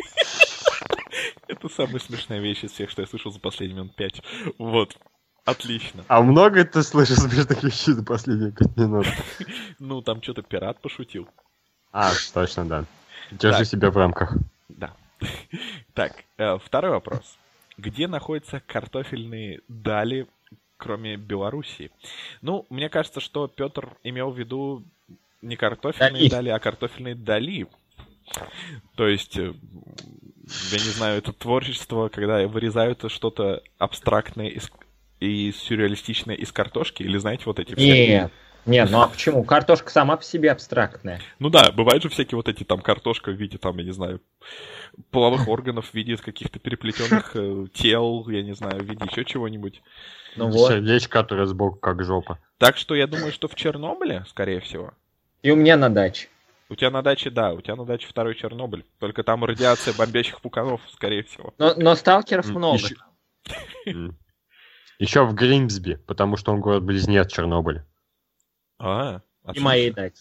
Это самая смешная вещь из всех, что я слышал за последние минут пять. Вот. Отлично. А много ты слышишь смешных вещей за последние пять минут? Ну, там что-то пират пошутил. А, точно, да. Держи Так. себя в рамках. Да. Так, э, второй вопрос. Где находятся картофельные дали, кроме Белоруссии? Ну, мне кажется, что Петр имел в виду не картофельные Дали. дали, а картофельные дали. То есть, э, я не знаю, это творчество, когда вырезают что-то абстрактное из- и сюрреалистичное из картошки, или знаете, вот эти все... Нет, нет, ну а почему? Картошка сама по себе абстрактная. Ну да, бывают же всякие вот эти там картошка в виде, там, я не знаю, половых органов, в виде каких-то переплетенных э, тел, я не знаю, в виде еще чего-нибудь. Ну вот. Вещь, которая сбоку как жопа. Так что я думаю, что в Чернобыле, скорее всего. И у меня на даче. У тебя на даче, да, у тебя на даче второй Чернобыль. Только там радиация бомбящих пуканов, скорее всего. Но, но сталкеров М, много. еще- М. Еще в Гримсби, потому что он город-близнец Чернобыля. А, И отлично. моей даче.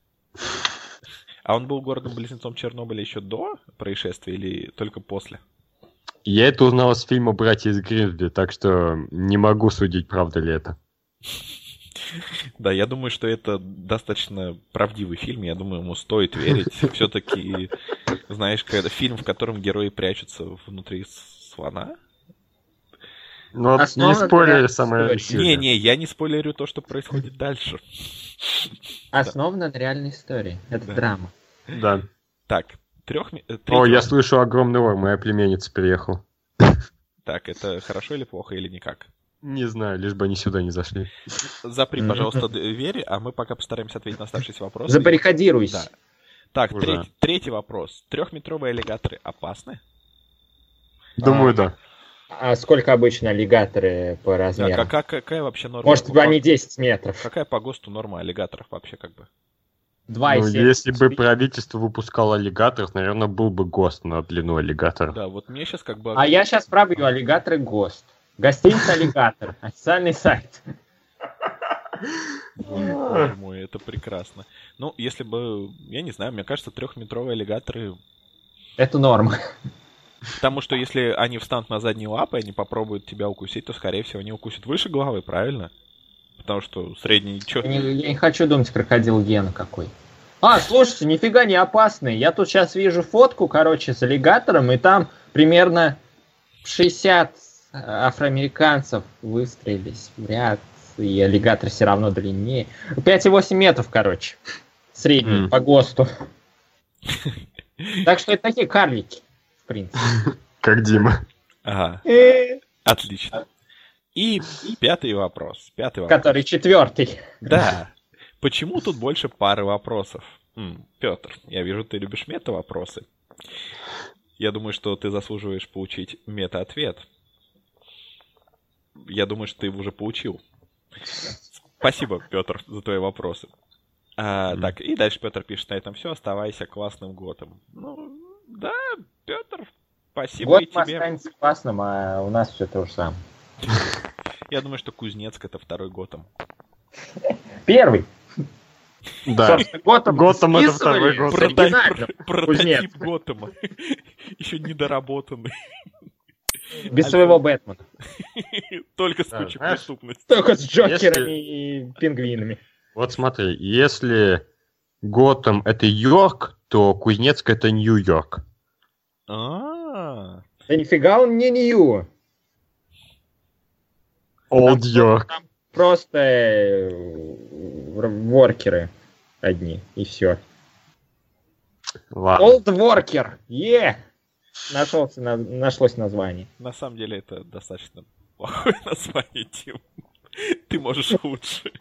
А он был городом-близнецом Чернобыля еще до происшествия или только после? Я это узнал с фильма «Братья из Гримсби», так что не могу судить, правда ли это. Да, я думаю, что это достаточно правдивый фильм. Я думаю, ему стоит верить. Все-таки, знаешь, когда фильм, в котором герои прячутся внутри слона. Ну, вот Основа не спойлери для самое истории. сильное. Не-не, я не спойлерю то, что происходит дальше. Основана на реальной истории. Это Да. драма. Да. Так, трех... ми- э, О, третий я вопрос. слышу огромный ор, моя племянница приехала. Так, это хорошо или плохо, или никак? Не знаю, лишь бы они сюда не зашли. Запри, Мгм. пожалуйста, двери, а мы пока постараемся ответить на оставшиеся вопросы. Забаррикадируйся. Да. Так, Уже. третий, третий вопрос. Трехметровые аллигаторы опасны? Думаю, А, да. А сколько обычно аллигаторы по Да, размеру? какая, какая вообще норма? Может, по- они десять метров. Какая по ГОСТу норма аллигаторов вообще как бы? два и Ну, семь. если бы правительство выпускало аллигаторов, наверное, был бы ГОСТ на длину аллигатора. Да, вот мне сейчас как бы... А я сейчас пробью аллигаторы ГОСТ. Гостиница «Аллигатор». Официальный сайт. Боже, боже мой, это прекрасно. Ну, если бы, я не знаю, мне кажется, трехметровые аллигаторы... Это норма. Потому что если они встанут на задние лапы, и они попробуют тебя укусить, то, скорее всего, они укусят выше головы, правильно? Потому что средний... Чё... Я не, я не хочу думать, крокодил Гена какой. А, слушайте, нифига не опасный. Я тут сейчас вижу фотку, короче, с аллигатором, и там примерно шестьдесят афроамериканцев выстрелились в ряд, и аллигатор все равно длиннее. пять и восемь метров, короче. Средний, Мгм. по ГОСТу. Так что это такие карлики, в принципе. Как Дима. Ага, Э, отлично. И пятый вопрос. Пятый вопрос. Который четвертый. Да. Почему тут больше пары вопросов? М, Петр, я вижу, ты любишь мета-вопросы. Я думаю, что ты заслуживаешь получить мета-ответ. Я думаю, что ты его уже получил. Спасибо, Петр, за твои вопросы. А, Мгм. Так, и дальше Петр пишет на этом все. Оставайся классным готом. Ну, да, Петр, спасибо и Год тебе. останется классным, а у нас все то же самое. Я думаю, что Кузнецк — это второй Готом. Первый. Да. Собственно, Готэм Готэм это списывали второй Готэм. Прототип, оригинально. прототип Кузнецк. Готэма. Еще недоработанный. Без своего Бэтмена. Только с кучей преступности. Только с Джокерами и пингвинами. Вот смотри, если Готэм это Йорк, то Кузнецк это Нью-Йорк. А-а-а. Да нифига он не Нью. Олд Йорк. Там просто воркеры одни, и все. Ладно. Old Worker. Е! Нашелся, на... Нашлось название. На самом деле это достаточно плохое название, Тим. Ты можешь лучше.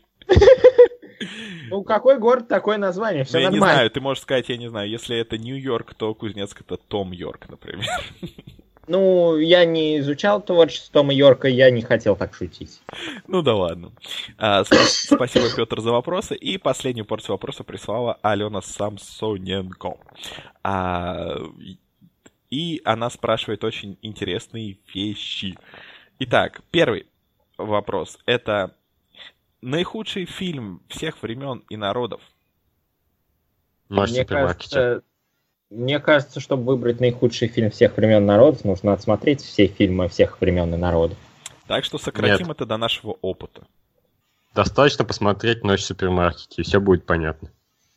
Ну, какой город, такое название, все ну, я нормально. не знаю, ты можешь сказать, я не знаю, если это Нью-Йорк, то Кузнецк это Том Йорк, например. Ну, я не изучал творчество Тома Йорка, я не хотел так шутить. Ну да ладно. А, сп- спасибо, Петр, за вопросы. И последнюю порцию вопросов прислала Алена Самсоненко. А, и она спрашивает очень интересные вещи. Итак, первый вопрос. Это наихудший фильм всех времен и народов. Наш Мне супермаркете. кажется, мне кажется, чтобы выбрать наихудший фильм всех времен и народов, нужно отсмотреть все фильмы всех времен и народов. Так что сократим Нет. это до нашего опыта. Достаточно посмотреть «Ночь в супермаркете», и все будет понятно.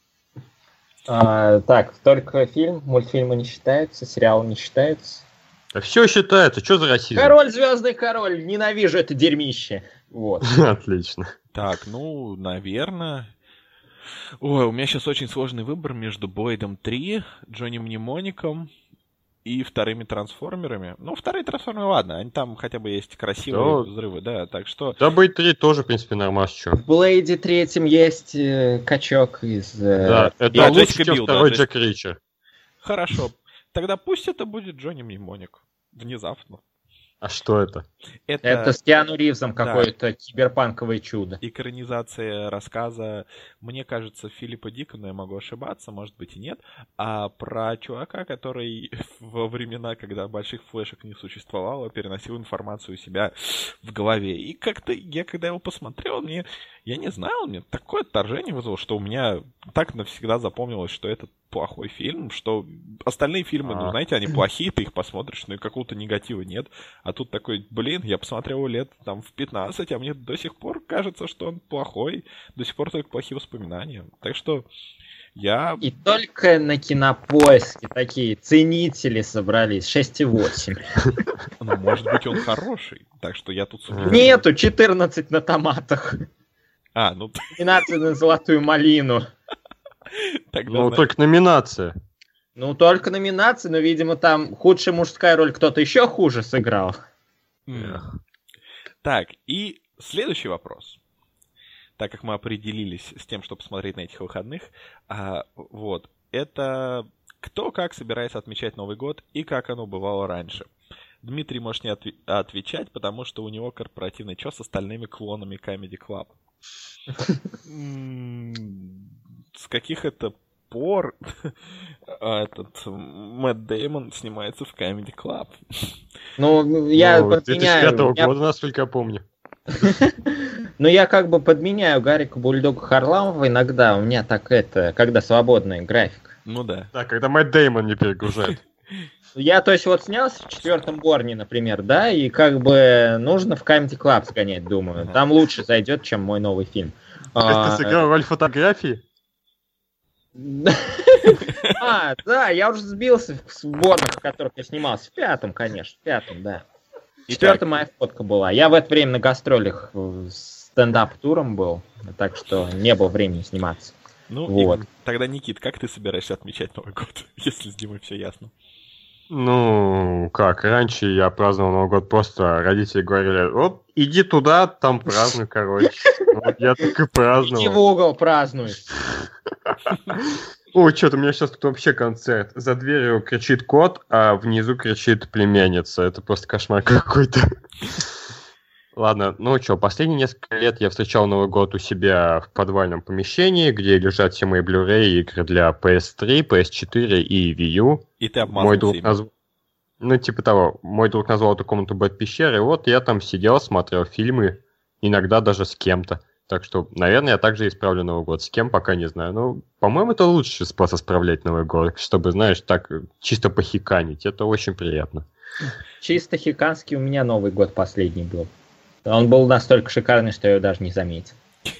А, так, только фильм, мультфильмы не считаются, сериалы не считаются. Да все считается, что за расизм? Король, Звездный король, ненавижу это дерьмище. Вот. Отлично. Так, ну, наверное... Ой, у меня сейчас очень сложный выбор между Блейдом три, Джонни Мнемоником и вторыми трансформерами. Ну, вторые трансформеры, ладно, они там хотя бы есть красивые Да. взрывы, да, так что... Да, Б три тоже, в принципе, нормально, что. В Блейде третьем есть э, качок из... э, Да, это да, лучше, Джессика чем Билл, да, второй Джесс- Джек Ричер. Хорошо, тогда пусть это будет Джонни Мнемоник. Внезапно. А что это? Это, Это с Киану Ривзом Да. какое-то киберпанковое чудо. экранизация рассказа, мне кажется, Филиппа Дика, но я могу ошибаться, может быть и нет, а про чувака, который во времена, когда больших флешек не существовало, переносил информацию у себя в голове. И как-то я, когда его посмотрел, мне, я не знаю, мне такое отторжение вызвало, что у меня так навсегда запомнилось, что это плохой фильм, что остальные фильмы, ну, А. знаете, они плохие, ты их посмотришь, но и какого-то негатива нет. А тут такой, блин, я посмотрел его лет там в пятнадцать, а мне до сих пор кажется, что он плохой. До сих пор только плохие воспоминания. Так что я... И только на Кинопоиске такие ценители собрались, шесть и восемь. Ну, может быть, он хороший. Так что я тут сомневаюсь. Нету четырнадцать на томатах, А, ну, двенадцать на золотую малину. тогда... Ну, зна- только номинация. Ну, только номинации, но, видимо, там худшая мужская роль кто-то еще хуже сыграл. М. Так, и следующий вопрос. Так как мы определились с тем, что посмотреть на этих выходных, а, вот, это кто как собирается отмечать Новый год и как оно бывало раньше. Дмитрий может не отве- отвечать, потому что у него корпоративный чё с остальными клонами Comedy Club. М, С каких это пор а, этот Мэтт Дэймон снимается в Comedy Club? Ну, я Ну, с две тысячи подменяю. пятого я- года, насколько я помню. Ну, я как бы подменяю Гарика Бульдога Харламова иногда. У меня так это, когда свободный график. Ну да. Да, когда Мэтт Дэймон не перегружает. Я, то есть, вот снялся в четвертом Борне, например, да, и как бы нужно в Comedy Club сгонять, думаю. Ага. Там лучше зайдет, чем мой новый фильм. То есть ты сыграл роль фотографии? А, да, я уже сбился в сборных, в которых я снимался. В пятом, конечно, в пятом, да. В Итак. четвертом моя фотка была. Я в это время на гастролях э, с стендап-туром был, так что не было времени сниматься. Ну, Вот. и тогда, Никит, как ты собираешься отмечать Новый год, если с Димой все ясно? Ну, как, раньше я праздновал Новый год, просто родители говорили, вот, иди туда, там празднуй, короче. Вот я так и Иди в праздновал. угол, празднуй. Ой, что-то у меня сейчас тут вообще концерт. За дверью кричит кот, а внизу кричит племянница. Это просто кошмар какой-то. Ладно, ну что, последние несколько лет я встречал Новый год у себя в подвальном помещении, где лежат все мои Blu-ray игры для пи эс три, пи эс четыре и Wii U. И ты Мой обмазался друг ими. назв... Ну, типа того, мой друг назвал эту комнату Бэт-пещерой, вот я там сидел, смотрел фильмы, иногда даже с кем-то. Так что, наверное, я также исправлю Новый год. С кем, пока не знаю. Ну, по-моему, это лучший способ справлять Новый год, чтобы, знаешь, так чисто похиканить. Это очень приятно. Чисто хиканский у меня Новый год последний был. Он был настолько шикарный, что я его даже не заметил.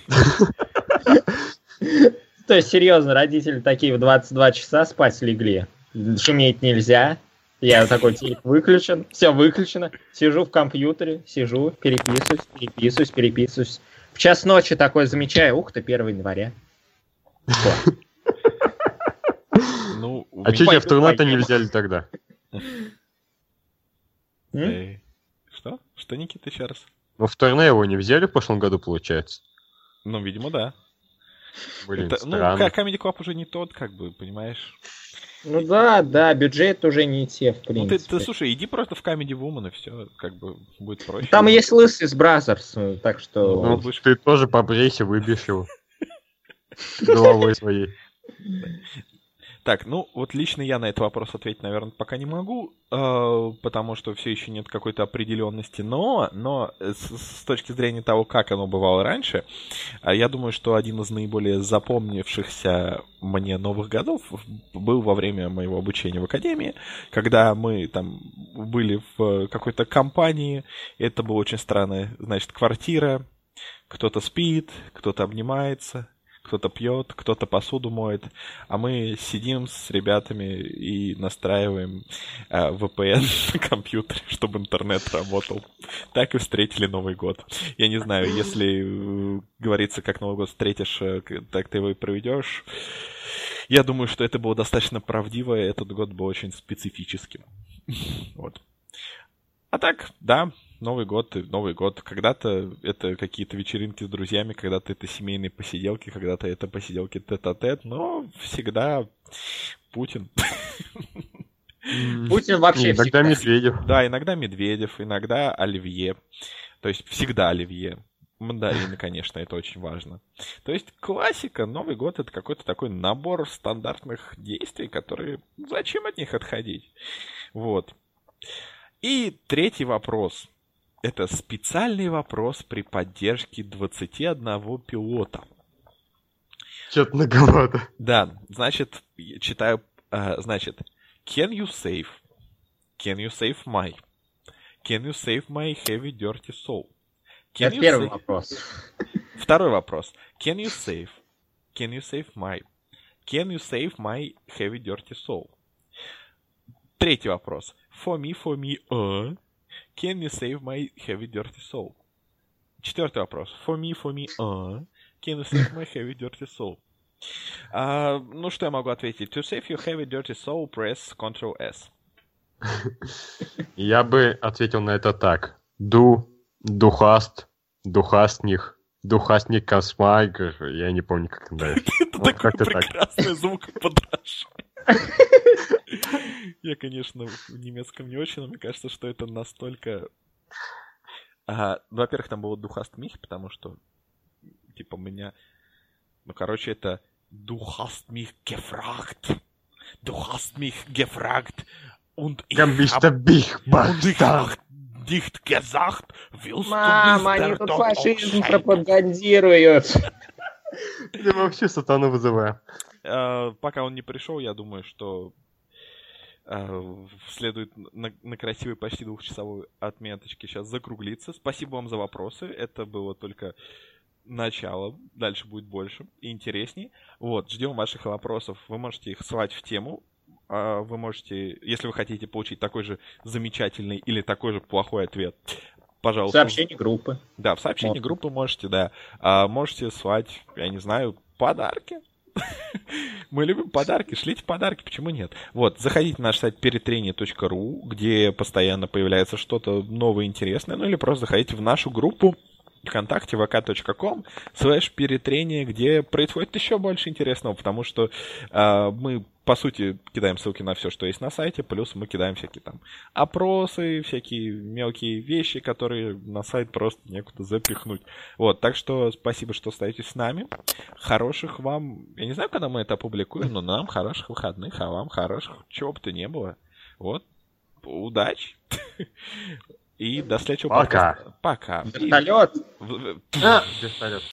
То есть, серьезно, родители такие в двадцать два часа спать легли. Шуметь нельзя. Я такой, телек выключен, все выключено. Сижу в компьютере, сижу, переписываюсь, переписываюсь, переписываюсь. В час ночи такой замечаю, ух ты, первого января. Ну, у А меня- че тебя в турнета пойду. не взяли тогда? М? Э, Что? Что, Никита, еще раз? Ну, в турне его не взяли в прошлом году, получается. Ну, видимо, да. Блин, Это, ну, странно. Ка- Comedy Club уже не тот, как бы, понимаешь? Ну да, да, бюджет уже не те, в Ну, ты, принципе. ты, слушай, иди просто в Comedy Woman, и все, как бы, будет проще. Там есть Лысый с Бразерс, так что... Ну, будешь- ты тоже побрейся, выбьешь его. Головой своей. Так, ну, вот лично я на этот вопрос ответить, наверное, пока не могу, э, потому что все еще нет какой-то определенности, но, но с, с точки зрения того, как оно бывало раньше, э, я думаю, что один из наиболее запомнившихся мне новых годов был во время моего обучения в академии, когда мы там были в какой-то компании, это было очень странно, значит, квартира, кто-то спит, кто-то обнимается, кто-то пьет, кто-то посуду моет, а мы сидим с ребятами и настраиваем э, ви пи эн на компьютере, чтобы интернет работал. Так и встретили Новый год. Я не знаю, если э, говорится, как Новый год встретишь, э, к- так ты его и проведешь. Я думаю, что это было достаточно правдиво, и этот год был очень специфическим. Вот. А так, да, Новый год, и Новый год. Когда-то это какие-то вечеринки с друзьями, когда-то это семейные посиделки, когда-то это посиделки тет-а-тет, но всегда Путин. Путин вообще Иногда всегда. Медведев. Да, иногда Медведев, иногда Оливье. То есть всегда Оливье. Мандарины, конечно, это очень важно. То есть классика, Новый год — это какой-то такой набор стандартных действий, которые... Зачем от них отходить? Вот. И третий вопрос. Это специальный вопрос при поддержке двадцати одного пилота. Что-то многовато. Да, значит, я читаю, э, значит, can you save? Can you save my? Can you save my heavy dirty soul? Can Это you первый save- вопрос. Второй вопрос. Can you save? Can you save my? Can you save my heavy dirty soul? Третий вопрос. For me, for me, uh. Can you save my heavy dirty soul? Четвертый вопрос. For me, for me, uh. Can you save my heavy dirty soul? А, ну, что я могу ответить? To save your heavy dirty soul, press контрол эс. Я бы ответил на это так. Ду, духаст, духастних, духастник космайгер. Я не помню, как это. Это Вот такой как-то так. прекрасный звук подражания. Я, конечно, в немецком не очень, но мне кажется, что это настолько... Ага, ну, во-первых, там было духаст мих, потому что, типа, меня... Ну, короче, это Du hast mich gefragt. Du hast mich gefragt. Und ich Гамбиста hab... бих, Und ich бастард. hab nicht gesagt, willst Мама, du они Mister тут Dog фашизм Oxide? пропагандируют. Я вообще сатану вызываю. Э, Пока он не пришел, я думаю, что э, следует на, на красивой почти двухчасовой отметочке сейчас закруглиться. Спасибо вам за вопросы. Это было только начало. Дальше будет больше и интересней. Вот, ждем ваших вопросов. Вы можете их ссылать в тему. А Вы можете, если вы хотите получить такой же замечательный или такой же плохой ответ, пожалуйста. Сообщение группы. Да, в сообщении Можно. группы можете, да. А можете слать, я не знаю, подарки. Мы любим подарки, шлите подарки, почему нет? Вот, заходите на наш сайт перетрение точка ру, где постоянно появляется что-то новое, интересное, ну или просто заходите в нашу группу ВКонтакте вэ ка точка ком слэш перетрение, где происходит еще больше интересного, потому что э, мы, по сути, кидаем ссылки на все, что есть на сайте, плюс мы кидаем всякие там опросы, всякие мелкие вещи, которые на сайт просто некуда запихнуть. Вот, так что спасибо, что остаетесь с нами. Хороших вам, я не знаю, когда мы это опубликуем, но нам хороших выходных, а вам хороших, чего бы то ни было. Вот, удачи. И до следующего Пока. подкаста. Пока. И- Вертолет. в- в- А, вертолет.